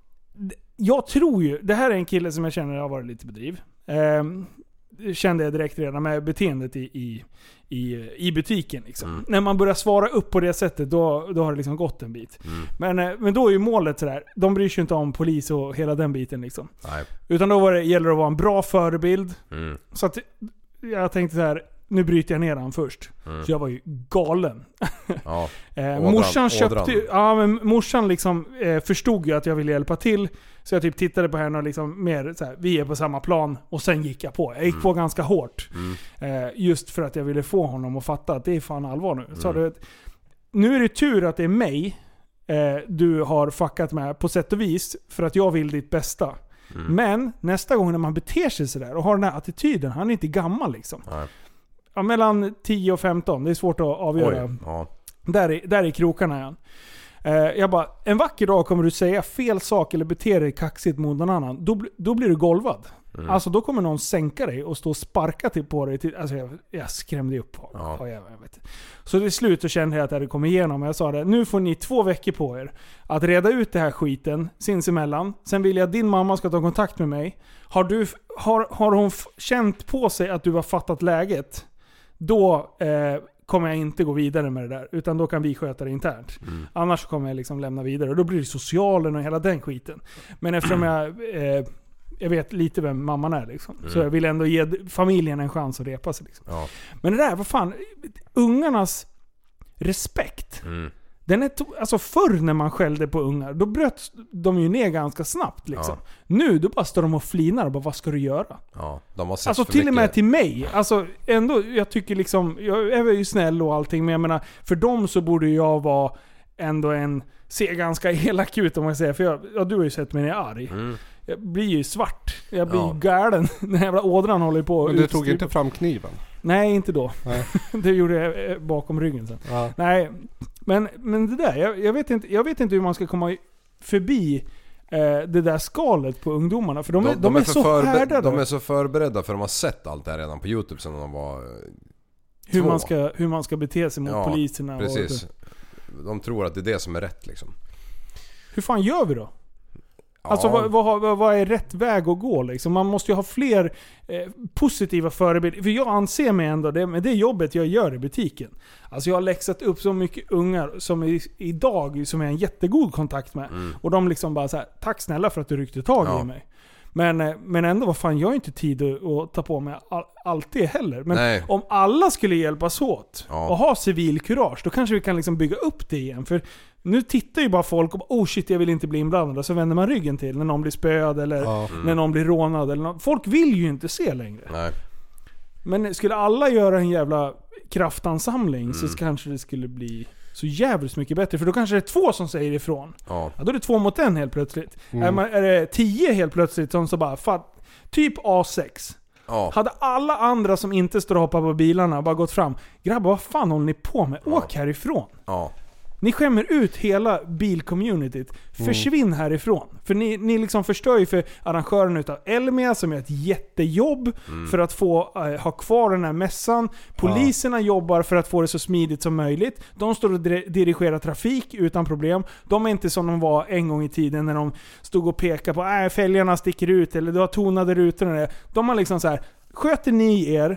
Jag tror ju, det här är en kille som jag känner har varit lite bedriv. Ehm, kände jag direkt redan med beteendet i, i, i, i butiken liksom. Mm. När man börjar svara upp på det sättet, då, då har det liksom gått en bit. Mm. Men, men då är ju målet sådär, de bryr sig inte om polis och hela den biten liksom. Nej. Utan då var det, gäller det att vara en bra förebild. Mm. Så att jag tänkte så här: nu bryter jag ner han först. Mm. Så jag var ju galen. Ja. eh, Ådran, morsan köpte ådran. ja, men morsan liksom eh, förstod ju att jag ville hjälpa till. Så jag typ tittade på henne och liksom mer så här, vi är på samma plan. Och sen gick jag på. Jag gick mm. på ganska hårt. Mm. Eh, just för att jag ville få honom att fatta att det är fan allvar nu. Mm. Så det, nu är det tur att det är mig eh, du har fuckat med på sätt och vis. För att jag vill ditt bästa. Mm. Men nästa gång när man beter sig sådär och har den här attityden, han är inte gammal liksom. Nej. Ja, mellan tio och femton, det är svårt att avgöra. Oj, ja. Där, är, där är krokarna igen. Eh, jag bara, en vacker dag kommer du säga fel sak eller bete dig kaxigt mot någon annan. Då, då blir du golvad. Mm. Alltså då kommer någon sänka dig och stå och sparka till på dig. Till, alltså jag, jag skrämde upp på ja. ja, jag vet. Så till slut så kände jag att jag hade kommit igenom. Jag sa det, nu får ni två veckor på er att reda ut det här skiten sinsemellan. Sen vill jag att din mamma ska ta kontakt med mig. Har, du, har, har hon f- känt på sig att du har fattat läget, då eh, kommer jag inte gå vidare med det där. Utan då kan vi sköta det internt. Mm. Annars kommer jag liksom lämna vidare. Och då blir det socialen och hela den skiten. Men eftersom jag... Eh, jag vet lite vem mamman är liksom. Mm. Så jag vill ändå ge familjen en chans att repa sig liksom. Ja. Men det där, vad fan, ungarnas respekt. Mm. Den är to- alltså förr när man skällde på ungar, då bröt de ju ner ganska snabbt liksom. Ja. Nu då bara står de och flinar och bara, vad ska du göra? Ja, de har sett alltså för till mycket. och med till mig. Alltså ändå, jag tycker liksom, jag är ju snäll och allting, men jag menar, för dem så borde jag vara ändå en, se ganska elak ut om man säger, för jag, ja, du har ju sett mig när jag är arg. Mm. Jag blir ju svart. Jag blir ja. galen. Den jävla ådran håller på. Men du tog inte fram kniven? Nej, inte då. Nej. Det gjorde jag bakom ryggen sen. Ja. Nej, men, men det där, jag, jag, vet inte, jag vet inte hur man ska komma förbi eh, det där skalet på ungdomarna. För de, de, de, de är, är så förbe- härdade. De är så förberedda för de har sett allt det här redan på YouTube sedan de var hur man, ska, hur man ska bete sig mot ja, poliserna. Precis. Och de tror att det är det som är rätt liksom. hur fan gör vi då? Ja. Alltså vad, vad, vad är rätt väg att gå liksom? Man måste ju ha fler eh, positiva förebilder. För jag anser mig ändå, det, med det jobbet jag gör i butiken. Alltså jag har läxat upp så mycket ungar som i, idag som är en jättegod kontakt med. Mm. Och de liksom bara så här: tack snälla för att du ryckte tag ja. i mig. Men, eh, men ändå, vad fan, jag har inte tid att, att ta på mig all, allt det heller. Men Nej. om alla skulle hjälpas åt ja. och ha civilkurage, då kanske vi kan liksom bygga upp det igen. För nu tittar ju bara folk och bara, oh shit, jag vill inte bli inblandad. Så vänder man ryggen till när någon blir spöad eller ja. mm. när någon blir rånad. Eller någon. Folk vill ju inte se längre. Nej. Men skulle alla göra en jävla kraftansamling mm. så kanske det skulle bli så jävligt mycket bättre. För då kanske det är två som säger ifrån. Ja. Ja, då är det två mot en helt plötsligt. Mm. Är, man, är det tio helt plötsligt som så bara, fatt, typ A sex. Ja. Hade alla andra som inte står och hoppar på bilarna bara gått fram. Grabbar, vad fan håller ni på med? Åk ja. härifrån. Ja. Ni skämmer ut hela bilcommunityt. Försvinn mm. härifrån. För ni, ni liksom förstör ju för arrangören utav Elmia som är ett jättejobb mm. för att få uh, ha kvar den här mässan. Poliserna ja. jobbar för att få det så smidigt som möjligt. De står och dirigerar trafik utan problem. De är inte som de var en gång i tiden när de stod och pekade på att äh, fälgarna sticker ut eller du har tonade rutor. De har liksom så här: sköter ni er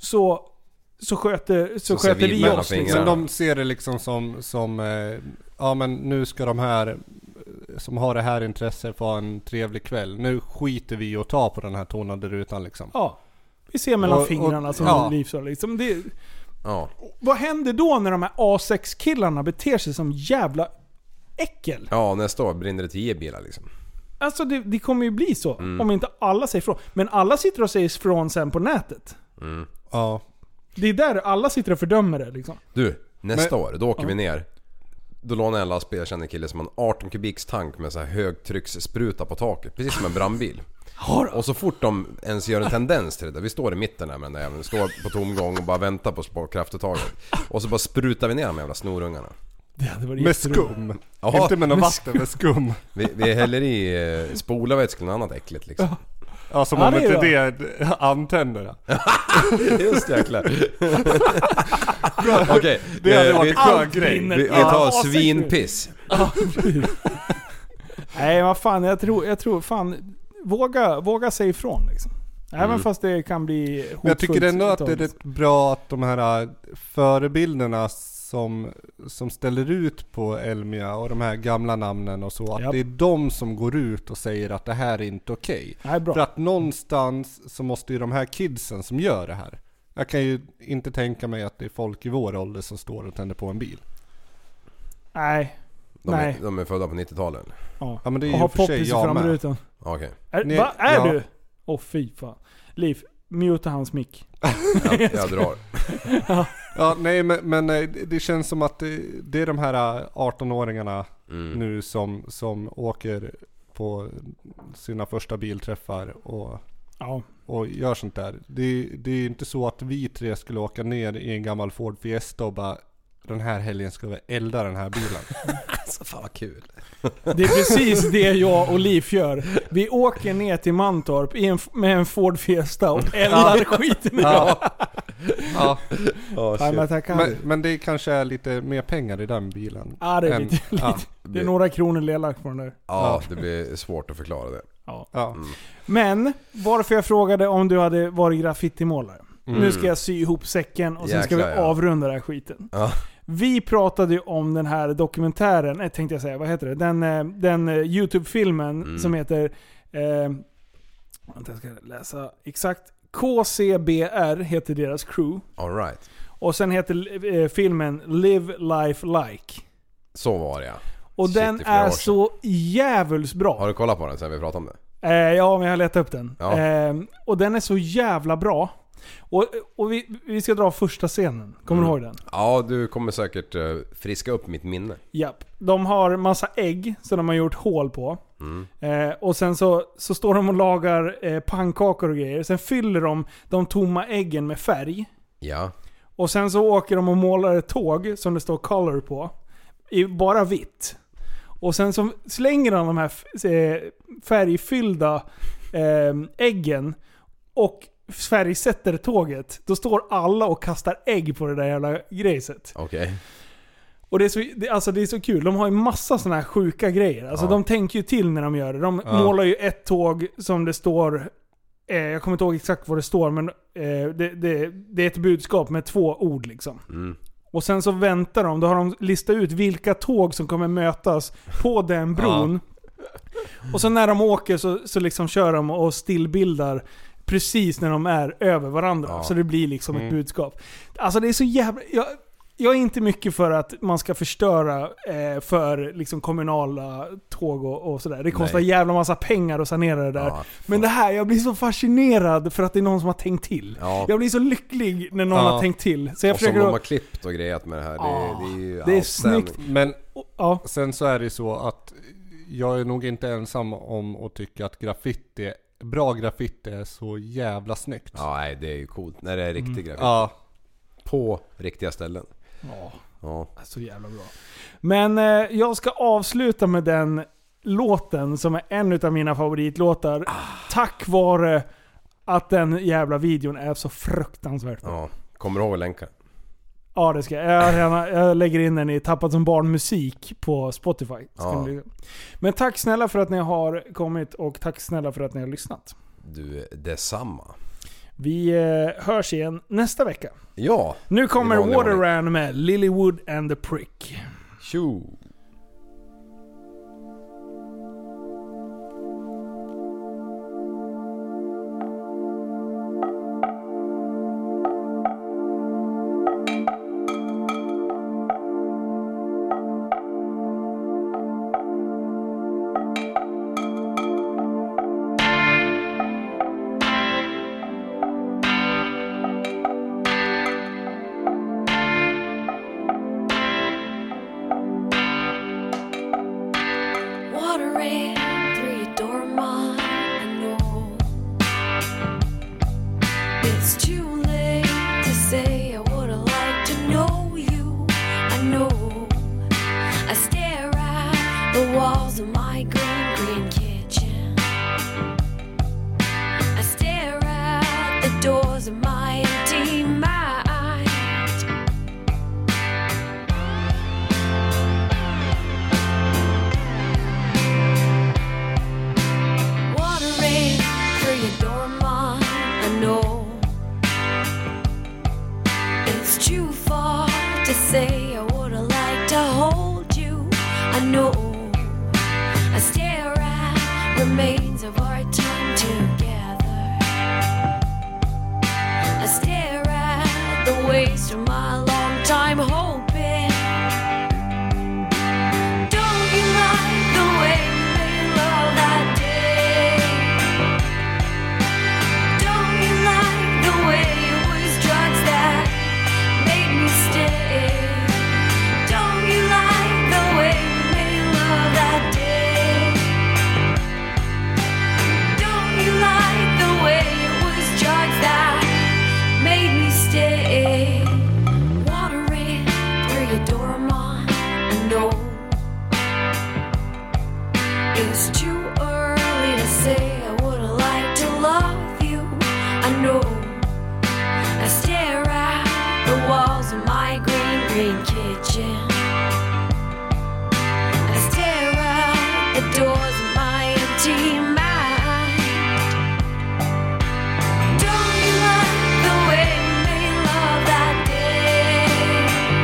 så så sköter, så så sköter vi oss liksom. Men de ser det liksom som, som eh, ja men nu ska de här som har det här intresset få en trevlig kväll. Nu skiter vi och tar på den här tonade rutan liksom. Ja, vi ser mellan och, fingrarna och, som ja. liv så liksom. Det, ja. Vad händer då när de här A sex-killarna beter sig som jävla äckel? Ja, nästa år brinner det tio bilar liksom. Alltså det, det kommer ju bli så mm. om inte alla säger ifrån. Men alla sitter och säger ifrån sen på nätet. Mm. Ja. Det är där alla sitter och fördömer det liksom. Du, nästa Men, år, då åker ja. vi ner. Då lånar jag en lastbil, jag känner kille som en arton kubiks tank med så här högtrycksspruta på taket. Precis som en brandbil. Och så fort de ens gör en tendens till det där, vi står i mitten där med den där jäveln, står på tomgång och bara väntar på, på kraftuttaget. Och så bara sprutar vi ner de jävla snorungarna. Med skum. Aha, inte med någon vatten, med skum. Vi, vi häller i spolarvätska och annat äckligt liksom. Ja. Ja, som om inte det är antänderna. Just jäklar. Okej, okay, det hade varit en skön grej. Vi, vi tar svinpiss. Nej, vad fan, jag tror, jag tror fan, våga, våga säga ifrån liksom. Även mm. fast det kan bli hotfullt. Men jag tycker ändå att det är rätt bra att de här förebilderna som, som ställer ut på Elmia och de här gamla namnen och så, att yep. det är de som går ut och säger att det här är inte okej. Okay. För att någonstans så måste ju de här kidsen som gör det här, jag kan ju inte tänka mig att det är folk i vår ålder som står och tänder på en bil. Nej. De, Nej. Är, de är födda på nittiotalet. Ja, ja men det är och ju för sig jag med. Okej. Okay. Är, Nej, va, är ja. du? Åh oh, fy fan. Liv, muta hans mick. jag, jag drar. ja. Ja, nej men, men det känns som att det, det är de här arton-åringarna mm. nu som, som åker på sina första bilträffar och, ja. och gör sånt där. Det, det är inte så att vi tre skulle åka ner i en gammal Ford Fiesta och bara, den här helgen ska vi elda den här bilen. Så fan vad kul. Det är precis det jag och Liv gör. Vi åker ner till Mantorp i en, med en Ford Fiesta och eldar skiten i ja. ja. Oh, men, men det kanske är lite mer pengar i den bilen. Ja, det är än, lite, ja. lite. Det är några kronor lelak på den där. Ja, det blir svårt att förklara det. Ja. Ja. Mm. Men varför jag frågade om du hade varit graffitimålare. Mm. Nu ska jag sy ihop säcken och sen Jäklar, ska vi ja. avrunda den här skiten. Ja. Vi pratade ju om den här dokumentären, eh, tänkte jag säga, vad heter det? Den, eh, den eh, YouTube-filmen mm. som heter eh, vänta, jag ska läsa exakt. K C B R heter deras crew. All right. Och sen heter eh, filmen Live Life Like. Så var det, ja. Och Shit, den är så jävligt bra. Har du kollat på den sen vi pratade om det? Eh, ja, men jag har letat upp den. Ja. Eh, och den är så jävla bra. Och, och vi, vi ska dra första scenen. Kommer mm. du ihåg den? Ja, du kommer säkert uh, friska upp mitt minne. Japp. De har massa ägg som de har gjort hål på. Mm. Eh, och sen så, så står de och lagar eh, pannkakor och grejer. Sen fyller de de tomma äggen med färg. Ja. Och sen så åker de och målar ett tåg som det står color på. I bara vitt. Och sen så slänger de de här färgfyllda eh, äggen och färgsätter tåget. Då står alla och kastar ägg på det där jävla grejset. Okej. Okay. Och det är, så, det, alltså det är så kul. De har ju massa såna här sjuka grejer. Alltså Ja. de tänker ju till när de gör det. De Ja. målar ju ett tåg som det står... Eh, jag kommer inte ihåg exakt vad det står, men eh, det, det, det är ett budskap med två ord liksom. Mm. Och sen så väntar de. Då har de listat ut vilka tåg som kommer mötas på den bron. Och så när de åker så, så liksom kör de och stillbildar precis när de är över varandra. Ja. Så det blir liksom Mm. ett budskap. Alltså det är så jävla... Jag, jag är inte mycket för att man ska förstöra eh, för liksom kommunala tåg och, och sådär. Det kostar Nej. jävla massa pengar att sanera det där. Ja, Men det här, jag blir så fascinerad för att det är någon som har tänkt till. Ja. Jag blir så lycklig när någon Ja. har tänkt till. Så jag Och som försöker de att- har klippt och grejat med det här. Det, Ja, det är ju det är outstanding. snyggt. Men Ja. sen så är det så att jag är nog inte ensam om att tycka att graffiti, bra graffiti är så jävla snyggt. Ja, nej, det är ju coolt när det är riktig graffiti. Ja. På riktiga ställen. Ja. Ja. Så jävla bra. Men eh, jag ska avsluta med den låten som är en av mina favoritlåtar. Ah. Tack vare att den jävla videon är så fruktansvärt bra. Ja. Kommer du ihåg att länka? Ja, det ska jag. Jag, jag. Jag lägger in den i Tappat som barn musik på Spotify. Ska Ja. ni- Men tack snälla för att ni har kommit och tack snälla för att ni har lyssnat. Du, detsamma. Vi eh, hörs igen nästa vecka. Ja. Nu kommer I vanlig ordning. Waterran med Lilywood and the Prick. Tjo. Water ran through your door, Mom. I know it's too late to say I would've liked to know you. I know I stare at the walls of my green, green kitchen. I stare at the doors of my empty mind. Water ran through your door, Mom. I know it's too far to say I would've liked to hold you. I know I stare at remains of our time together. I stare at the waste of my long time hoping. Don't you like the way we made love that day? Don't you like the way it was drugs that made me stay? Don't you like the way we made love that day? Don't you like the way it was drugs that made me stay? Water ran through your door, Mom. I know it's too early to say I would've liked to love you. I know I stare at the walls of my green, green kitchen. I stare at the doors of my empty mind. Don't you like the way we made love that day?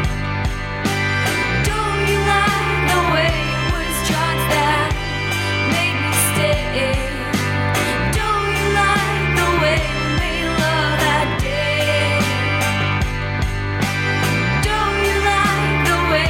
Don't you like the way it was drugs that made me stay? Don't you like the way we made love that day? Don't you like the way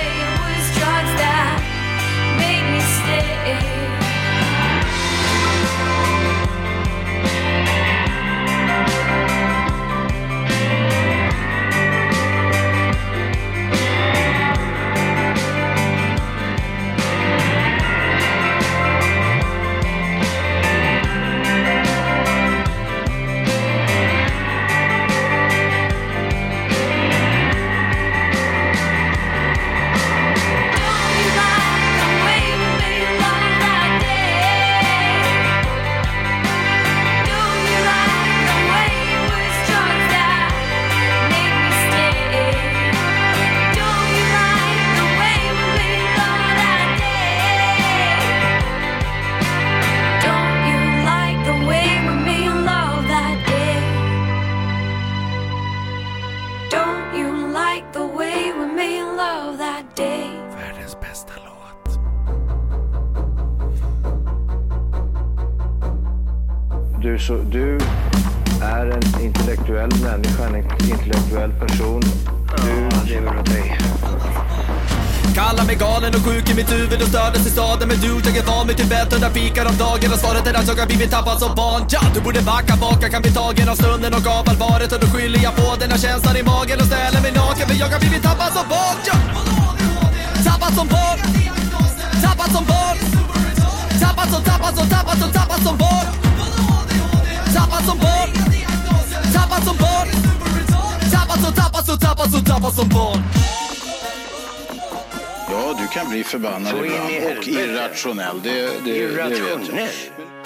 du, så, du är en intellektuell människa, en intellektuell person. Du lever åt dig. Kallar mig galen och sjuk i mitt huvud och stördes i staden. Men du, jag är van vid Tibet under fikar om dagen. Och svaret är att jag har blivit tappad som barn. Ja, du borde backa bak, jag kan bli tagen av stunden och av allvaret. Och då skyller jag på den här känslan i magen och ställer mig naken. För jag har blivit tappad som barn. Ja. Tappad som barn. Tappad som barn. Tappad som, tappad som, tappad som, tappad som barn. Tappad som barn. Tappad som barn. Tappad som, tappad som, tappad som, tappad som barn. Ja, du kan bli förbannad ibland och irrationell, det, det, det vet jag.